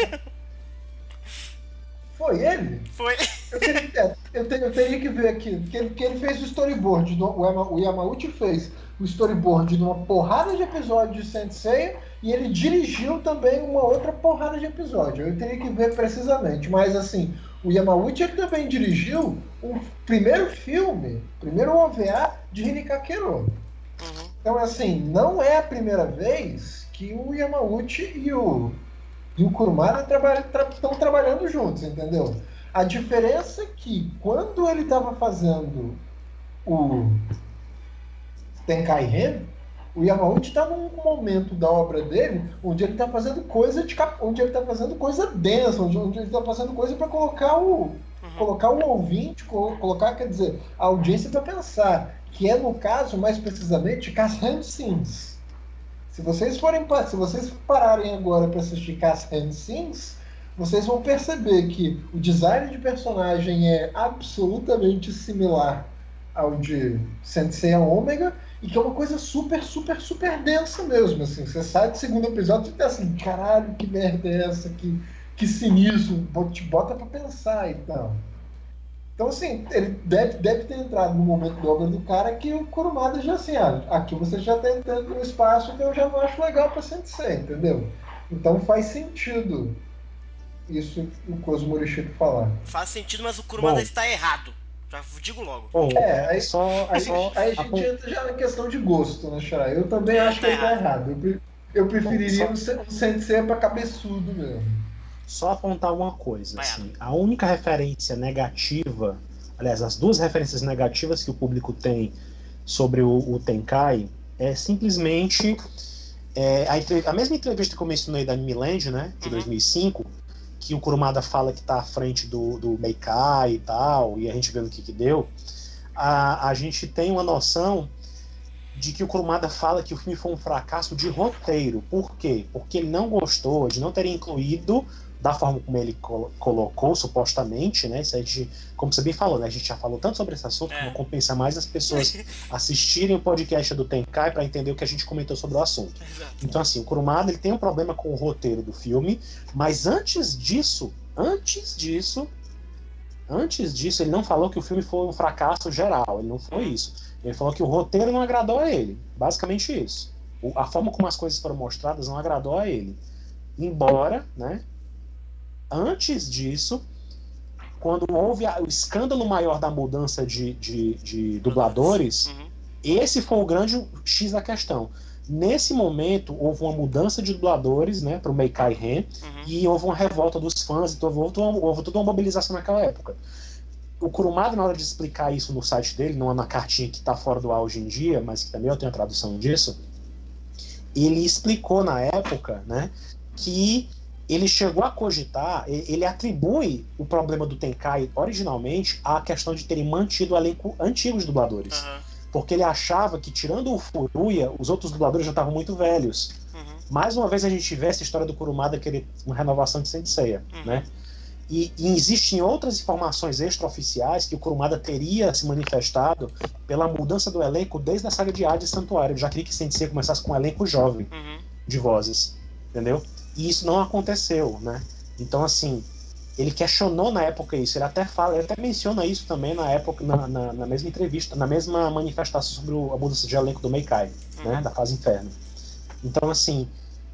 Foi ele? Foi. Eu teria, eu, teria, eu teria que ver aqui, porque ele, porque ele fez o storyboard, do, o, Yama, o Yamauchi fez o storyboard de uma porrada de episódios de Saint Seiya e ele dirigiu também uma outra porrada de episódio. Eu teria que ver precisamente, mas assim, o Yamauchi ele também dirigiu o primeiro filme, o primeiro O V A de Hinikakero. Uhum. Então assim, não é a primeira vez que o Yamauchi e o... E o Kurumada estão trabalha, tra, trabalhando juntos, entendeu? A diferença é que quando ele estava fazendo o Tenkai Ren, o Yamauchi está num momento da obra dele onde ele está fazendo coisa de cap... onde ele está fazendo coisa densa, onde, onde ele está fazendo coisa para colocar o uhum. colocar o ouvinte, colocar, quer dizer, a audiência para pensar, que é no caso mais precisamente Cass Hand Scenes. Se vocês forem se vocês pararem agora para assistir Cass Hand Scenes, vocês vão perceber que o design de personagem é absolutamente similar ao de Sensei Omega, e que é uma coisa super, super, super densa mesmo, assim. Você sai do segundo episódio e fica assim, caralho, que merda é essa? Que, que sinistro, te bota pra pensar e tal. Então, assim, ele deve, deve ter entrado no momento da obra do cara que o Kurumada já, assim, ah, aqui você já tá entrando num espaço que eu já não acho legal pra Sensei, entendeu? Então faz sentido isso o Kozo Morishita falar. Faz sentido, mas o Kurumada Bom. está errado. Já digo logo. Bom, é, aí, só, aí, só, aí a gente entra já na questão de gosto, né, Xará? Eu também acho que ele tá errado. Eu, eu preferiria Bom, só... um Sensei pra cabeçudo mesmo. Só apontar uma coisa, assim, a única referência negativa, aliás, as duas referências negativas que o público tem sobre o, o Tenkai é simplesmente é, a, entre... a mesma entrevista que eu mencionei da Anime Land, né, de uhum. dois mil e cinco, que o Kurumada fala que está à frente do, do Meikai e tal, e a gente vê no que que deu, a, a gente tem uma noção de que o Kurumada fala que o filme foi um fracasso de roteiro. Por quê? Porque ele não gostou de não ter incluído, da forma como ele col- colocou, supostamente, né? Isso a gente, como você bem falou, né? A gente já falou tanto sobre esse assunto, é. que não compensa mais as pessoas assistirem o podcast do Tenkai para entender o que a gente comentou sobre o assunto. Exato. Então, assim, o Kurumada ele tem um problema com o roteiro do filme, mas antes disso, antes disso, antes disso, ele não falou que o filme foi um fracasso geral, ele não foi isso. Ele falou que o roteiro não agradou a ele, basicamente isso. O, a forma como as coisas foram mostradas não agradou a ele. Embora, né? Antes disso, quando houve a, o escândalo maior da mudança de, de, de dubladores, uhum. esse foi o grande X da questão. Nesse momento, houve uma mudança de dubladores, né, para o Meikai Ren, uhum. e houve uma revolta dos fãs, e houve, houve, houve toda uma mobilização naquela época. O Kurumada, na hora de explicar isso no site dele, não é na cartinha que está fora do ar hoje em dia, mas que também eu tenho a tradução disso, ele explicou na época, né, que ele chegou a cogitar, ele atribui o problema do Tenkai originalmente à questão de terem mantido o elenco antigo de dubladores. Uhum. Porque ele achava que, tirando o Furuya, os outros dubladores já estavam muito velhos. Uhum. Mais uma vez a gente vê essa história do Kurumada querer uma renovação de Senseiya, uhum. né? E, e existem outras informações extraoficiais que o Kurumada teria se manifestado pela mudança do elenco desde a saga de Hades e Santuário. Ele já queria que Senseiya começasse com um elenco jovem uhum. de vozes, entendeu? E isso não aconteceu, né? Então, assim, ele questionou na época isso. Ele até fala, ele até menciona isso também na época, na, na, na mesma entrevista, na mesma manifestação sobre o, a mudança de elenco do Meikai, uhum. né? Da fase Inferno. Então, assim,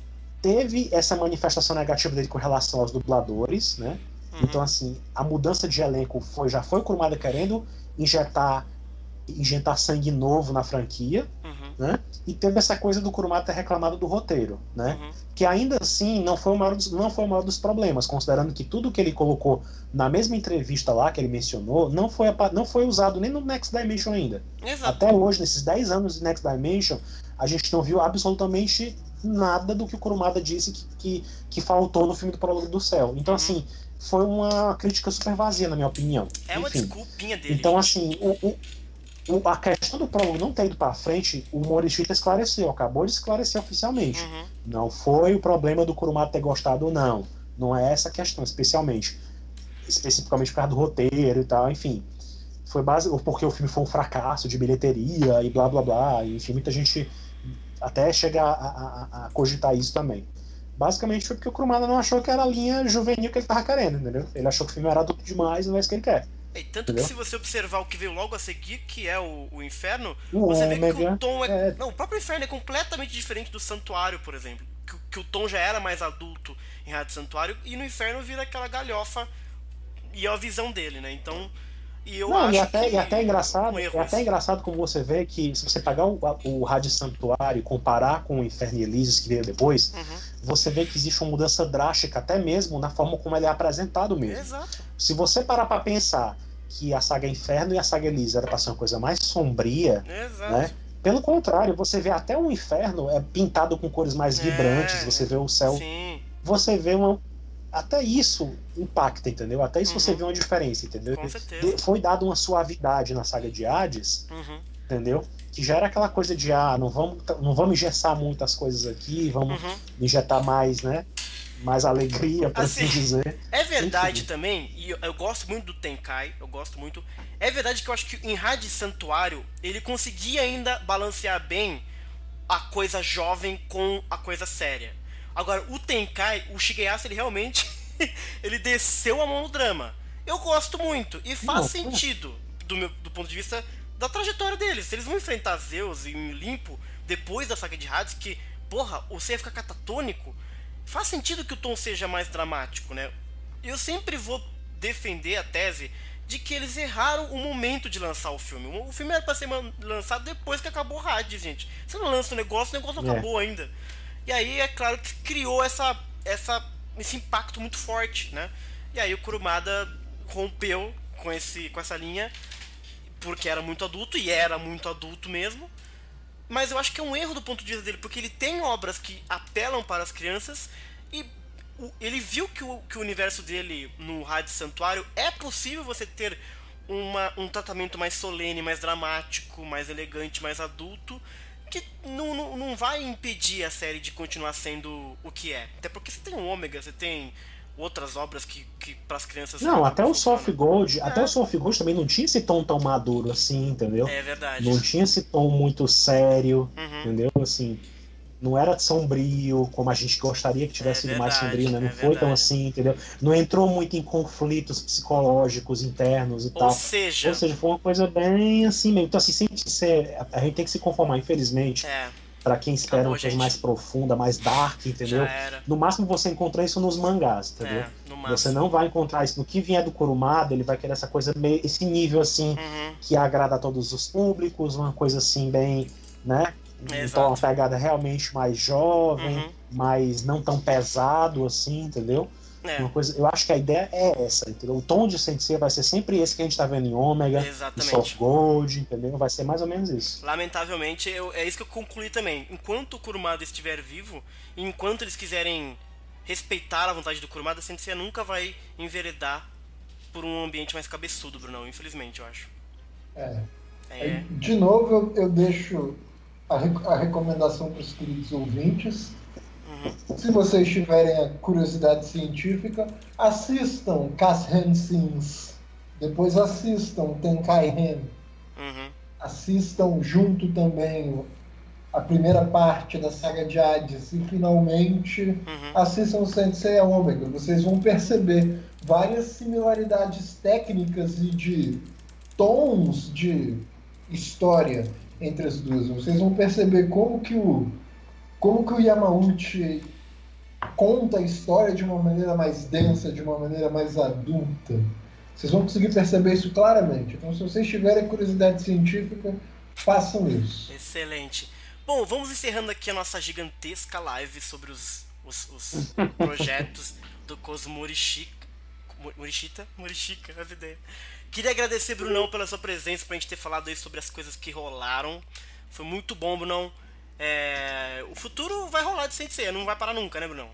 teve essa manifestação negativa dele com relação aos dubladores, né? Uhum. Então, assim, a mudança de elenco foi, já foi o Kurumada querendo injetar, injetar sangue novo na franquia, uhum. né? E teve essa coisa do Kurumada ter reclamado do roteiro, né? Uhum. Que ainda assim não foi, o maior dos, não foi o maior dos problemas, considerando que tudo que ele colocou na mesma entrevista lá que ele mencionou não foi, não foi usado nem no Next Dimension ainda. Exato. Até hoje, nesses dez anos de Next Dimension, a gente não viu absolutamente nada do que o Kurumada disse que, que, que faltou no filme do Prólogo do Céu. Então, uhum. assim, foi uma crítica super vazia, na minha opinião. É uma Enfim, desculpinha dele. Então, gente. assim, o, o O, a questão do prólogo não ter ido pra frente, o Morishita esclareceu, acabou de esclarecer oficialmente. Uhum. Não foi o problema do Kurumada ter gostado ou não. Não é essa a questão, especialmente. Especificamente por causa do roteiro e tal, enfim. Foi base, porque o filme foi um fracasso de bilheteria e blá blá blá. Enfim, muita gente até chega a, a, a cogitar isso também. Basicamente foi porque o Kurumada não achou que era a linha juvenil que ele tava querendo, entendeu? Ele achou que o filme era adulto demais e não é isso que ele quer. E tanto Entendeu? Que se você observar o que veio logo a seguir, que é o, o Inferno, o você vê Ômega, que o tom é... é... Não, o próprio Inferno é completamente diferente do Santuário, por exemplo. Que, que o tom já era mais adulto em Rádio Santuário, e no Inferno vira aquela galhofa, e é a visão dele, né? Então, e eu Não, acho e até, que... E até, engraçado, um é até engraçado como você vê que, se você pegar o, o Rádio Santuário e comparar com o Inferno e Elísios que veio depois, uhum. você vê que existe uma mudança drástica, até mesmo na forma como ele é apresentado mesmo. Exato. Se você parar pra pensar que a saga Inferno e a saga Elisa era pra ser uma coisa mais sombria, Exato. né? Pelo contrário, você vê até o Inferno é pintado com cores mais É, vibrantes, você vê o céu, Sim, você vê uma... Até isso impacta, entendeu? Até isso Uhum. você vê uma diferença, entendeu? com certeza. De- Foi dado uma suavidade na saga de Hades, Uhum. entendeu? Que já era aquela coisa de, ah, não vamos, não vamos engessar muito as coisas aqui, vamos Uhum. injetar mais, né? Mais alegria, por assim, Assim, dizer. É verdade Enfim. também, e eu, eu gosto muito do Tenkai, eu gosto muito. É verdade que eu acho que em Hades Santuário ele conseguia ainda balancear bem a coisa jovem com a coisa séria. Agora, o Tenkai, o Shigeyasu, ele realmente ele desceu a mão no drama. Eu gosto muito, e faz Não, sentido do meu do ponto de vista da trajetória deles. Se eles vão enfrentar Zeus e um Olimpo depois da saga de Hades, que, porra, o Seiya fica catatônico, faz sentido que o tom seja mais dramático, né? Eu sempre vou defender a tese de que eles erraram o momento de lançar o filme. O filme era pra ser man- lançado depois que acabou o Hades, gente. Você não lança o negócio, o negócio não É. acabou ainda. E aí, é claro que criou essa, essa, esse impacto muito forte, né? E aí o Kurumada rompeu com, esse, com essa linha, porque era muito adulto, e era muito adulto mesmo. Mas eu acho que é um erro do ponto de vista dele, porque ele tem obras que apelam para as crianças e o- ele viu que o, que o universo dele no Hades Santuário é possível você ter uma, um tratamento mais solene, mais dramático, mais elegante, mais adulto, que não, não, não vai impedir a série de continuar sendo o que é. Até porque você tem o Ômega, você tem outras obras que, que para as crianças... Não, até o funcionam. Soft Gold, É. até o Soft Gold também não tinha esse tom tão maduro assim, entendeu? É verdade. Não tinha esse tom muito sério, Uhum. entendeu? Assim, não era sombrio como a gente gostaria que tivesse É sido mais verdade, sombrio, né? Não é foi tão verdade. assim, entendeu? Não entrou muito em conflitos psicológicos internos e Ou tal. seja, Ou seja, foi uma coisa bem assim mesmo. Então, assim, sem ser, a gente tem que se conformar, infelizmente, é, pra quem espera Acabou, uma coisa gente. mais profunda, mais dark, entendeu? já era. No máximo você encontra isso nos mangás, entendeu? É, no máximo. Você não vai encontrar isso no que vier do Kurumada, ele vai querer essa coisa meio, esse nível assim Uhum. que agrada a todos os públicos, uma coisa assim bem, né? Exato. Então uma pegada realmente mais jovem, Uhum. mas não tão pesado assim, entendeu? É, Uma coisa, eu acho que a ideia é essa, entendeu? O tom de Sensei vai ser sempre esse que a gente tá vendo em Ômega, em exatamente. Soft Gold, entendeu? Vai ser mais ou menos isso. Lamentavelmente, eu- é isso que eu concluí também. Enquanto o Kurumada estiver vivo, e enquanto eles quiserem respeitar a vontade do Kurumada, a Sensei nunca vai enveredar por um ambiente mais cabeçudo, Brunão. Infelizmente, eu acho. É. É, De novo, eu, eu deixo a, rec- a recomendação para os queridos ouvintes. uhum. Se vocês tiverem a curiosidade científica, assistam Kassen Sins. Depois assistam Tenkai Hen. Uhum. Assistam junto também a primeira parte da saga de Hades. E finalmente Uhum. assistam o Sensei Omega. Vocês vão perceber várias similaridades técnicas e de tons de história entre as duas. Vocês vão perceber como que o como que o Yamauchi conta a história de uma maneira mais densa, de uma maneira mais adulta. Vocês vão conseguir perceber isso claramente. Então, se vocês tiverem curiosidade científica, façam isso. Excelente. Bom, vamos encerrando aqui a nossa gigantesca live sobre os, os, os projetos do Kozo Morishika. Morishita? Morishika, as ideias. Queria agradecer, Brunão, pela sua presença, pra gente ter falado aí sobre as coisas que rolaram. Foi muito bom, Brunão. É, o futuro vai rolar de Sensei, não vai parar nunca, né, Brunão?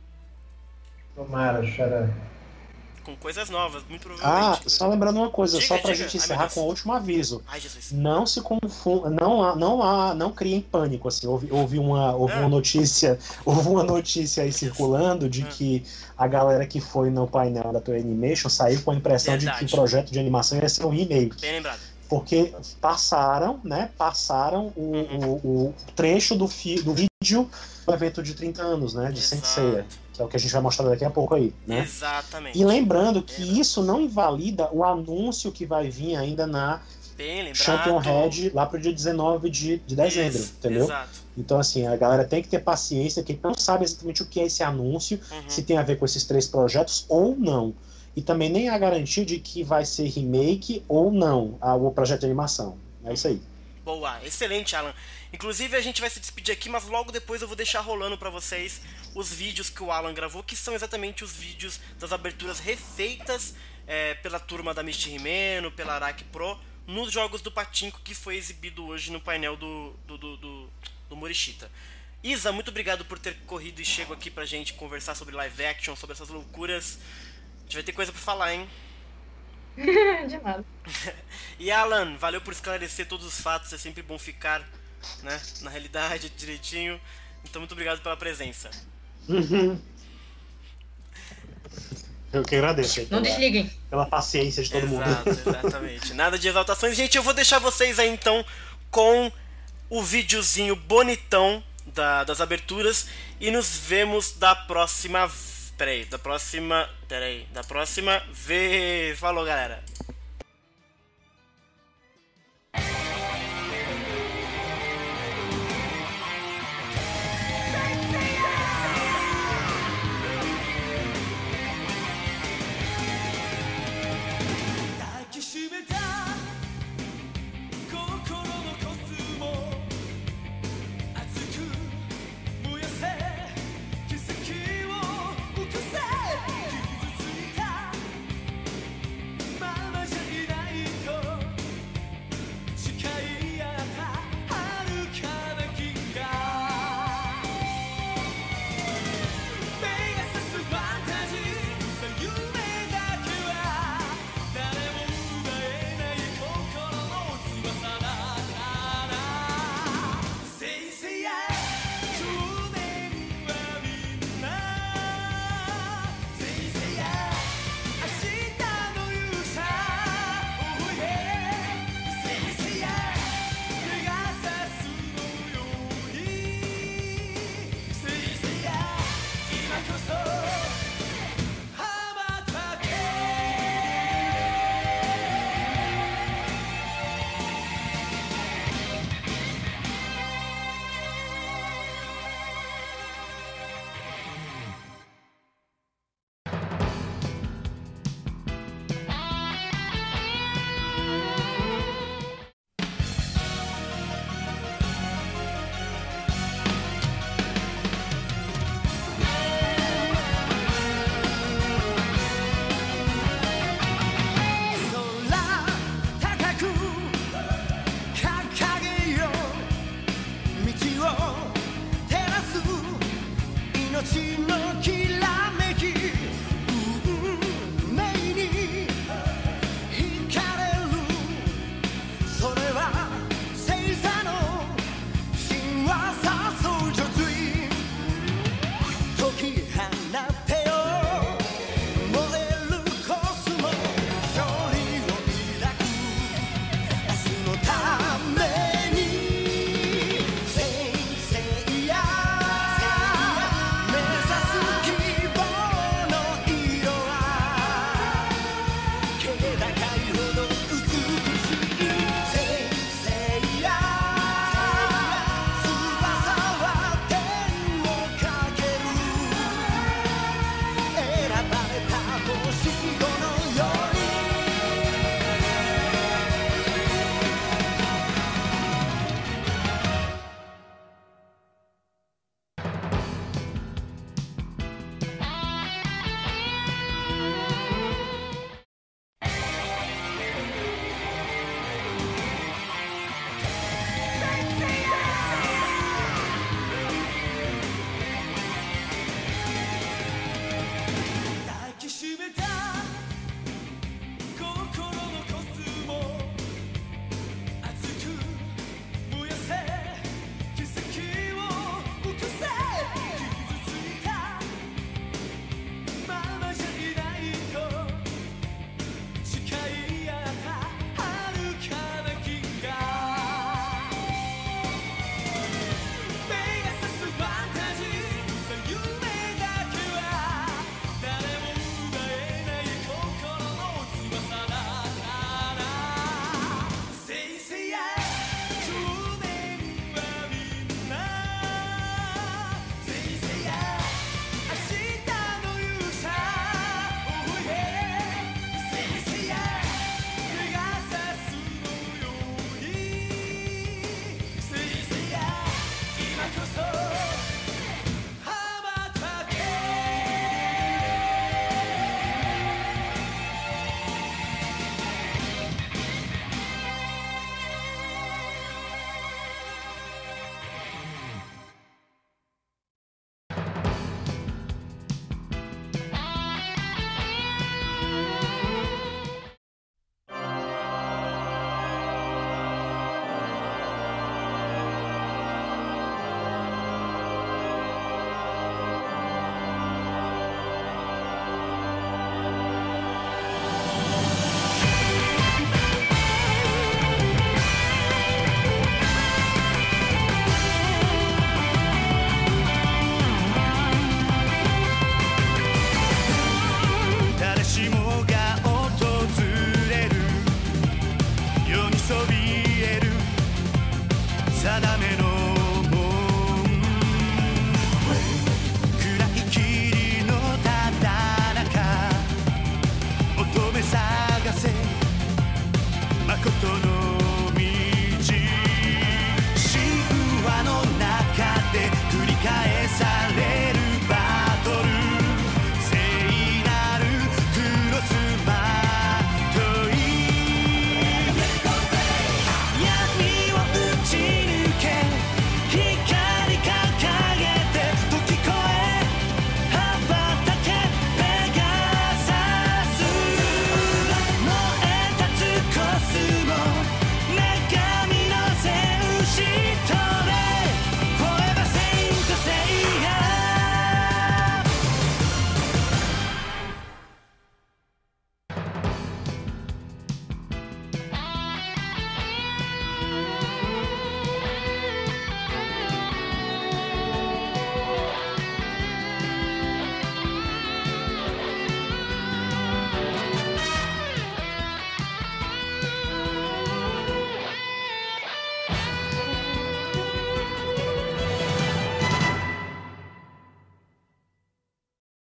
Tomara, Xará. Com coisas novas, muito Ah, provavelmente. só lembrando uma coisa, Diga, só pra diga. gente Ai, meu encerrar Deus. com o último aviso. Ai, Jesus. Não se confunda, não há, não há, não criem pânico, assim, houve, houve uma, houve Ah. uma notícia, houve uma notícia aí circulando de Ah. que a galera que foi no painel da Toei Animation saiu com a impressão de Verdade. que o projeto de animação ia ser um remake, Bem lembrado. porque passaram, né, passaram o, Uhum. o, o trecho do, fi, do vídeo do evento de trinta anos, né, de Exato. Senseiya, que é o que a gente vai mostrar daqui a pouco aí, né. Exatamente. E lembrando que Lembra. isso não invalida o anúncio que vai vir ainda na Bem lembrado. Champion Head lá pro dia dezenove de, de dezembro, Isso, entendeu? Exato. Então, assim, a galera tem que ter paciência, que não sabe exatamente o que é esse anúncio, Uhum. se tem a ver com esses três projetos ou não. E também nem há garantia de que vai ser remake ou não a- o projeto de animação. É isso aí. Boa, excelente, Alan. Inclusive a gente vai se despedir aqui, mas logo depois eu vou deixar rolando pra vocês os vídeos que o Alan gravou, que são exatamente os vídeos das aberturas refeitas é, pela turma da Michi Himeno, pela Araki Pro, nos jogos do Pachinko que foi exibido hoje no painel do, do, do, do, do Morishita. Isa, muito obrigado por ter corrido e chego aqui pra gente conversar sobre live action, sobre essas loucuras. A gente vai ter coisa pra falar, hein? De nada. E Alan, valeu por esclarecer todos os fatos, é sempre bom ficar, né, na realidade direitinho. Então muito obrigado pela presença. Uhum. Eu que agradeço aí Não pela, desliguem. pela paciência de todo Exato, mundo. exatamente. Nada de exaltações. Gente, eu vou deixar vocês aí então com o videozinho bonitão da, das aberturas e nos vemos da próxima. Peraí, da próxima. Peraí, da próxima vez. Falou, galera. まま定めの